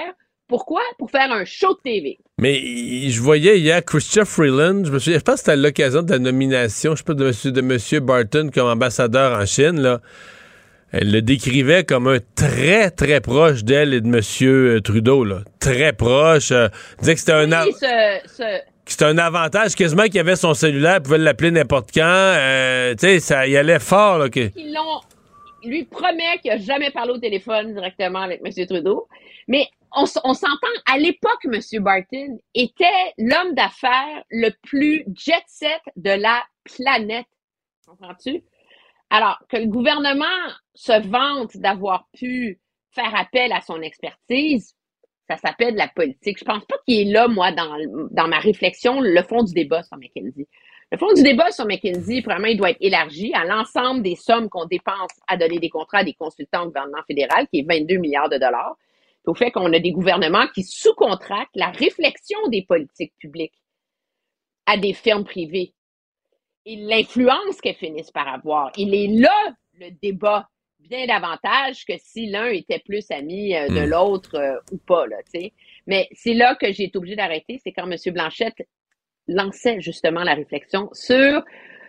Pourquoi? Pour faire un show de T V. Mais je voyais hier Chrystia Freeland, je me souviens, je pense que c'était à l'occasion de la nomination, je sais pas, de monsieur, de monsieur Barton comme ambassadeur en Chine, là. Elle le décrivait comme un très, très proche d'elle et de monsieur Trudeau, là. Très proche. Euh, disait que c'était un... Oui, ce, ce... C'était un avantage quasiment qu'il avait son cellulaire, il pouvait l'appeler n'importe quand. Euh, tu sais, ça y allait fort, là. Que... Ils l'ont... Lui promet qu'il n'a jamais parlé au téléphone directement avec M. Trudeau. Mais on, on s'entend, à l'époque, M. Barton était l'homme d'affaires le plus jet-set de la planète. Comprends-tu? Alors, que le gouvernement se vante d'avoir pu faire appel à son expertise, ça s'appelle de la politique. Je pense pas qu'il est là, moi, dans, dans ma réflexion, le fond du débat sur McKinsey. Le fond du débat sur McKinsey, premièrement, il doit être élargi à l'ensemble des sommes qu'on dépense à donner des contrats à des consultants au gouvernement fédéral, qui est vingt-deux milliards de dollars. Puis au fait qu'on a des gouvernements qui sous-contractent la réflexion des politiques publiques à des firmes privées et l'influence qu'elles finissent par avoir. Il est là, le débat, bien davantage que si l'un était plus ami euh, de mmh. l'autre euh, ou pas, là, tu sais. Mais c'est là que j'ai été obligée d'arrêter, c'est quand M. Blanchette lançait justement la réflexion sur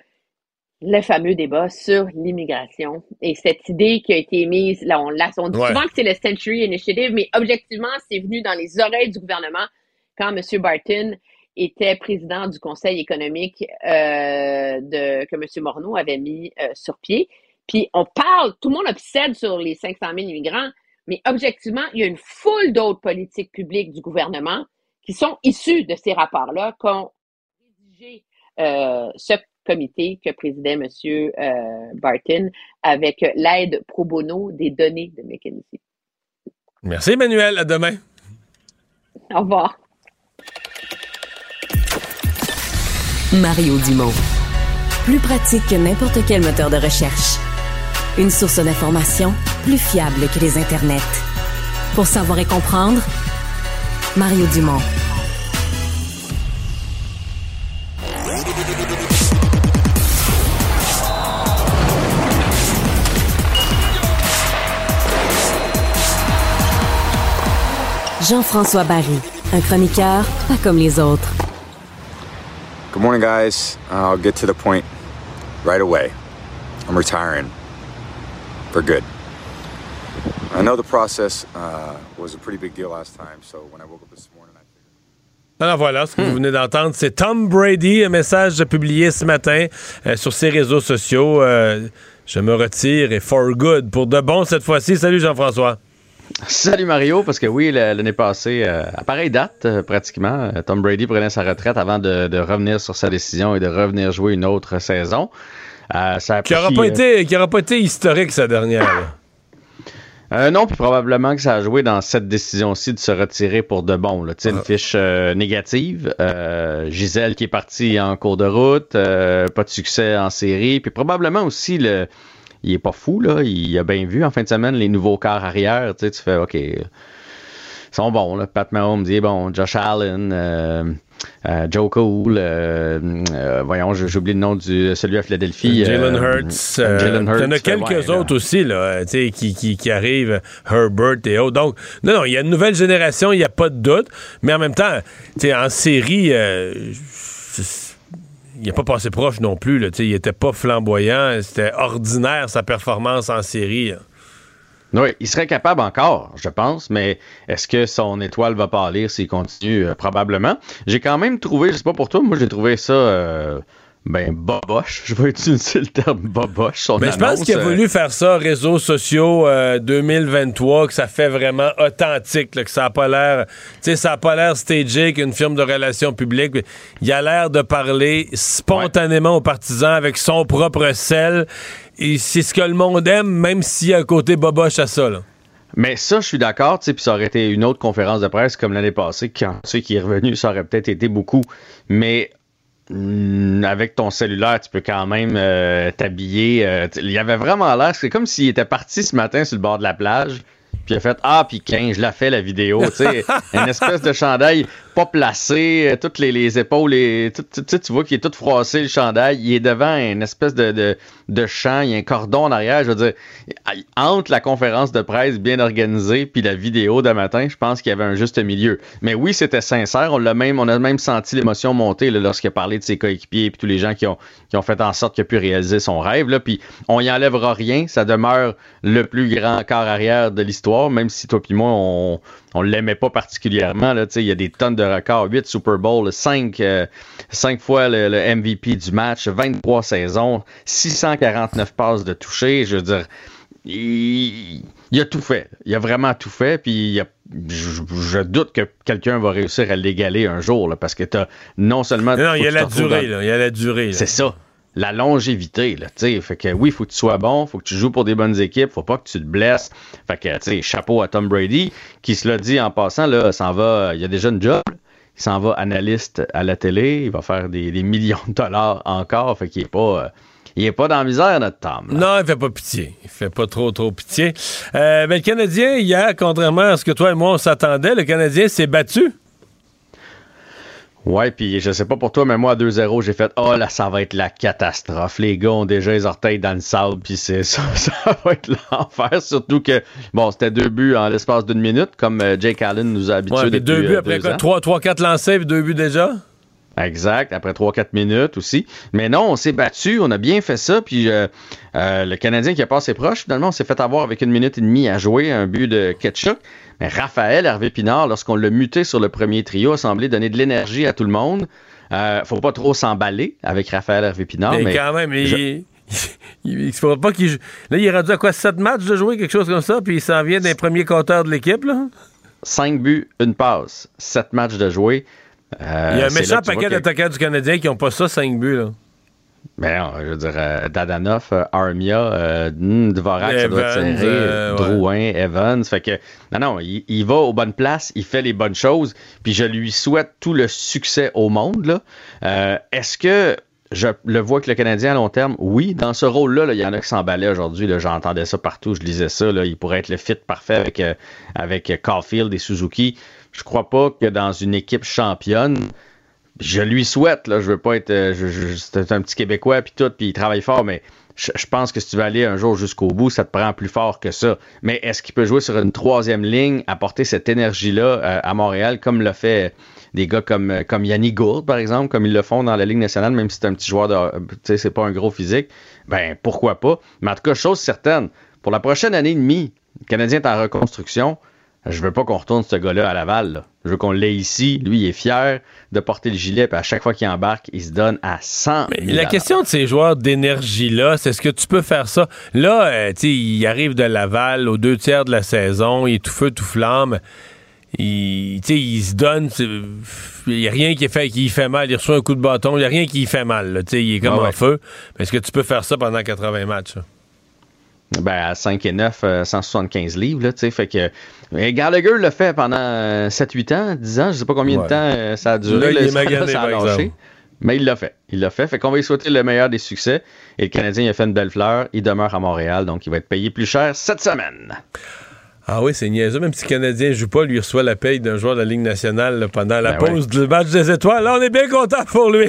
le fameux débat sur l'immigration et cette idée qui a été émise, là on, là, on dit ouais. souvent que c'est le Century Initiative, mais objectivement, c'est venu dans les oreilles du gouvernement quand M. Barton était président du Conseil économique euh, de, que M. Morneau avait mis euh, sur pied. Puis on parle, tout le monde obsède sur les cinq cent mille immigrants, mais objectivement, il y a une foule d'autres politiques publiques du gouvernement qui sont issues de ces rapports-là, qu'ont rédigé euh, ce comité que présidait M. Euh, Barton avec l'aide pro bono des données de McKinsey. Merci, Emmanuel. À demain. Au revoir. Mario Dumont. Plus pratique que n'importe quel moteur de recherche. Une source d'information plus fiable que les internets. Pour savoir et comprendre, Mario Dumont. Jean-François Barry, un chroniqueur pas comme les autres. Good morning, guys. I'll get to the point right away. I'm retiring for good. I know the process uh, was a pretty big deal last time, so when I woke up this morning, I figured... Alors voilà, ce que hmm. vous venez d'entendre, c'est Tom Brady, un message publié ce matin euh, sur ses réseaux sociaux. Euh, je me retire et for good, pour de bon cette fois-ci. Salut Jean-François. Salut Mario, parce que oui, l'année passée, euh, à pareille date, euh, pratiquement, euh, Tom Brady prenait sa retraite avant de, de revenir sur sa décision et de revenir jouer une autre saison. Euh, ça a qui n'aura pas, euh... pas été historique, sa dernière. Euh, non, puis probablement que ça a joué dans cette décision-ci de se retirer pour de bon. Là. Tu sais, une fiche euh, négative. Euh, Gisèle qui est partie en cours de route, euh, pas de succès en série, puis probablement aussi le... Il est pas fou, là. Il a bien vu en fin de semaine les nouveaux quarts arrière. Tu sais, tu fais, OK, ils sont bons, là. Pat Mahomes, il est bon. Josh Allen, euh, euh, Joe Cool, euh, euh, voyons, j'oublie le nom de celui à Philadelphie. Jalen Hurts. Euh, Jalen Hurts. Il y en a quelques ouais, autres là. aussi, là, tu sais, qui, qui, qui arrivent. Herbert et autres. Donc, non, non, il y a une nouvelle génération, il n'y a pas de doute. Mais en même temps, tu sais, en série, euh, il n'est pas passé proche non plus. Là, il n'était pas flamboyant. C'était ordinaire, sa performance en série. Là. Oui, il serait capable encore, je pense, mais est-ce que son étoile va pâlir s'il continue? Euh, probablement. J'ai quand même trouvé, je sais pas pour toi, moi j'ai trouvé ça... Euh Ben, boboche. Je vais utiliser le terme boboche. Son Mais annonce, je pense qu'il a euh... voulu faire ça, réseaux sociaux euh, deux mille vingt-trois, que ça fait vraiment authentique, là, que ça n'a pas l'air, tu sais, ça n'a pas l'air stagé qu'une firme de relations publiques. Il a l'air de parler spontanément ouais. aux partisans avec son propre sel. Et c'est ce que le monde aime, même s'il y a un côté boboche à ça, là. Mais ça, je suis d'accord, tu sais, puis ça aurait été une autre conférence de presse comme l'année passée, quand tu sais qui est revenu, ça aurait peut-être été beaucoup. Mais avec ton cellulaire, tu peux quand même euh, t'habiller. Euh, t- il y avait vraiment l'air, c'est comme s'il était parti ce matin sur le bord de la plage, puis il a fait « Ah, puis quinze, je l'ai fait la vidéo », tu sais, une espèce de chandail pas placé, toutes les, les épaules, et tout, tout, tu vois qu'il est tout froissé, le chandail. Il est devant une espèce de, de, de champ, il y a un cordon en arrière. Je veux dire, entre la conférence de presse bien organisée puis la vidéo de matin, je pense qu'il y avait un juste milieu. Mais oui, c'était sincère. On l'a même, on a même senti l'émotion monter là, lorsqu'il a parlé de ses coéquipiers et tous les gens qui ont, qui ont fait en sorte qu'il a pu réaliser son rêve. Là. Puis on y enlèvera rien. Ça demeure le plus grand corps arrière de l'histoire, même si toi puis moi, on on l'aimait pas particulièrement. Là. Il y a des tonnes de records. huit Super Bowl, cinq, euh, cinq fois le, le M V P du match, vingt-trois saisons, six cent quarante-neuf passes de toucher. Je veux dire, il, il a tout fait. Il a vraiment tout fait. Puis il a, je, je doute que quelqu'un va réussir à l'égaler un jour, là, parce que tu as non seulement... Non, il y a la durée. Dans... Là, il y a la durée. Là. C'est ça. La longévité, là, tu sais, fait que oui, il faut que tu sois bon, faut que tu joues pour des bonnes équipes, faut pas que tu te blesses. Fait que, tu sais, chapeau à Tom Brady, qui se l'a dit en passant, là, s'en va, il y a déjà une job, il s'en va analyste à la télé, il va faire des, des millions de dollars encore, fait qu'il est pas... Euh, il est pas dans la misère, notre Tom. Là. Non, il fait pas pitié. Il fait pas trop, trop pitié. Euh, mais le Canadien, hier, contrairement à ce que toi et moi, on s'attendait, le Canadien s'est battu. Ouais, puis je sais pas pour toi, mais moi, à deux zéro, j'ai fait « Oh là, ça va être la catastrophe. Les gars ont déjà les orteils dans le sable, puis c'est ça, ça va être l'enfer. » Surtout que, bon, c'était deux buts en l'espace d'une minute, comme euh, Jake Allen nous a habitués ouais, depuis deux buts euh, après deux quoi? trois quatre lancés, puis deux buts déjà? Exact, après trois quatre minutes aussi. Mais non, on s'est battu, on a bien fait ça, puis euh, euh, le Canadien qui a passé proche, finalement, on s'est fait avoir avec une minute et demie à jouer, un but de Ketchuk. Mais Raphaël Harvey-Pinard, lorsqu'on l'a muté sur le premier trio, a semblé donner de l'énergie à tout le monde. Euh, faut pas trop s'emballer avec Raphaël Harvey-Pinard. Mais, mais quand même, je... il... il ne faudra pas qu'il joue. Là, il est rendu à quoi, sept matchs de jouer, quelque chose comme ça, puis il s'en vient d'un premier compteur de l'équipe, là? Cinq buts, une passe, sept matchs de jouer. Euh, il y a un méchant paquet d'attaquants du Canadien qui n'ont pas ça, cinq buts, là. Mais non, je veux dire, euh, Dadanoff, euh, Armia, euh, Dvorak, Evans, ça doit être serré, euh, Drouin, ouais. Evans. Fait que, non, non, il, il va aux bonnes places, il fait les bonnes choses, puis je lui souhaite tout le succès au monde, là. Euh, est-ce que je le vois que le Canadien à long terme? Oui, dans ce rôle-là, il y en a qui s'emballaient aujourd'hui, là, j'entendais ça partout, je lisais ça, là, il pourrait être le fit parfait avec, euh, avec Caulfield et Suzuki. Je crois pas que dans une équipe championne, je lui souhaite, là, je veux pas être, je, je, c'est un petit Québécois puis tout, puis il travaille fort, mais je, je pense que si tu veux aller un jour jusqu'au bout, ça te prend plus fort que ça. Mais est-ce qu'il peut jouer sur une troisième ligne, apporter cette énergie-là euh, à Montréal, comme le fait des gars comme, comme Yannick Gourde, par exemple, comme ils le font dans la Ligue nationale, même si c'est un petit joueur, de, tu sais, c'est pas un gros physique, ben pourquoi pas. Mais en tout cas, chose certaine, pour la prochaine année et demie, le Canadien est en reconstruction. Je veux pas qu'on retourne ce gars-là à Laval. Là. Je veux qu'on l'ait ici. Lui, il est fier de porter le gilet, puis à chaque fois qu'il embarque, il se donne à cent mille. Mais la question de ces joueurs d'énergie-là, c'est est-ce que tu peux faire ça? Là, euh, tu sais, il arrive de Laval aux deux tiers de la saison, il est tout feu, tout flamme. Il, il se donne, il n'y a rien qui fait, qui fait mal. Il reçoit un coup de bâton, il n'y a rien qui fait mal. Là, il est comme ah ouais. en feu. Mais est-ce que tu peux faire ça pendant quatre-vingts matchs? Là? Ben, à cinq et neuf, euh, cent soixante-quinze livres, là, tu sais, fait que... Mais Gallagher l'a fait pendant euh, sept huit ans, dix ans, je sais pas combien ouais. de temps euh, ça a duré, là, là, il ça, magané, ça a lâché. Mais il l'a fait, il l'a fait, fait qu'on va lui souhaiter le meilleur des succès, et le Canadien, il a fait une belle fleur, il demeure à Montréal, donc il va être payé plus cher cette semaine. Ah oui, c'est niaiseux, même si le Canadien ne joue pas, lui reçoit la paye d'un joueur de la Ligue nationale là, pendant la ben pause ouais. du match des étoiles. Là, on est bien content pour lui.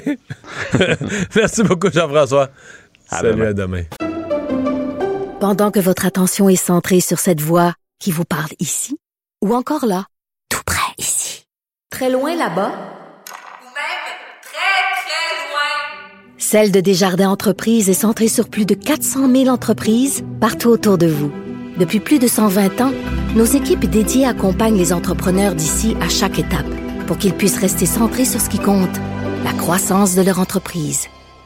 Merci beaucoup, Jean-François. À Salut, demain. à demain. Pendant que votre attention est centrée sur cette voix qui vous parle ici, ou encore là, tout près ici, très loin là-bas, ou même très, très loin, Celle de Desjardins Entreprises est centrée sur plus de quatre cent mille entreprises partout autour de vous. Depuis plus de cent vingt ans, nos équipes dédiées accompagnent les entrepreneurs d'ici à chaque étape pour qu'ils puissent rester centrés sur ce qui compte, la croissance de leur entreprise.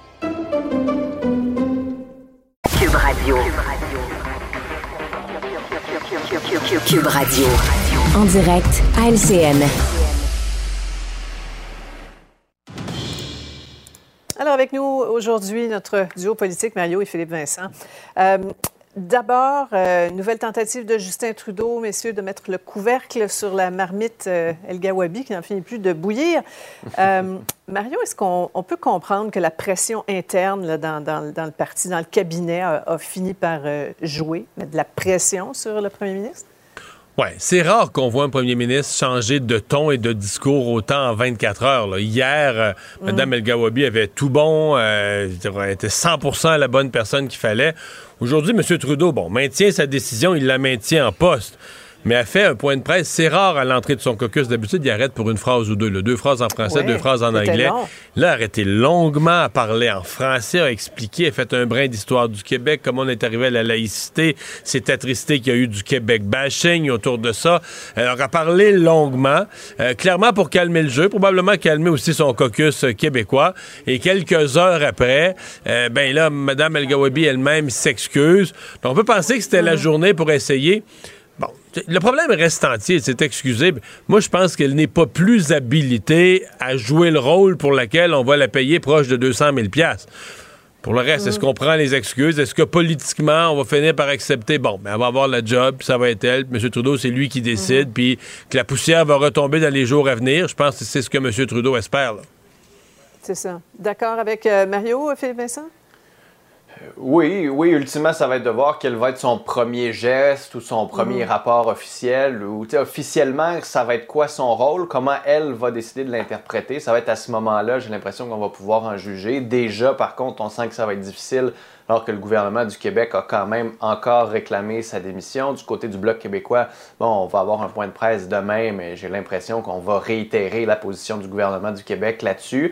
Cube Radio. Cube Radio. En direct à L C N. Alors, avec nous aujourd'hui, notre duo politique, Mario et Philippe Vincent. Euh, D'abord, euh, nouvelle tentative de Justin Trudeau, messieurs, de mettre le couvercle sur la marmite euh, El Gawabi qui n'en finit plus de bouillir. Euh, Mario, est-ce qu'on on peut comprendre que la pression interne là, dans, dans, dans le parti, dans le cabinet, a, a fini par euh, jouer, mettre de la pression sur le premier ministre? Oui, c'est rare qu'on voit un premier ministre changer de ton et de discours autant en vingt-quatre heures. Là. Hier, euh, mm. Mme El-Gawabi avait tout bon, euh, elle était cent pour cent la bonne personne qu'il fallait. Aujourd'hui, M. Trudeau, bon, maintient sa décision, il la maintient en poste, mais a fait un point de presse. C'est rare à l'entrée de son caucus. D'habitude, il arrête pour une phrase ou deux. Là. Deux phrases en français, ouais, deux phrases en anglais. Long. Là, il a arrêté longuement à parler en français, a expliqué, a fait un brin d'histoire du Québec, comment on est arrivé à la laïcité, cette attristée qu'il y a eu du Québec bashing autour de ça. Alors, a parlé longuement, euh, clairement pour calmer le jeu, probablement calmer aussi son caucus euh, québécois. Et quelques heures après, euh, ben là, Mme El-Gawabi elle-même s'excuse. Donc, on peut penser que c'était mmh. la journée pour essayer. Bon, le problème reste entier, c'est excusé. Moi, je pense qu'elle n'est pas plus habilitée à jouer le rôle pour lequel on va la payer proche de deux cent mille dollars. Pour le reste, mmh. est-ce qu'on prend les excuses? Est-ce que politiquement, on va finir par accepter, bon, ben, elle va avoir la job, puis ça va être elle, puis M. Trudeau, c'est lui qui décide, mmh. puis que la poussière va retomber dans les jours à venir? Je pense que c'est ce que M. Trudeau espère. Là. C'est ça. D'accord avec euh, Mario, Philippe Vincent? Oui, oui, ultimement, ça va être de voir quel va être son premier geste ou son premier mmh. rapport officiel. Ou officiellement, ça va être quoi son rôle, comment elle va décider de l'interpréter. Ça va être à ce moment-là, j'ai l'impression qu'on va pouvoir en juger. Déjà, par contre, on sent que ça va être difficile alors que le gouvernement du Québec a quand même encore réclamé sa démission. Du côté du Bloc québécois, bon, on va avoir un point de presse demain, mais j'ai l'impression qu'on va réitérer la position du gouvernement du Québec là-dessus.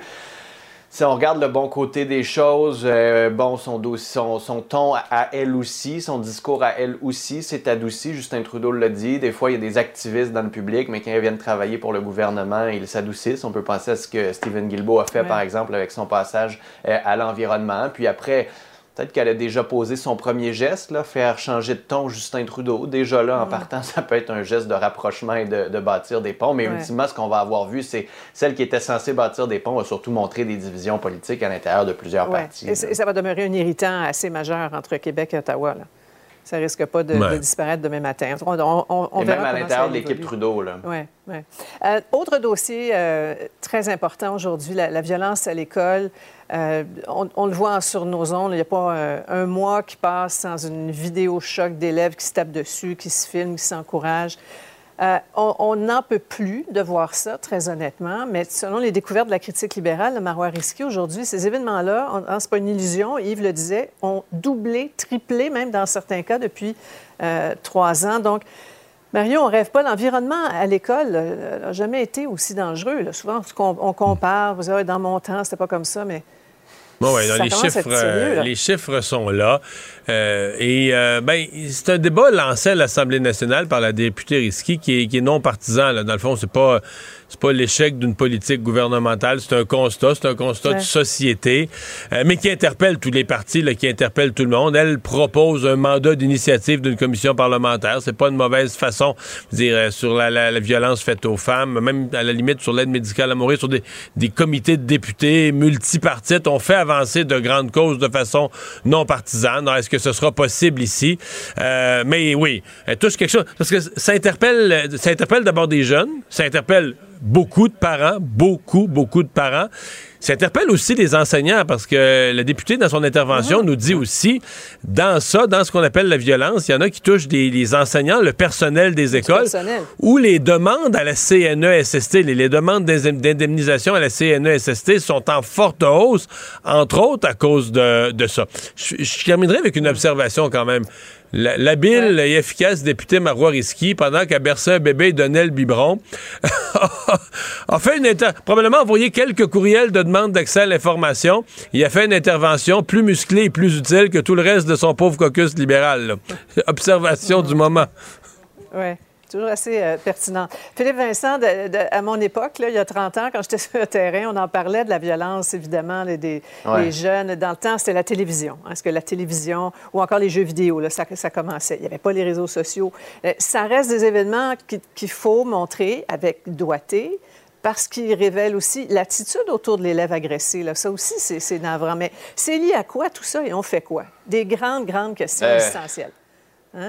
Si on regarde le bon côté des choses, euh, bon, son, son, son ton à elle aussi, son discours à elle aussi s'est adouci. Justin Trudeau l'a dit. Des fois, il y a des activistes dans le public, mais quand ils viennent travailler pour le gouvernement, ils s'adoucissent. On peut penser à ce que Stephen Guilbeault a fait, ouais. par exemple, avec son passage euh, à l'environnement. Puis après, peut-être qu'elle a déjà posé son premier geste, là, faire changer de ton Justin Trudeau. Déjà là, en mmh. partant, ça peut être un geste de rapprochement et de, de bâtir des ponts. Mais ouais. ultimement, ce qu'on va avoir vu, c'est celle qui était censée bâtir des ponts a surtout montré des divisions politiques à l'intérieur de plusieurs ouais. partis. Et, et ça va demeurer un irritant assez majeur entre Québec et Ottawa, là. Ça risque pas de, ouais. de disparaître demain matin. On, on, on et verra même à l'intérieur de l'équipe Trudeau. Là. Oui, oui. Euh, autre dossier euh, très important aujourd'hui, la, la violence à l'école. Euh, on, on le voit sur nos ondes, il n'y a pas euh, un mois qui passe sans une vidéo choc d'élèves qui se tapent dessus, qui se filment, qui s'encouragent. Euh, on n'en peut plus de voir ça, très honnêtement, mais selon les découvertes de la critique libérale de Marois Risky aujourd'hui, ces événements-là, on, on, c'est pas une illusion, Yves le disait, ont doublé, triplé, même dans certains cas, depuis euh, trois ans. Donc, Mario, on ne rêve pas. L'environnement à l'école n'a jamais été aussi dangereux. Là. Souvent, on, on compare, vous savez, dans mon temps, c'était pas comme ça, mais... Bon, ouais, les, chiffres, sérieux, les chiffres sont là. Euh, et euh, ben, c'est un débat lancé à l'Assemblée nationale par la députée Risky qui est, qui est non partisan. Là. Dans le fond, c'est pas, c'est pas l'échec d'une politique gouvernementale, c'est un constat, c'est un constat ouais. de société, euh, mais qui interpelle tous les partis, là, qui interpelle tout le monde. Elle propose un mandat d'initiative d'une commission parlementaire. C'est pas une mauvaise façon, je veux dire, sur la, la, la violence faite aux femmes, même à la limite sur l'aide médicale à mourir, sur des, des comités de députés multipartites. On fait avancer de grandes causes de façon non partisane. Alors, est-ce que ce sera possible ici? Euh, mais oui, elle touche quelque chose. Parce que ça interpelle, ça interpelle d'abord des jeunes, ça interpelle beaucoup de parents, beaucoup, beaucoup de parents. Ça interpelle aussi les enseignants parce que le député, dans son intervention, mmh. nous dit aussi, dans ça, dans ce qu'on appelle la violence, il y en a qui touchent des, les enseignants, le personnel des écoles, personnel. Où les demandes à la C N E S S T, les, les demandes d'indemnisation à la C N E S S T sont en forte hausse, entre autres à cause de, de ça. Je, je terminerai avec une observation quand même. L'habile ouais. et efficace député Marois Risky, pendant qu'à bercer un bébé, il donnait le biberon, a fait une inter... probablement envoyé quelques courriels de demande d'accès à l'information. Il a fait une intervention plus musclée et plus utile que tout le reste de son pauvre caucus libéral. Là. Observation mmh. du moment. Oui. Toujours assez euh, pertinent. Philippe Vincent, de, de, à mon époque, là, il y a trente ans, quand j'étais sur le terrain, on en parlait de la violence, évidemment, les, des, ouais. les jeunes. Dans le temps, c'était la télévision. Est-ce que la télévision, ou encore les jeux vidéo, là, ça, ça commençait. Il n'y avait pas les réseaux sociaux. Euh, ça reste des événements qui, qu'il faut montrer avec doigté, parce qu'ils révèlent aussi l'attitude autour de l'élève agressé. Là. Ça aussi, c'est, c'est navrant. Mais c'est lié à quoi tout ça et on fait quoi? Des grandes, grandes questions euh... existentielles. Hein?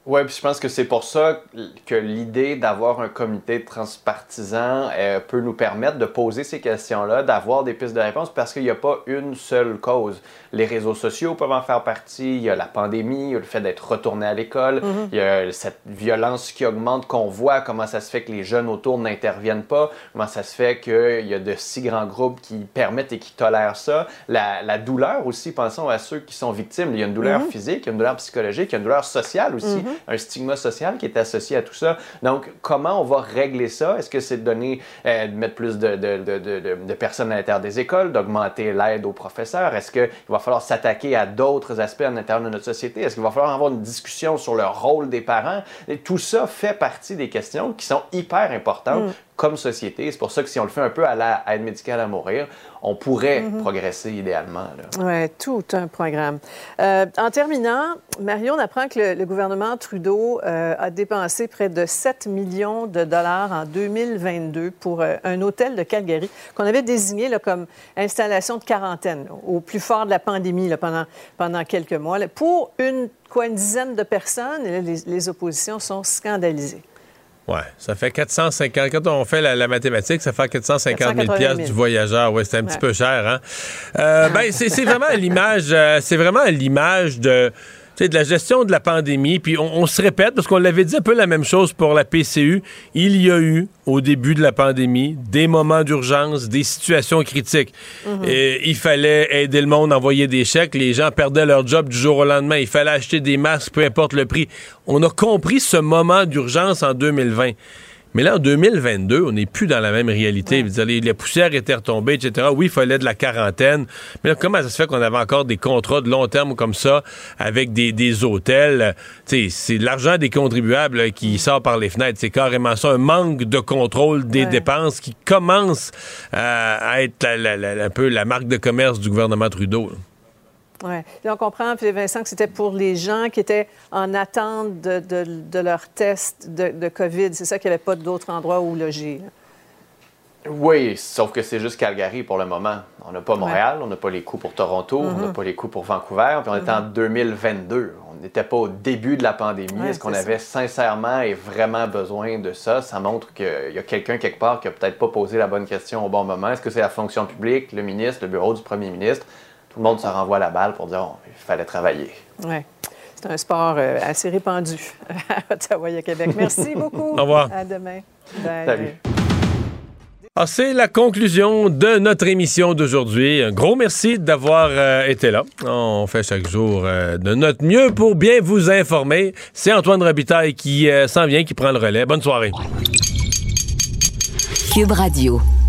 Oui, puis je pense que c'est pour ça que l'idée d'avoir un comité transpartisan euh, peut nous permettre de poser ces questions-là, d'avoir des pistes de réponse, parce qu'il n'y a pas une seule cause. Les réseaux sociaux peuvent en faire partie, il y a la pandémie, il y a le fait d'être retourné à l'école, mm-hmm. il y a cette violence qui augmente qu'on voit, comment ça se fait que les jeunes autour n'interviennent pas, comment ça se fait qu'il y a de si grands groupes qui permettent et qui tolèrent ça. La, la douleur aussi, pensons à ceux qui sont victimes. Il y a une douleur mm-hmm. physique, il y a une douleur psychologique, il y a une douleur sociale aussi. Mm-hmm. Un stigma social qui est associé à tout ça. Donc, comment on va régler ça? Est-ce que c'est de donner, euh, de mettre plus de, de, de, de, de personnes à l'intérieur des écoles, d'augmenter l'aide aux professeurs? Est-ce qu'il va falloir s'attaquer à d'autres aspects à l'intérieur de notre société? Est-ce qu'il va falloir avoir une discussion sur le rôle des parents? Et tout ça fait partie des questions qui sont hyper importantes. Mm. Comme société. C'est pour ça que si on le fait un peu à la aide médicale à mourir, on pourrait mm-hmm. progresser idéalement. Oui, tout un programme. Euh, en terminant, Mario, on apprend que le, le gouvernement Trudeau euh, a dépensé près de sept millions de dollars en deux mille vingt-deux pour euh, un hôtel de Calgary qu'on avait désigné là, comme installation de quarantaine, là, au plus fort de la pandémie là, pendant, pendant quelques mois, là, pour une, quoi, une dizaine de personnes. Et là, les, les oppositions sont scandalisées. Oui, ça fait quatre cent cinquante. Quand on fait la, la mathématique, ça fait quatre cent cinquante mille piastres du voyageur. Oui, c'est un ouais. petit peu cher, hein? Euh, ben, c'est, c'est vraiment à l'image, euh, c'est vraiment à l'image de, tu sais, de la gestion de la pandémie. Puis on, on se répète, parce qu'on l'avait dit un peu la même chose pour la P C U. Il y a eu, au début de la pandémie, des moments d'urgence, des situations critiques. Mm-hmm. Et il fallait aider le monde, envoyer des chèques. Les gens perdaient leur job du jour au lendemain. Il fallait acheter des masques, peu importe le prix. On a compris ce moment d'urgence en deux mille vingt. Mais là, en deux mille vingt-deux, on n'est plus dans la même réalité. Ouais. Les, la poussière était retombée, et cetera. Oui, il fallait de la quarantaine. Mais là, comment ça se fait qu'on avait encore des contrats de long terme comme ça avec des, des hôtels? T'sais, c'est de l'argent des contribuables là, qui sort par les fenêtres. C'est carrément ça, un manque de contrôle des ouais. dépenses qui commence à, à être la, la, la, un peu la marque de commerce du gouvernement Trudeau. Là. Oui. Là, on comprend, Philippe Vincent, que c'était pour les gens qui étaient en attente de, de, de leur test de, de COVID. C'est ça qu'il n'y avait pas d'autres endroits où loger. Là. Oui, sauf que c'est juste Calgary pour le moment. On n'a pas Montréal, ouais. on n'a pas les coûts pour Toronto, mm-hmm. on n'a pas les coûts pour Vancouver, puis on mm-hmm. était en deux mille vingt-deux. On n'était pas au début de la pandémie. Ouais, Est-ce qu'on avait ça. sincèrement et vraiment besoin de ça? Ça montre qu'il y a quelqu'un quelque part qui n'a peut-être pas posé la bonne question au bon moment. Est-ce que c'est la fonction publique, le ministre, le bureau du premier ministre? Tout le monde se renvoie la balle pour dire oh, il fallait travailler. Oui. C'est un sport euh, assez répandu à Ottawa et à Québec. Merci beaucoup. Au revoir. À demain. Bye. Salut. Ah, c'est la conclusion de notre émission d'aujourd'hui. Un gros merci d'avoir euh, été là. On fait chaque jour euh, de notre mieux pour bien vous informer. C'est Antoine Robitaille qui euh, s'en vient, qui prend le relais. Bonne soirée. Cube Radio.